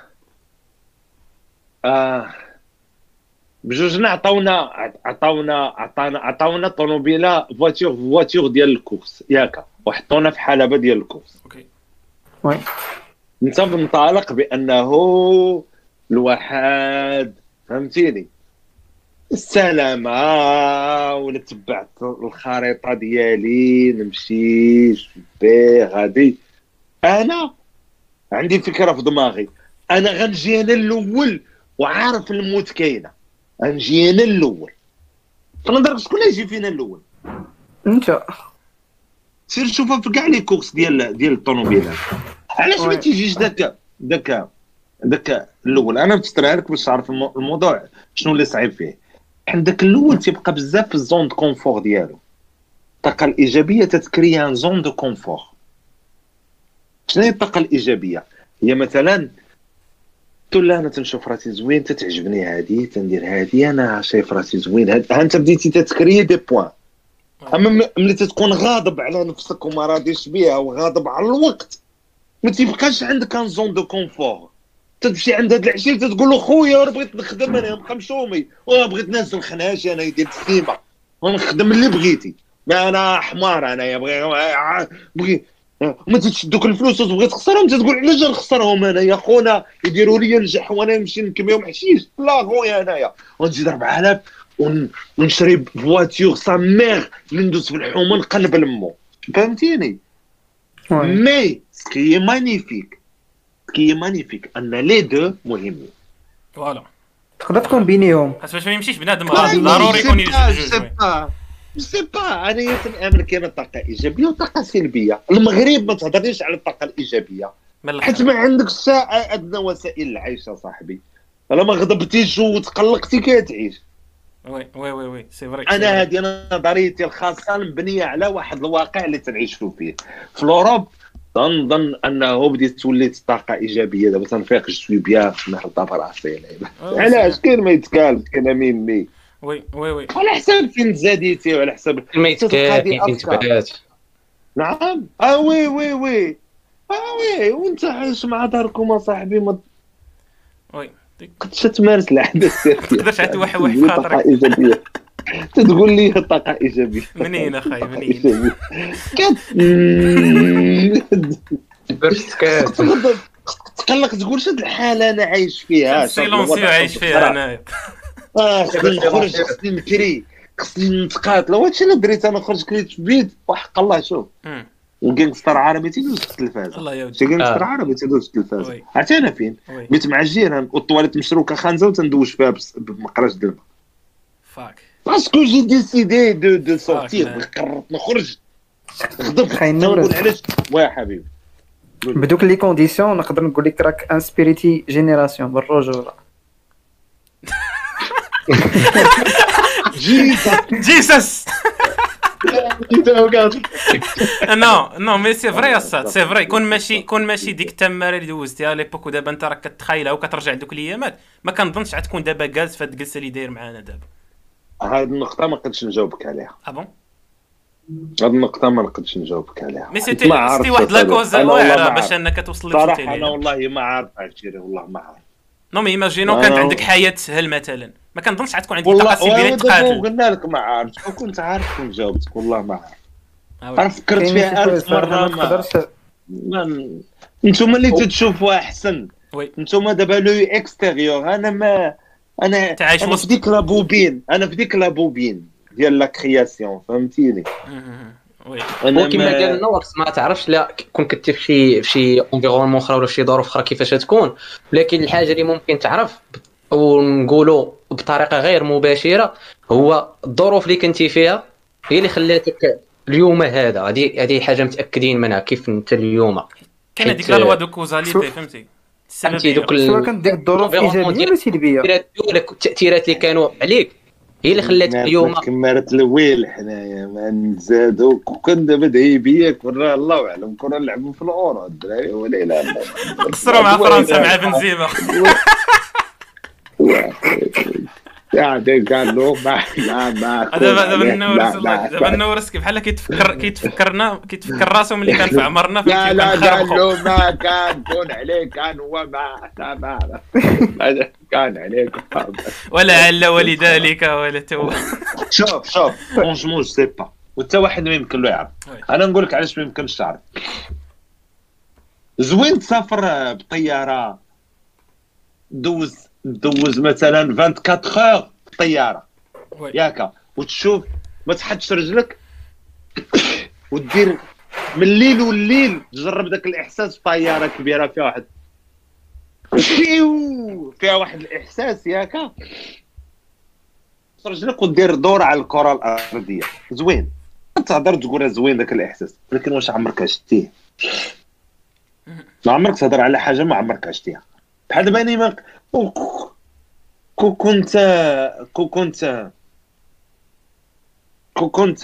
C: اه بجوجنا عطاونا عطاونا عطانا عطاونا طوموبيله فواتور فواتور ديال الكورس ياك وحطونا في حلبه ديال الكورس
D: اوكي وي
C: انت منطلق بانه الواحد فهمتيني السلامه ولا تبعت الخريطه ديالي نمشي بي غادي انا عندي فكره في دماغي انا غنجي انا الاول وعارف الموت كاينه غنجي انا الاول فنظرك شكون يجي فينا الاول
D: انت
C: سير شوفها في كاع لي كورس ديال ديال الطوموبيلات علاش ما تيجيش داك داك داك الاول انا نفسرها لك باش تعرف الموضوع شنو اللي صعيب فيه عندك الاول تيبقى بزاف في الزون دو كونفور ديالو الطاقه الايجابيه تتكري ان زون دو كونفور شنو هي الطاقه الايجابيه هي مثلا تقول لا انا تنشوف راسي زوين تتعجبني هذه تندير هذه انا شايف راسي زوين ها انت بديتي تتكري دي بوين اما ملي تكون غاضب على نفسك وما راضيش بها وغاضب على الوقت ما تيبقاش عندك ان زون دو كونفور تمشي عند هاد العشير تقول له خويا بغيت نخدم انا نبقى مشومي بغيت ننزل خناجي انا ديال السيما ونخدم اللي بغيتي ما انا حمار انا بغي بغي ما تشدوك الفلوس وتبغي تخسرهم تقول علاش نخسرهم انا يا خونا يديروا لي نجح وانا نمشي نكميهم حشيش لا خويا انايا ونزيد أربعة آلاف ونشري فواتور سا مير اللي ندوز في الحومه نقلب لمو فهمتيني مي سكي مانيفيك سكي مانيفيك ان لي دو مهمين
B: فوالا
D: تقدر تكون بينيهم
B: حيت باش ما يمشيش بنادم ضروري يكون يجوج
C: سي با انا تنامن كاينه طاقه ايجابيه وطاقه سلبيه. المغرب ما تهضرنيش على الطاقه الايجابيه
B: من
C: حيت
B: الاخر
C: ما عندكش ساعه ادنى وسائل العيش صاحبي. الا ما غضبتيش وتقلقتي كتعيش.
B: وي وي وي وي سي فري.
C: انا هذه نظريتي الخاصه مبنيه على واحد الواقع اللي تنعيشوا فيه في الاوروب. تنظن انه بديت توليت طاقه ايجابيه دابا تنفيق جوي بيان نهضر براسي. علاش كاين ما يتقال كاين مني
B: وي وي وي
C: على حساب فين تزاديتي وعلى حساب
A: ما يتكاد
C: هذه
A: فين
C: أفكار.
A: تبات.
C: نعم اه وي وي وي اه وي وانت عايش مع داركم اصاحبي ما
B: وي ديك
C: تقدرش تمارس الاحداث السياسيه.
B: تقدرش تعطي واحد واحد في
C: طاقه
B: خاطرك.
C: ايجابيه تقول لي طاقه ايجابيه
B: منين اخاي منين؟
C: ايجابيه
A: برسكات
C: تقدر تقلق تقول شد الحاله انا عايش فيها
B: سيلونسيو عايش فيها انايا.
C: اه خصني نخرج خصني نكري خصني نتقاتل. هادشي اللي دريت انا خرج كريت في بيت وحق الله. شوف
B: مم.
C: وجانغستر عربي تيدوز في التلفاز.
B: الله يودي.
C: شي جانغستر
A: آه.
C: عربي تيدوز في التلفاز.
B: وي.
C: عرفتي انا فين؟
B: وي
C: بيت مع الجيران والطواليت مشروكه خانزه وتندوش فيها بس- بمقراش د الماء
B: فاك.
C: باسكو جي ديسيدي دو دو سورتير.
B: مان.
C: قررت نخرج غضبت
D: خاين نورس.
C: تنقول علاش واه حبيبي
D: بدوك لي كونديسيون نقدر نقول لك راك انسبيريتي جينيراسيون بالرجوله.
C: جيتا
B: جيسس. نو نو مي سي فري الصاد سي فري. كون ماشي كون ماشي ديك التماره اللي دوزتيها ليبوك ودابا انت راك كتخايلها وكترجع لدوك الايامات ما كنظنش عتكون دابا جالس في هاد الجلسه اللي داير معانا دابا.
C: هاد النقطه ما قدرتش نجاوبك عليها.
B: اه بون
C: هاد النقطه ما نقدرش نجاوبك عليها.
B: مي
C: ما
B: سيتي
C: عرفتش
B: سيتي واحد لاكوز
C: أنا والله
B: واعره
C: ما
B: باش
C: عارف.
B: انك توصل
C: صراحه
B: للفوتيلي.
C: انا والله ما عارف عرفتي والله ما عارف.
B: نو مي ايماجينو
C: أنا-
B: كانت عندك حياه سهل مثلا ما كنظنش عتكون عندك
C: والله
B: طاقه سلبيه
C: ودابا
B: تقاتل.
C: قلنا لك ما عارف. لو كنت عارف كنت جاوبتك والله ما عارف.
B: آه وي.
C: انا فكرت
D: كاين شي
C: فيها
D: حوايج
C: ألف
D: صراحة
C: مره
D: ما
C: ما
D: تقدرش.
C: ما- انتم اللي تتشوفوا احسن.
B: وي
C: انتم دابا لو اكستيريور. انا ما انا
B: تعيش
C: انا
B: وسط-
C: في ديك لابوبين انا في ديك لابوبين ديال لا كرياسيون فهمتيني.
B: مم. وي
C: انا
A: وكما
C: ما-
A: قال النورس ما تعرفش لا كون كنتي في شي في شي انفيرونمون اخرى ولا في شي ظروف اخرى كيفاش تكون. ولكن الحاجه اللي ممكن تعرف ونقولوا بطريقه غير مباشره هو الظروف اللي كنتي فيها هي اللي خلاتك اليوم هذا. هذه هذه حاجه متاكدين منها كيف انت اليوم
B: كاين
A: حيت-
B: هذيك لا لوا دو كوزاليتي فهمتي
A: فهمتي
B: السببيه.
A: دوك
D: سواء كانت ديك الظروف ايجابيه ولا سلبيه.
A: التأثيرات ديالك والتاثيرات اللي كانوا عليك هي اللي خلاتك اليوم.
C: كمارت الويل حنايا ما نزادو كون دابا دايبيه كنا الله اعلم كنا نلعبوا في الاورو الدراري ولا لا لا
B: قصروا مع فرنسا مع بنزيما.
C: يعني قالوا ما ما ما
B: دابا دابا النورس والله دابا النورس بحال كيتفكر كيتفكرنا كيتفكر راسو ملي كان في عمرنا
C: لا لا
B: كنخربقوا.
C: قالوا ما كان كون عليه كان هو ما لا ما هذا كان عليك
B: ولا عل ولذلك ولا تو.
C: شوف شوف فرونشمون سي با وحتى واحد ما يمكن له يعرف.
B: وي.
C: انا نقول لك علاش ما يمكنش تعرف. زوين تسافر بطياره دوز دوز مثلا أربعة وعشرين اور بطياره
B: وي.
C: ياك وتشوف ما تحطش رجلك ودير من الليل والليل تجرب داك الاحساس في طياره كبيره فيها واحد فيو فيها واحد الاحساس ياك رجلك ودير دور على الكره الارضيه زوين تهضر تقول زوين داك الاحساس ولكن واش عمرك عشتيه؟ ما عمرك تهضر على حاجه ما عمرك عشتيها بحال دابا اني ما كو كنت كو كنت كو كنت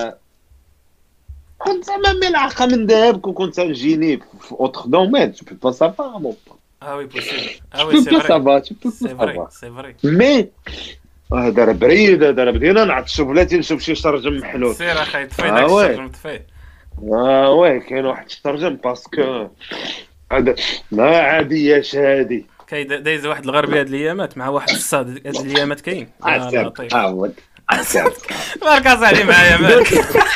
C: كنت زعما ملعقه من ذهب كو كنت نجيني في اوتر دومين جو بو با سافا مون
B: اه وي بوسيبل اه
C: جو
B: وي
C: بو
B: سي
C: با
B: فري
C: سافا جو بو
B: سي
C: با
B: فري
C: سافا
B: سي فري.
C: مي هذا راه بريد هذا راه بدينا نعطشوا بلاتي نشوف شي شرجم محلول.
B: سير اخاي طفي
C: آه
B: داك
C: وي.
B: الشرجم طفيه.
C: اه وي كاين واحد الشرجم باسكو هذا ما عادياش هادي
B: كاين دايز واحد الغربي هاد الايامات مع واحد الصاد هاد الايامات كاين. يا
C: عساك
B: لطيف.
C: عاود عساك
B: بارك الله عليه معايا مالك.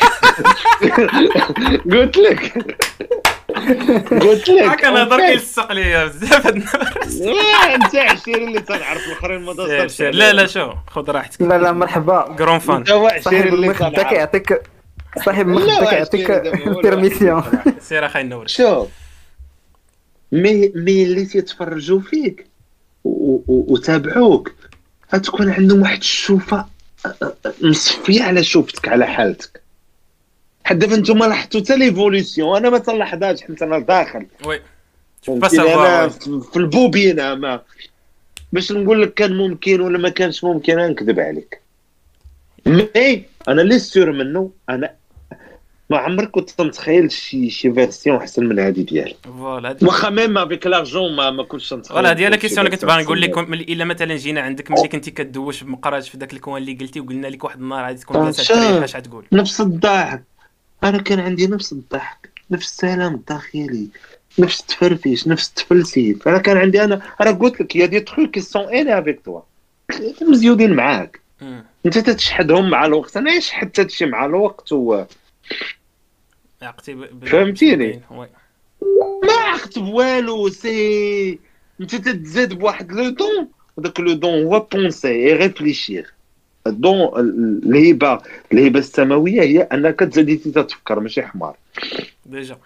C: قلت لك قلت لك
B: هاك نهضر كيلصق ليا بزاف هاد الناس.
C: آه، انت عشيري اللي تنعرف الاخرين ما
B: سير
C: تصدقش
B: سير لا لا شو خذ راحتك.
D: لا لا مرحبا.
B: كرون فان.
C: انت هو عشيري
D: صاحب
C: اللي
D: المخدة
C: تنعرف
D: كيعطيك صاحب
C: لا،
D: المخدة
C: واحد
D: كيعطيك
C: سير دابا، ولا
D: البيرميسيون.
B: سير اخاي نور.
C: شوف مي مي اللي تيتفرجوا فيك و- و- وتابعوك غتكون عندهم واحد الشوفه مصفيه على شوفتك على حالتك. حتى دابا نتوما لاحظتوا حتى ليفوليسيون، انا ما تلاحظهاش حيت انا داخل
B: وي
C: فهمتيني، انا
B: سافوار
C: في البوبينه ما باش نقول لك كان ممكن ولا ما كانش ممكن نكذب عليك. مي انا لي سور منه، انا ما عمرك كنت نتخيل شي شي فيرسيون احسن من هذه ديالي.
B: فوالا
C: واخا ميم افيك لارجون ما ما كنتش نتخيل.
B: فوالا هذه انا كيسيون اللي كنت باغي نقول لكم، ملي الا مثلا جينا عندك ملي كنتي كدوش بمقراج في ذاك الكوان اللي قلتي وقلنا لك واحد النهار غادي تكون جالسه تريح، اش غتقول؟
C: نفس الضحك، انا كان عندي نفس الضحك، نفس السلام الداخلي، نفس التفرفيش، نفس التفلسيف. انا كان عندي انا انا قلت لك يا دي تخوك كي سون اني افيك توا مزيودين معاك.
B: مم.
C: انت تتشحدهم مع الوقت، انا شحدت هادشي مع الوقت و
B: عقتي ب- ب-
C: فهمتيني؟
B: وي.
C: ما عقت بوالو. سي انت تتزاد بواحد لو دون، وداك لو دون هو بونسي اي ريفليشير. الدون الهبه الهبه السماويه هي انك تزيد تتفكر ماشي حمار.
B: ديجا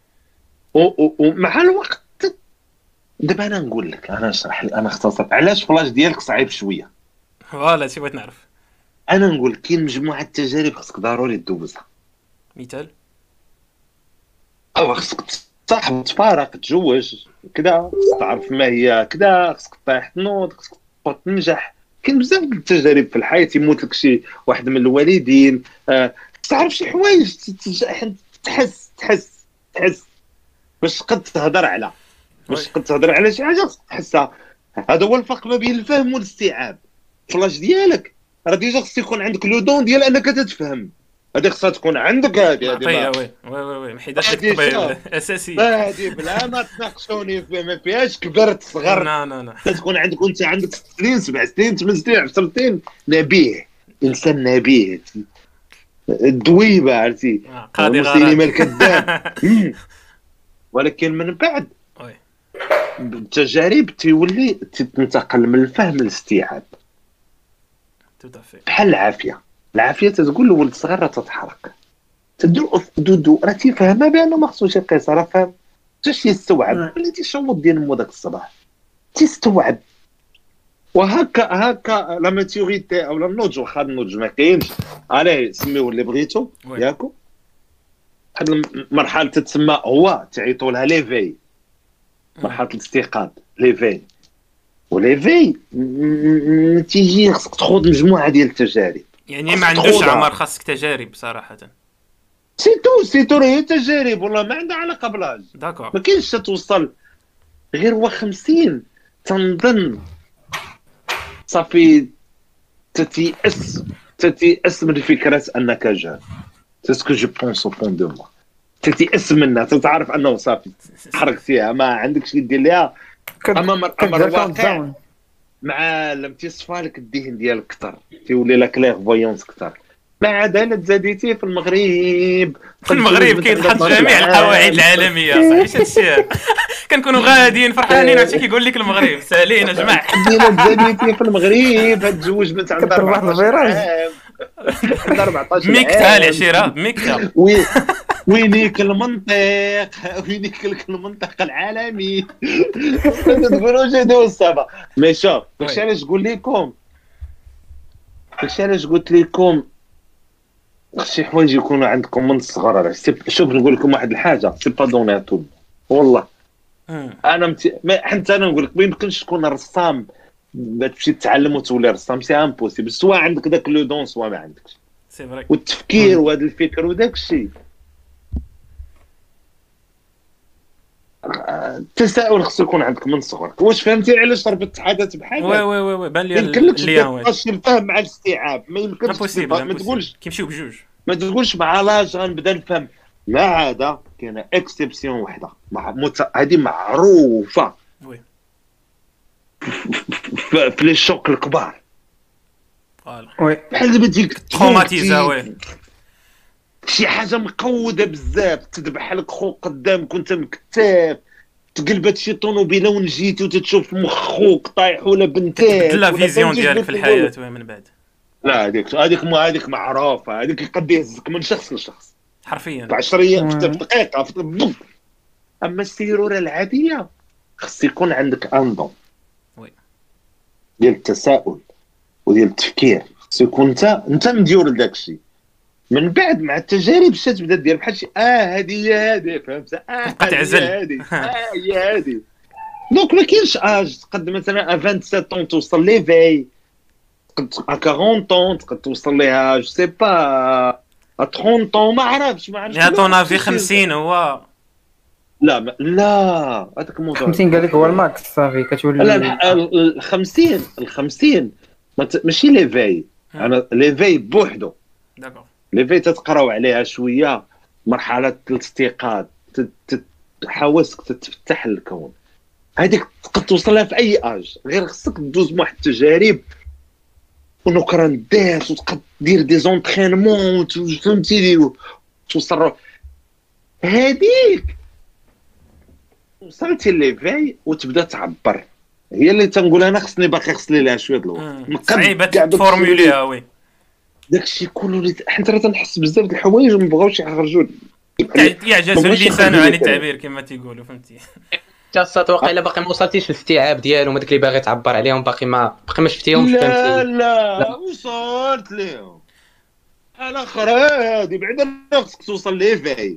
C: ومع الوقت دابا انا نقول لك، انا نشرح لك، انا اختصر علاش فلاش ديالك صعيب شويه.
B: فوالا شي بغيت نعرف.
C: انا نقول كاين مجموعه تجارب خصك ضروري تدوزها.
B: مثال
C: او خصك تصاحب، تفارق، تتزوج كذا، خصك تعرف ما هي كذا، خصك طيح تنوض، خصك تنجح. كاين بزاف د التجارب في الحياه، يموت لك شي واحد من الوالدين، أه تعرف شي حوايج تحس تحس تحس باش تقد تهضر على باش تقد تهضر على شي حاجه خصك تحسها. هذا هو الفرق ما بين الفهم والاستيعاب. فلاش ديالك راه ديجا خص يكون عندك لو دون ديال انك تتفهم، هذه خصها تكون عندك. هذه هذه
B: عطيه وي وي وي وي محيداش لك
C: هادي
B: الطبيعي
C: شوف.
B: الاساسيه.
C: هذه بلا ما تناقشوني فيها، ما فيهاش كبرت صغر.
B: لا لا لا
C: تكون عندك وانت عندك ست سنين سبع سنين ثمان سنين عشر سنين نبيه، انسان نبيه، الدويبه عرفتي،
B: آه، قاضي
C: مسلم
B: غرام.
C: الكذاب. ولكن من بعد
B: وي
C: التجارب تولي تنتقل من الفهم للاستيعاب.
B: تو تافي
C: بحال العافيه، العافيه تتقول لولد صغير راه تتحرك، تدير اف دودو راه تيفهمها بانه ما خصوش يقيس، راه فاهم حتى يستوعب. ولا تيشوط ديال مو داك الصباح تيستوعب. وهكا هكا لا ماتوريتي او النضج، واخا النضج ما كاينش، عليه سميوه اللي بغيتو
B: وي.
C: ياكو. هاد المرحله تتسمى هو تعيطوا لها ليفي، مرحله الاستيقاظ ليفي. وليفي م- م- تيجي خصك تخوض مجموعه ديال التجارب.
B: يعني ما
C: خاصك
B: عندوش
C: تخوضها.
B: عمر، خاصك تجارب صراحه.
C: سيتو سيتو هي تجارب، والله ما عندها علاقه بلاج.
B: داكور
C: ما كاينش توصل غير هو خمسين تنظن صافي تتيأس تتيأس من فكره انك جاهل. سي سكو جو بونس او فون دو موا، تتيأس منها، تتعرف انه صافي حركتيها ما عندكش اللي دير ليها. اما مر امر الواقع معلم تيصفى لك الذهن ديالك اكثر، تيولي لك كلير فويونس اكثر. ما عدا الا تزاديتي في المغرب.
B: في المغرب كينحط جميع القواعد العالميه صحيح. هادشي كنكونوا غاديين فرحانين وعرفتي كيقول لك المغرب سالين يا جماعه.
C: الا تزاديتي في المغرب هتزوج بنت عندها أربعطاش عام، عندها أربعطاش عام،
B: ميكتا العشيره ميكتا.
C: وي وينيك المنطق، وينيك لك المنطق العالمي. تقولوا جدو الصبا. مي شوف داكشي علاش نقول لكم، داكشي علاش قلت لكم شي حوايج يكونوا عندكم من الصغر. شوف نقول لكم واحد الحاجه، سي با دوني اتو والله. انا مت... ما... حتى انا نقول لك ما يمكنش تكون رسام تمشي تتعلم وتولي رسام، سي امبوسيبل. سواء عندك داك لو دون سواء ما عندكش.
B: سي فري.
C: والتفكير وهذا الفكر وداك الشيء. التساؤل خصو يكون عندك من صغرك. واش فهمتي علاش ربطت حدث بحدث؟
B: وي وي وي بان لي
C: يمكن لك
B: اللي
C: تبقاش الفهم مع الاستيعاب، ما يمكنش
B: ما
C: تقولش
B: كيمشيو بجوج.
C: ما تقولش مع لاج غنبدا نفهم. لا عاده كاينه اكسبسيون وحده هذه معروفه
B: وي
C: في لي شوك الكبار.
B: فوالا
D: وي
C: بحال دابا ديك
B: تروماتيزا. وي
C: شي حاجه مقوده بزاف، تذبح لك خو قدامك وانت مكتاف، تقلبت شي طونوبيله ونجيتي وتتشوف مخ خوك طايح ولا بنتك
B: لا فيزيون ديالك في الحياه. وي من بعد
C: لا هذيك هذيك ما هذيك معروفه، هذيك يقد يهزك من شخص لشخص
B: حرفيا
C: في عشر ايام في دقيقه في بوم. اما السيروره العاديه خص يكون عندك اندون
B: وي
C: ديال التساؤل وديال التفكير سيكون انت انت مديور لداكشي. من بعد مع التجارب شات تبدا دير بحال شي اه هذه هي هذه فهمت اه
B: تبقى
C: هذه
B: تعزل.
C: هي هذه اه هي هذه. دونك ما كاينش اج تقد مثلا ا سبعة وعشرين طون توصل ليفاي، تقد ا أربعين طون تقد توصل ليها جو سي با ا ثلاثين طون ما عرفتش ما عرفتش.
B: يا طونافي خمسين هو.
C: لا ما لا هذاك الموضوع
D: خمسين قال لك هو الماكس صافي كتولي.
C: لا الح- ال- ال خمسين ال خمسين ما ت- ماشي ليفاي. انا ليفاي بوحدو
B: داكور.
C: ليفاي تتقراو عليها شويه، مرحله الاستيقاظ تت- تت- حواسك تتفتح للكون. هذيك تقدر توصل لها في اي اج، غير خصك دوز واحد التجارب ونكران داس وتقد دير دي زونترينمون فهمتيني توصل هذيك. وصلتي ليفاي وتبدا تعبر، هي اللي تنقول انا خصني باقي خصني لها شويه د الوقت.
B: مم. صعيبه تفورموليها وي.
C: داكشي كله اللي حيت راه تنحس بزاف د الحوايج وما بغاوش يخرجوا
B: يعجز اللسان عن التعبير كما تيقولوا فهمتي.
A: حتى واقيلا باقي ما وصلتيش للاستيعاب ديالهم، هذاك اللي باغي تعبر عليهم باقي ما باقي ما شفتيهمش
C: لا
A: فهمتي.
C: لا وصلت لهم على اخر هادي بعدا خصك توصل ليفاي.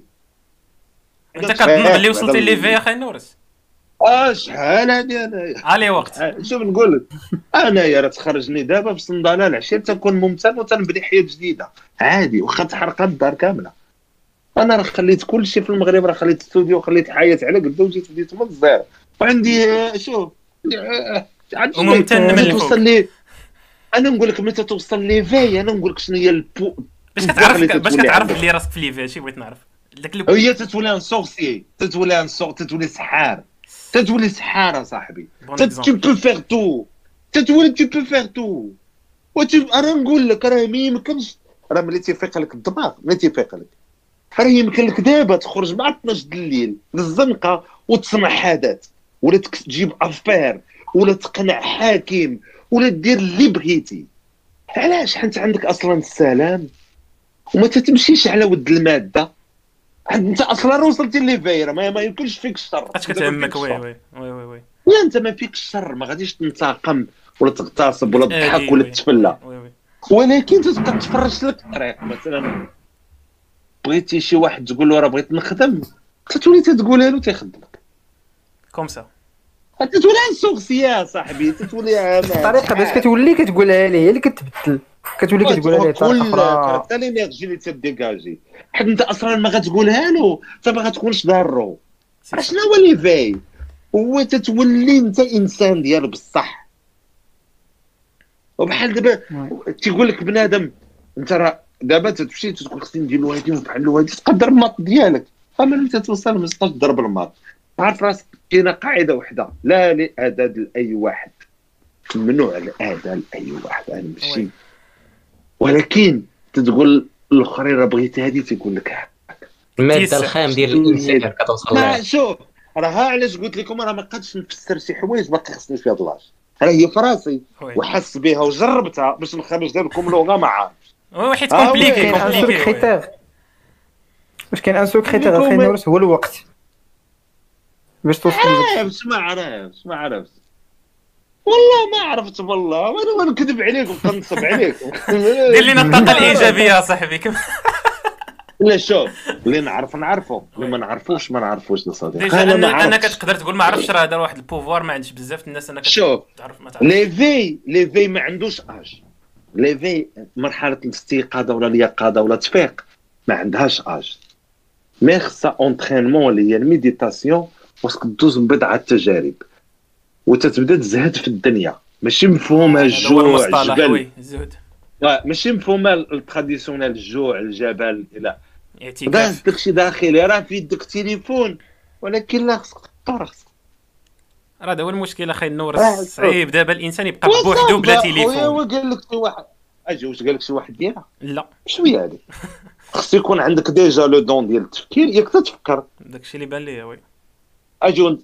B: انت كتظن بلي وصلتي ليفاي يا خاي نورس؟
C: اه شحال هادي انا
B: علي وقت.
C: شوف نقول لك انا يا راه تخرجني دابا في صندالة العشيه تنكون ممتن وتنبني حياه جديده عادي، واخا تحرق الدار كامله. انا راه خليت كل شيء في المغرب، راه خليت استوديو وخليت حياه على قدا وجيت بديت من الزيرو. وعندي آه، شوف عندي
B: وممتن من
C: متى
B: الفوق.
C: توصل لي. انا نقول لك متى توصل لي فاي، انا نقول لك شنو هي البو
B: باش كتعرف باش كتعرف بلي راسك في ليفي. هادشي بغيت نعرف داك اللي
C: هي تتولي ان سورسي، تتولي ان سور تتولي سحار، تتولي سحار صاحبي.
B: بون
C: tu
B: إكزومبل.
C: peux faire tout تتولي tu peux faire tout. وتي انا نقول لك راه ما يمكنش، راه ملي تيفيق لك الدماغ ملي تيفيق لك راه يمكن لك دابا تخرج مع اثناش د الليل للزنقه وتصنع حدث، ولا تك- تجيب افير، ولا تقنع حاكم، ولا دير اللي بغيتي. علاش؟ حيت عندك اصلا السلام وما تتمشيش على ود الماده. انت اصلا راه وصلتي ليفاي، راه ما ما يمكنش فيك الشر.
B: اش كتهمك؟ وي وي وي وي وي.
C: لا انت ما فيك الشر، ما غاديش تنتقم ولا تغتصب ولا
B: هادي
C: تضحك ولا
B: وي.
C: تتفلى،
B: وي وي.
C: ولكن تبقى تفرش لك الطريق. مثلا بغيتي شي واحد تقول له راه بغيت نخدم، تتولي تتقولها له تيخدمك.
B: كوم سا.
C: تتولي عن سوغسيه صاحبي، تتولي
D: الطريقه باش كتولي كتقولها ليه هي اللي كتبدل، كتولي كتقولها ليه بطريقه اخرى.
C: حتى لينيرجي اللي تديكاجي، حيت انت اصلا ما غتقولها له انت ما غتكونش دارو. شنو هو اللي فاي؟ هو تتولي انت انسان ديال بصح. وبحال دابا تيقول لك بنادم انت راه دابا تمشي تقول خصني ندير له هادي ونفعل له هادي، تقدر الماط ديالك، اما ملي توصل ما تبقاش تضرب الماط. عارف راسك كاينه قاعده وحده، لا لاعداد لاي واحد، ممنوع الاذى لاي واحد. انا ماشي، ولكن تتقول الاخرين راه بغيت هادي تيقول لك هاك.
A: الماده الخام ديال الانسان كتوصل
C: ما
A: لها.
C: شوف راه ها علاش قلت لكم انا ما قادش نفسر شي حوايج باقي خصني فيها ضلاج، راه هي في راسي
B: وي.
C: وحس بها وجربتها باش نخرج لكم لغه ما عارفش.
B: وي حيت
C: آه،
B: كومبليكي
C: وي.
D: كاين ان سو
B: كومبليكي. وي.
D: كريتير، واش كاين ان سو كريتير
C: لكم-
D: اخي نورس هو الوقت باش توصل لك.
C: عرفتش ما عرفتش ما عرفتش والله ما عرفت والله، وانا نكذب عليكم كنصب عليكم.
B: دير لينا الطاقه الايجابيه يا صاحبي. كم-
C: لا شوف اللي نعرف نعرفو، اللي ما نعرفوش ما نعرفوش صديقي.
B: ديجا
C: انا ما
B: انا انا
C: عرفتش.
B: كتقدر تقول ما عرفتش راه دار واحد البوفوار ما عندش بزاف الناس انا
C: شوف
B: كتعرف ما تعرف.
C: ليفي ليفي ما عندوش اج. ليفي مرحله الاستيقاظه ولا اليقظه ولا تفيق ما عندهاش اج، مي خصها اونترينمون اللي هي الميديتاسيون، وخصك دوز من بضعه تجارب وتتبدا تزهد في الدنيا. ماشي مفهومه
B: هذا هو
C: الجوع
B: المصطلح.
C: الجبل،
B: وي الزهد
C: آه، ماشي مفهومه التراديسيونيل الجوع الجبل. لا
B: اعتكاف.
C: داكشي داخلي، راه في يدك تليفون، ولكن لا خصك تختار. خصك
B: راه هذا هو المشكل اخي
C: آه،
B: النور. صعيب دابا الانسان يبقى بوحدو بلا تليفون.
C: وقال لك شي واحد اجي واش قال لك شي واحد ديالها
B: لا
C: شويه هذه خص يكون عندك ديجا لو دون ديال التفكير، ياك تتفكر
B: داكشي اللي بان ليا. وي
C: اجي ون...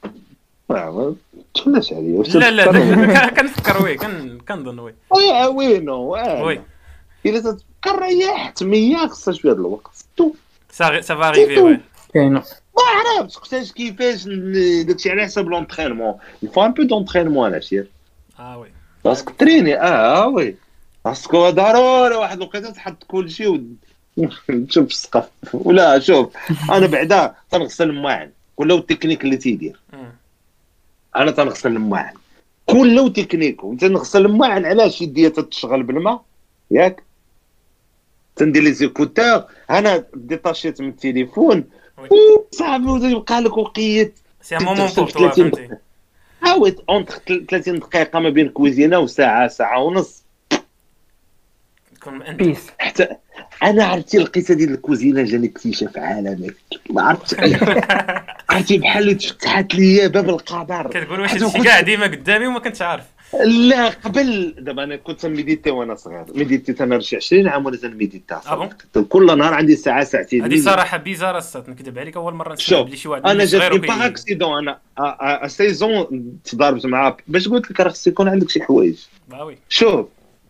C: ما تخلاش عليا واش
B: لا لا
C: تتفكر؟
B: دا- كنفكر. وي كن- كنظن. وي
C: وي وينو
B: وي
C: الا تتفكر هي حتميه خصها شويه د الوقت. تو
B: سا سا فا اريفي. وي
D: كاينه
C: ما عرفتش قتاش كيفاش ن- داكشي على حساب لونترينمون. يفو ان بو دونترينمون على سير
B: اه وي
C: خاصك تريني. اه وي خاصكو ضروري واحد الوقيته تحط كل شيء وتشوف السقف. ولا شوف انا بعدا تنغسل الماعن كله التكنيك اللي تيدير.
B: مم.
C: انا تنغسل الماعن كله تكنيكو. تنغسل الماعن علاش؟ يديا تتشغل بالماء ياك، تندير لي زيكوتور، انا ديتاشيت من التليفون
B: وي.
C: صافي يبقى لك وقيت
B: سي ان مومون
C: تغسل
B: بور
C: في
B: توا
C: ثلاثين
B: فهمتي.
C: عاود اونتر ثلاثين دقيقه ما بين كويزينه وساعه ساعه ونص.
B: تكون انت
D: بيس.
C: حتى انا عرفتي القصه ديال الكوزينه جاني اكتشاف عالمي ما عرفتش. عرفتي بحال اللي تفتحت ليا باب القدر.
B: كتقول واش
C: حيت
B: هادشي
C: كنت-
B: كاع ديما قدامي وما كنتش عارف.
C: لا قبل دابا انا كنت ميديتي وانا صغير، ميديتي انا شي عشرين عام وانا تنميديتا.
B: آه بون؟
C: كل نهار عندي ساعه ساعتين.
B: هذه صراحه بيزار الصات، نكذب عليك اول مره نسمع
C: شوف
B: بلي شي واحد
C: انا
B: من صغير
C: جاتني
B: وكي-
C: با اكسيدون. انا ا سيزون تضاربت معاه باش قلت لك راه خص يكون عندك شي حوايج.
B: آه وي.
C: شوف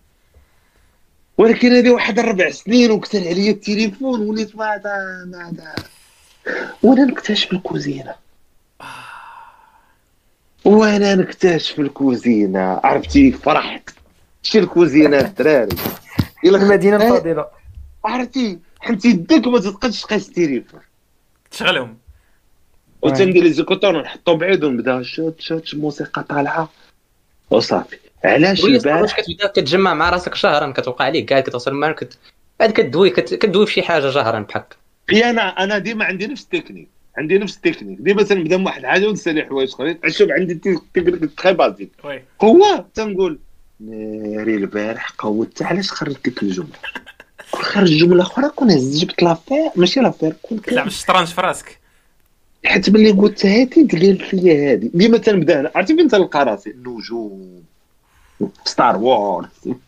C: ولكن هذه واحد ربع سنين وكثر عليا التليفون وليت ما هذا ما هذا وانا نكتشف الكوزينه. وانا نكتشف الكوزينه عرفتي فرحت. شي الكوزينه الدراري الا
D: المدينه الفاضله.
C: عرفتي حنت يدك ما تبقاش تقيس التليفون
B: تشغلهم.
C: وتندير لي زيكوتور نحطو بعيد ونبدا شوت شوت موسيقى طالعه وصافي. علاش
A: وهي
C: البارح
A: واش كتبدا كتجمع مع راسك شهرا كتوقع عليك كاع كتوصل معاك كت... بعد كدوي كت... كدوي في شي حاجه جهرا بحال هكا.
C: هي انا انا ديما عندي نفس التكنيك عندي نفس التكنيك ديما تنبدا من واحد الحاجه ونسالي حوايج اخرين. شوف عندي التكنيك تخي بازيك
B: وي.
C: هو تنقول ناري البارح قودت علاش خرجت لك الجمله كون خرج جمله اخرى كون هز جبت لافير ماشي لافير كون
B: تلعب الشطرنج في راسك.
C: حيت ملي قلت هادي تقال فيا هادي ديما تنبدا انا عرفتي فين تلقى راسي النجوم ستار وورز.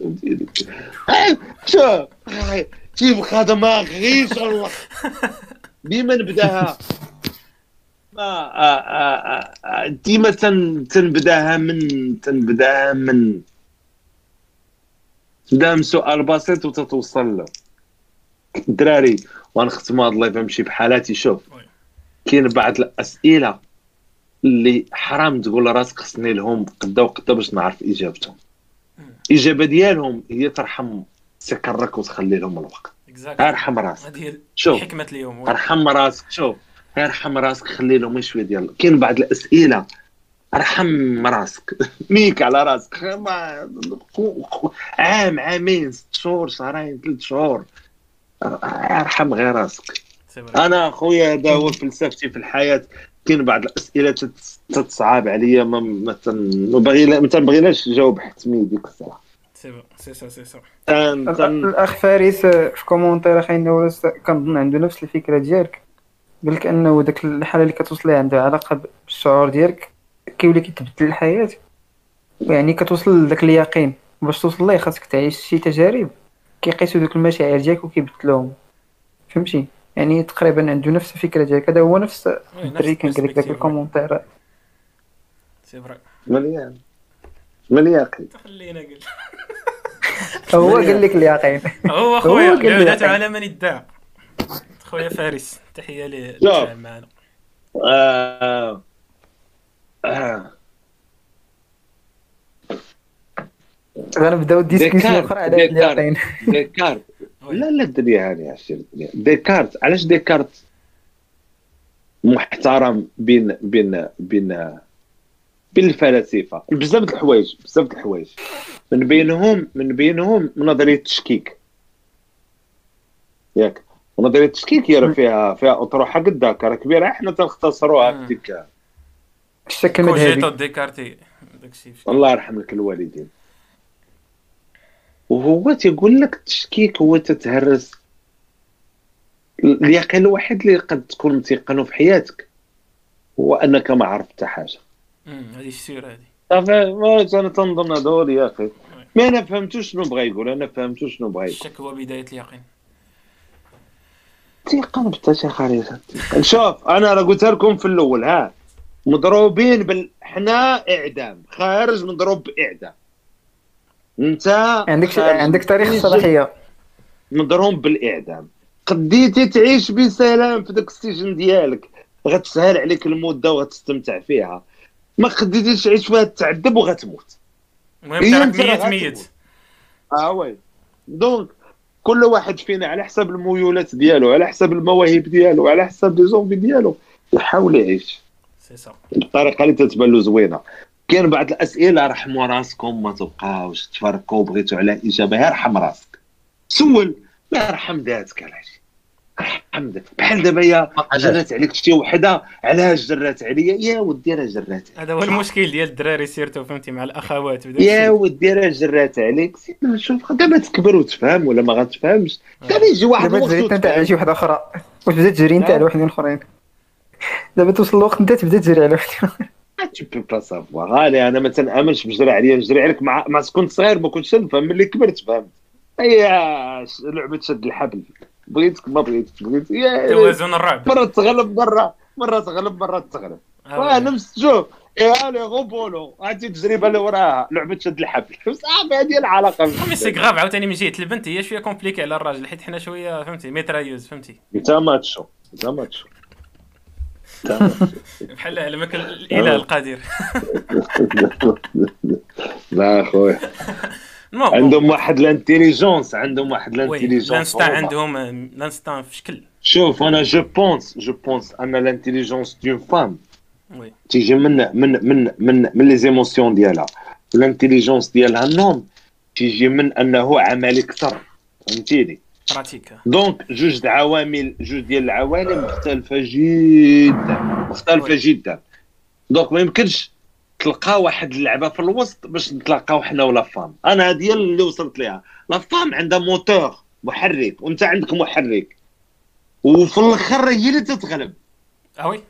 C: شوف كيف خدمه غير الله ديما نبداها ما آه آه آه ديما تن تنبداها من تنبداها من تبدا من سؤال بسيط وتتوصل له. الدراري ونختم هذا اللايف نمشي بحالاتي. شوف كاين بعض الاسئله اللي حرام تقول لراسك خصني لهم قدا وقدا باش نعرف اجابتهم. الاجابه ديالهم هي ترحم سكرك وتخلي لهم الوقت. ارحم راسك.
B: هذه هي
C: شوف
B: حكمه اليوم. وي.
C: ارحم راسك. شوف ارحم راسك خلي لهم شويه ديال كاين بعض الاسئله ارحم راسك ميك على راسك ما عام عامين ست شهور شهرين ثلاث شهور ارحم غير راسك.
B: سي فري.
C: انا خويا هذا هو فلسفتي في الحياه. كاين بعض الاسئله تت- تتصعب عليا ما ما تن- ما باغي ما تنبغيلاش نجاوب حتمي ديك الساعه.
B: سي فري. سي سا سي سا.
C: تن تن
D: الاخ فارس في كومونتير اخي نورس كنظن عنده نفس الفكره ديالك. قال لك انه داك الحاله اللي كتوصل لها عندها علاقه بالشعور ديالك كيولي كيتبدل الحياه، يعني كتوصل لذاك اليقين. باش توصل ليه خاصك تعيش شي تجارب كيقيسوا دوك المشاعر ديالك وكيبدلوهم. فهمتي؟ يعني تقريبا عنده نفس الفكره ديالك. هذا هو نفس
B: وي، نفس
D: الدري كان قال لك داك
B: perspective.
D: الكومونتير.
B: سي فري.
C: مليان مليان اخي.
B: خلينا قل.
D: هو قال لك اليقين.
B: هو خويا
D: هو قال لي
B: عودته
D: يقين.
B: على من ادعى. خويا فارس تحيه ليه
C: شوف.
B: اللي معنا.
C: آه. آه.
D: غنبداو الديسكسيون
C: ديكارت-
D: اخرى على هاد
C: ديكارت.
D: اليقين.
C: ديكارت
B: وي.
C: لا لا الدنيا هاني عشير الدنيا. ديكارت علاش ديكارت محترم بين بين بين بين الفلاسفه بزاف د الحوايج بزاف د الحوايج من بينهم من بينهم نظريه التشكيك ياك. ونظريه التشكيك هي راه فيها فيها اطروحه قداك راه كبيره حنا تنختصروها في ديك
D: الشكل
B: كوجيتو
D: المذهبي.
B: ديكارتي داكشي.
C: الله يرحم لك الوالدين. وهو تيقول لك التشكيك هو تتهرس اليقين الوحيد اللي قد تكون متيقنه في حياتك هو انك ما عرفت حتى حاجه.
B: امم هذه السيره هذه.
C: صافي ما انا تنظن هذول يا اخي ما انا فهمتو شنو بغا يقول انا فهمتو شنو بغا يقول.
B: الشك هو بدايه اليقين.
C: تيقن بتا شي خريطه. شوف انا راه قلتها لكم في الاول ها مضروبين بال حنا اعدام خارج مضروب باعدام. انت
D: عندك
C: خارج
D: عندك تاريخ
C: من
D: الصلاحيه.
C: مضروب بالاعدام. قديتي تعيش بسلام في داك السجن ديالك غتسهل عليك المده وغتستمتع فيها. ما خديتيش تعيش فيها تعذب وغتموت.
B: المهم
C: هي
B: تراك
C: أنت راه
B: ميت
C: غتموت.
B: ميت.
C: اه وي. دونك كل واحد فينا على حسب الميولات ديالو، على حسب المواهب ديالو، على حسب لي زونفي ديالو، يحاول يعيش
B: سي سا.
C: بالطريقه اللي تتبان له زوينه. كاين بعض الاسئله رحموا راسكم، ما تبقاوش تفرقوا بغيتوا على اجابه، يرحم راسك سول، لا يرحم ذاتك. علاش رحم ذاتك؟ بحال دابا يا جرات عليك شي وحده، علاش جرات عليا؟ يا ودي راه جرات عليك.
B: هذا هو المشكل ديال الدراري سيرتو فهمتي مع الاخوات
C: يا ودي راه جرات عليك. سيدنا شوف دابا تكبر وتفهم ولا ما غتفهمش، دابا يجي واحد
D: دابا
C: الوقت
D: تجري انت على
C: وتفهم.
D: شي وحده اخرى، واش بدات تجري انت
C: نعم.
D: على وحدين اخرين؟ دابا توصل الوقت انت تبدا تجري على وحدين اخرين.
C: tu peux pas savoir. غالي انا ما تنامنش بجري عليا نجري عليك، مع ما كنت صغير ما كنتش نفهم، ملي كبرت فهمت. هي لعبه شد الحبل، بغيتك ما بغيتك بغيت يا
B: توازن الرعب.
C: مره تغلب مره مره تغلب مره تغلب. واه نمس شوف يا لي غوبولو عرفتي التجربه اللي وراها لعبه شد الحبل صافي. هذه العلاقه.
B: مي سي غراف عاوتاني من جهه البنت هي شويه كومبليكي على الراجل، حيت حنا شويه فهمتي ميترايوز فهمتي.
C: انت ما تشوف انت ما تشوف
B: بحال على ماك الاله القدير.
C: لا خويا عندهم واحد الانتيليجونس، عندهم واحد الانتيليجونس.
B: لانستان عندهم لانستان في شكل.
C: شوف انا جو بونس جو بونس ان الانتيليجونس دون فام
B: وي
C: تيجي من من من من من لي زيموسيون ديالها. الانتيليجونس ديالها نون تيجي من انه عملي اكثر، فهمتيني؟
B: براتيك.
C: دونك جوج د عوامل، جوج ديال العوالم مختلفه جدا مختلفه جدا. دونك ما يمكنش تلقى واحد اللعبه في الوسط باش نتلاقاو حنا ولا فام. انا هذه اللي وصلت ليها. لا فام عندها موتور محرك وانت عندك محرك، وفي الاخر هي اللي تتغلب.
B: اه وي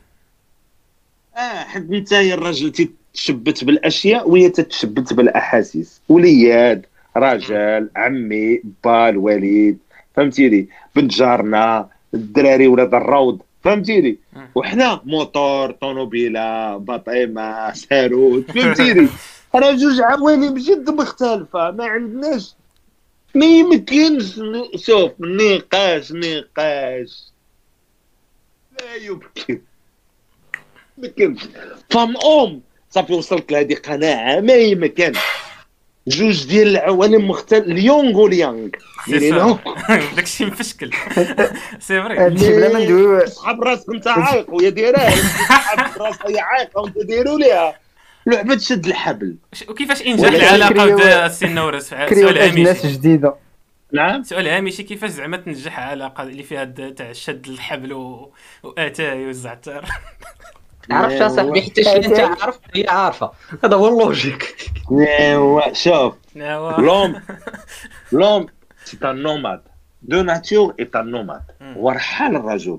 C: اه حيت انت يا الراجل تتشبت بالاشياء وهي تتشبت بالاحاسيس. ولياد راجل عمي با الوالد، فهمتيني؟ بنت جارنا الدراري ولاد الروض، فهمتيني؟ وحنا موتور طونوبيله بطيمه ساروت، فهمتيني؟ راه جوج عوالم جد مختلفه. ما عندناش ما يمكنش شوف نقاش نقاش لا يمكن يمكن فام ام صافي وصلت لهذه قناعه. ما يمكن جوج ديال العوالم مختلف، اليونغ واليانغ دايرين
B: داكشي مفشكل. سي فري
D: هادشي بلا ما ندويو.
C: صحاب راسك انت عايق وهي دايرها، صحاب راسها هي عايقه وانت دايروا ليها لعبه شد الحبل.
B: وكيفاش انجاح العلاقه بدا السي نورس؟
D: سؤال هامشي جديده.
C: نعم
B: سؤال هامشي، كيفاش زعما تنجح علاقه اللي فيها تاع شد الحبل و... واتاي والزعتر؟
A: عرفت يا صاحبي حتى شي انت عارف هي عارفه، هذا هو اللوجيك.
C: ايوا شوف
B: ايوا
C: لوم لوم سي ان نوماد دو ناتور اي ان نوماد. ورحال الرجل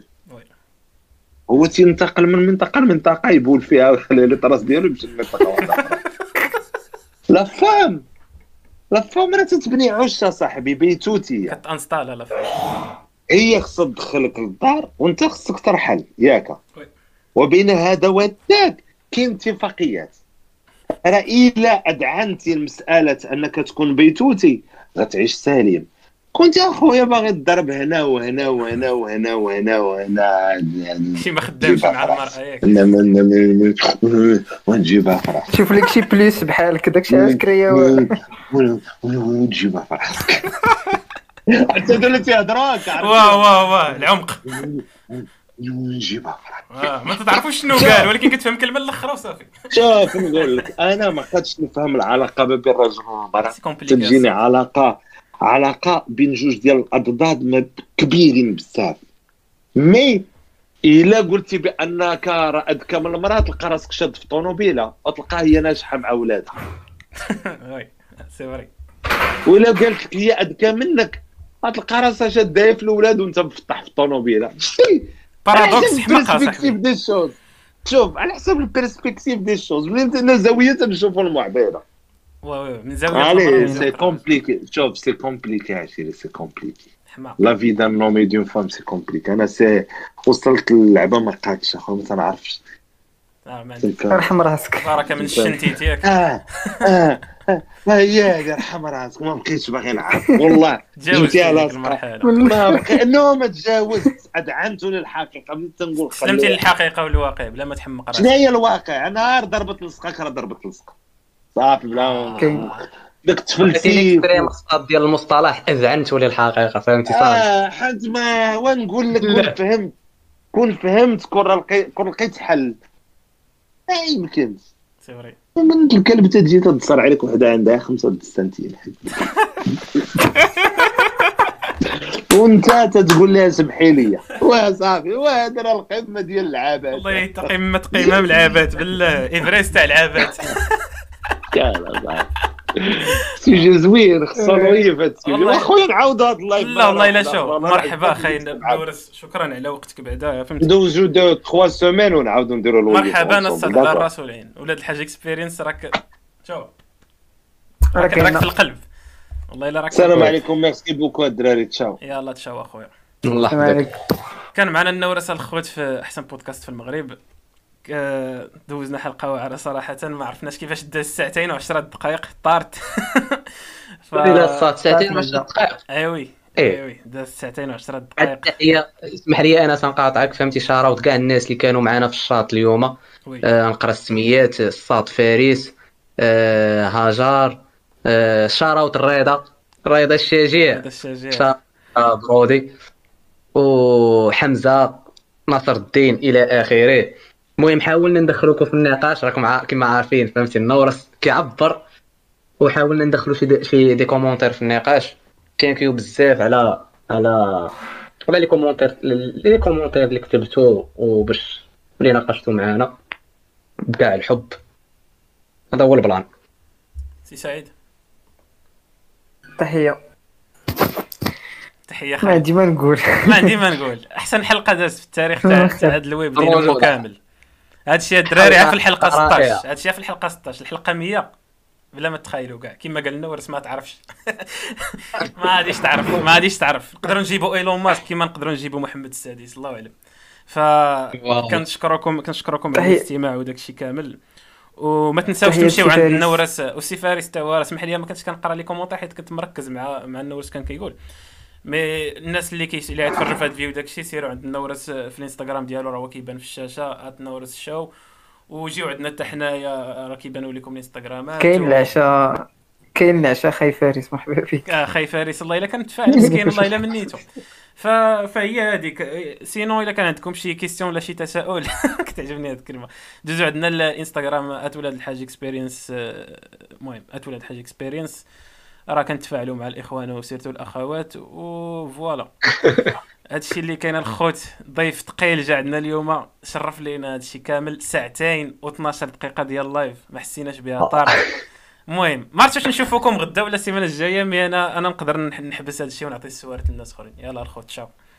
C: هو تينتقل من منطقه لمنطقه، يبول فيها ويخلي لي الراس ديالو يمشي لمنطقه واحده. لا فام لا فام راه تتبني عش صاحبي، بيتوتي
B: كتانستال لا فام.
C: هي خصها تدخلك للدار وانت خصك ترحل ياك. وبين هذا وذاك كاين اتفاقيات. راه الا ادعنتي المساله انك تكون بيتوتي غتعيش سالم. كنت اخويا باغي تضرب هنا وهنا وهنا وهنا وهنا وهنا
B: شي ما خدامش مع المراه ياك
C: ونجيبها فراسك.
D: شوف لك شي بليس بحالك داكشي عسكريه
C: ونجيبها فراسك. حتى دول تيهضروك
B: واه واه واه العمق
C: نجيبها
B: اه ما تعرفوش شنو قال، ولكن كتفهم كلمه الاخرى وصافي.
C: شوف نقول لك انا ما قدرتش نفهم العلاقه بين الرجل والمراه. تجيني علاقه علاقه بين جوج ديال الاضداد كبيرين بزاف. مي الا قلتي بانك راه اذكى من المراه تلقى راسك شاد في طونوبيله وتلقاها هي ناجحه مع ولادها.
B: وي سي فري.
C: ولا قالت لك هي اذكى منك غتلقى راسها شاده في الاولاد وانت مفتح في الطونوبيله. شتي
B: بارادوكس حماقه
C: صاحبي. دي شوز شوف على حسب البيرسبكتيف دي شوز من انا زاويه تنشوفوا المعضله.
B: وي من زاويه
C: علي سي كومبليكي. شوف سي كومبليكي عشيري سي كومبليكي. لا في دان نومي دون فام سي كومبليكي. انا سي وصلت للعبه ما لقيتش اخويا ما تنعرفش.
D: ارحم راسك
B: بركه من الشنتيت ياك.
C: اه اه ما هي يرحم راسك ما بقيتش باغي نلعب والله.
B: جاوزتي هذيك المرحله
C: ما بقى نو ما تجاوزت. ادعنت للحقيقه بديت تنقول
B: سلمتي للحقيقه والواقع بلا ما تحمق راسك.
C: شنو هي الواقع؟ نهار ضربت لصقك راه ضربت لصق صافي بلا داك
A: تفلسيف
C: التفلسيف
A: الصاد ديال المصطلح اذعنت للحقيقه فهمتي صافي.
C: اه حيت ما ونقول لك كون فهمت كون فهمت كون راه لقيت كون لقيت حل ما يمكنش.
B: سي فري.
C: من الكلب تجي تتصر عليك وحده عندها خمسة سنتين وانت تتقول لها سمحي لي وصافي وهذا راه القمه ديال العبات.
B: والله قمه قمه من العبات بالله ايفريست تاع العبات.
C: كان سي زوين خصوصيه في السجن واخويا نعاودوا هذا اللايف.
B: لا والله الا شو مرحبا اخي نورس شكرا على وقتك بعدا فهمت.
C: ندوزو دو ثلاث سيمين ونعاودوا نديروا الوظيفه.
B: مرحبا نصد على الراس والعين ولاد الحاج اكسبيرينس راك شوف راك راك في القلب والله الا راك.
C: السلام عليكم ميرسي بوكو الدراري تشاو.
B: يلا تشاو اخويا.
A: الله يحفظك.
B: كان معنا النورس الخوت في احسن بودكاست في المغرب. دوزنا حلقه واعره صراحه ما عرفناش كيفاش داز ساعتين وعشرة دقائق طارت.
A: ف لا ساعتين وعشرة دقائق
B: ايوي
A: إيه.
B: ايوي داز ساعتين وعشرة دقائق.
A: هي اسمح لي انا سنقاطعك فهمتي شاراوت كاع الناس اللي كانوا معنا في الشاط اليوم. آه نقرا السميات الصاد فارس آه هاجر آه شاراوت الرضا الرضا الشجيع
B: الشجيع
A: آه برودي وحمزه ناصر الدين الى اخره. المهم حاولنا ندخلوكم في النقاش راكم ع... كما عارفين فهمتي النورس كيعبر وحاولنا ندخلوا شي دي... شي دي كومونتير في النقاش. ثانك يو بزاف على على على لي كومونتير لي كومونتير اللي كتبتو وباش اللي ناقشتوا معنا بكاع الحب. هذا هو البلان.
B: سي سعيد
D: تحيه
B: تحيه
D: ما عندي ما نقول.
B: ما عندي ما نقول. احسن حلقه دازت في التاريخ تاع تاع هذا الويب ديالو كامل. هذا الشيء الدراري في الحلقه ستطاش هذا الشيء في الحلقه ستطاش الحلقه مية بلا ما تخيلوا كاع كما قال لنا ورس ما تعرفش. ما غاديش تعرف ما غاديش تعرف. نقدروا نجيبوا ايلون ماسك كما نقدروا نجيبوا محمد السادس الله اعلم. فكنشكركم كنشكركم على الاستماع وداك الشيء كامل. وما تنساوش تمشيو عند النورس والسي فارس تا هو سمح لي ما كنتش كنقرا لي كومونتير حيت كنت مركز مع مع النورس كان كيقول. مي الناس اللي كيش اللي يتفرجوا في هذا الفيديو داكشي سيروا عند النورس في الانستغرام ديالو راه هو كيبان في الشاشه @نورس شو وجيو عندنا حتى حنايا راه كيبانوا لكم الانستغرامات.
D: كاين العشاء كاين العشاء خاي فارس مرحبا فيك.
B: اه خاي فارس الله الا كان تفاعل مسكين الله الا منيتو. ف... فهي هذيك سينو الا كان عندكم شي كيستيون ولا شي تساؤل كتعجبني هذه الكلمه دوزوا عندنا الانستغرام @ولاد الحاج اكسبيرينس. المهم @ولاد الحاج اكسبيرينس راه كنتفاعلوا مع الاخوان وسيرتو الاخوات وفوالا. هادشي اللي كاين الخوت. ضيف ثقيل جا عندنا اليوم شرف لينا هادشي كامل ساعتين و12 دقيقه ديال اللايف ما حسيناش بها طار. المهم ما عرفتش واش نشوفوكم غدا ولا السيمانه الجايه مي انا انا نقدر نحبس هادشي ونعطي السوارت للناس اخرين. يلا الخوت تشاو.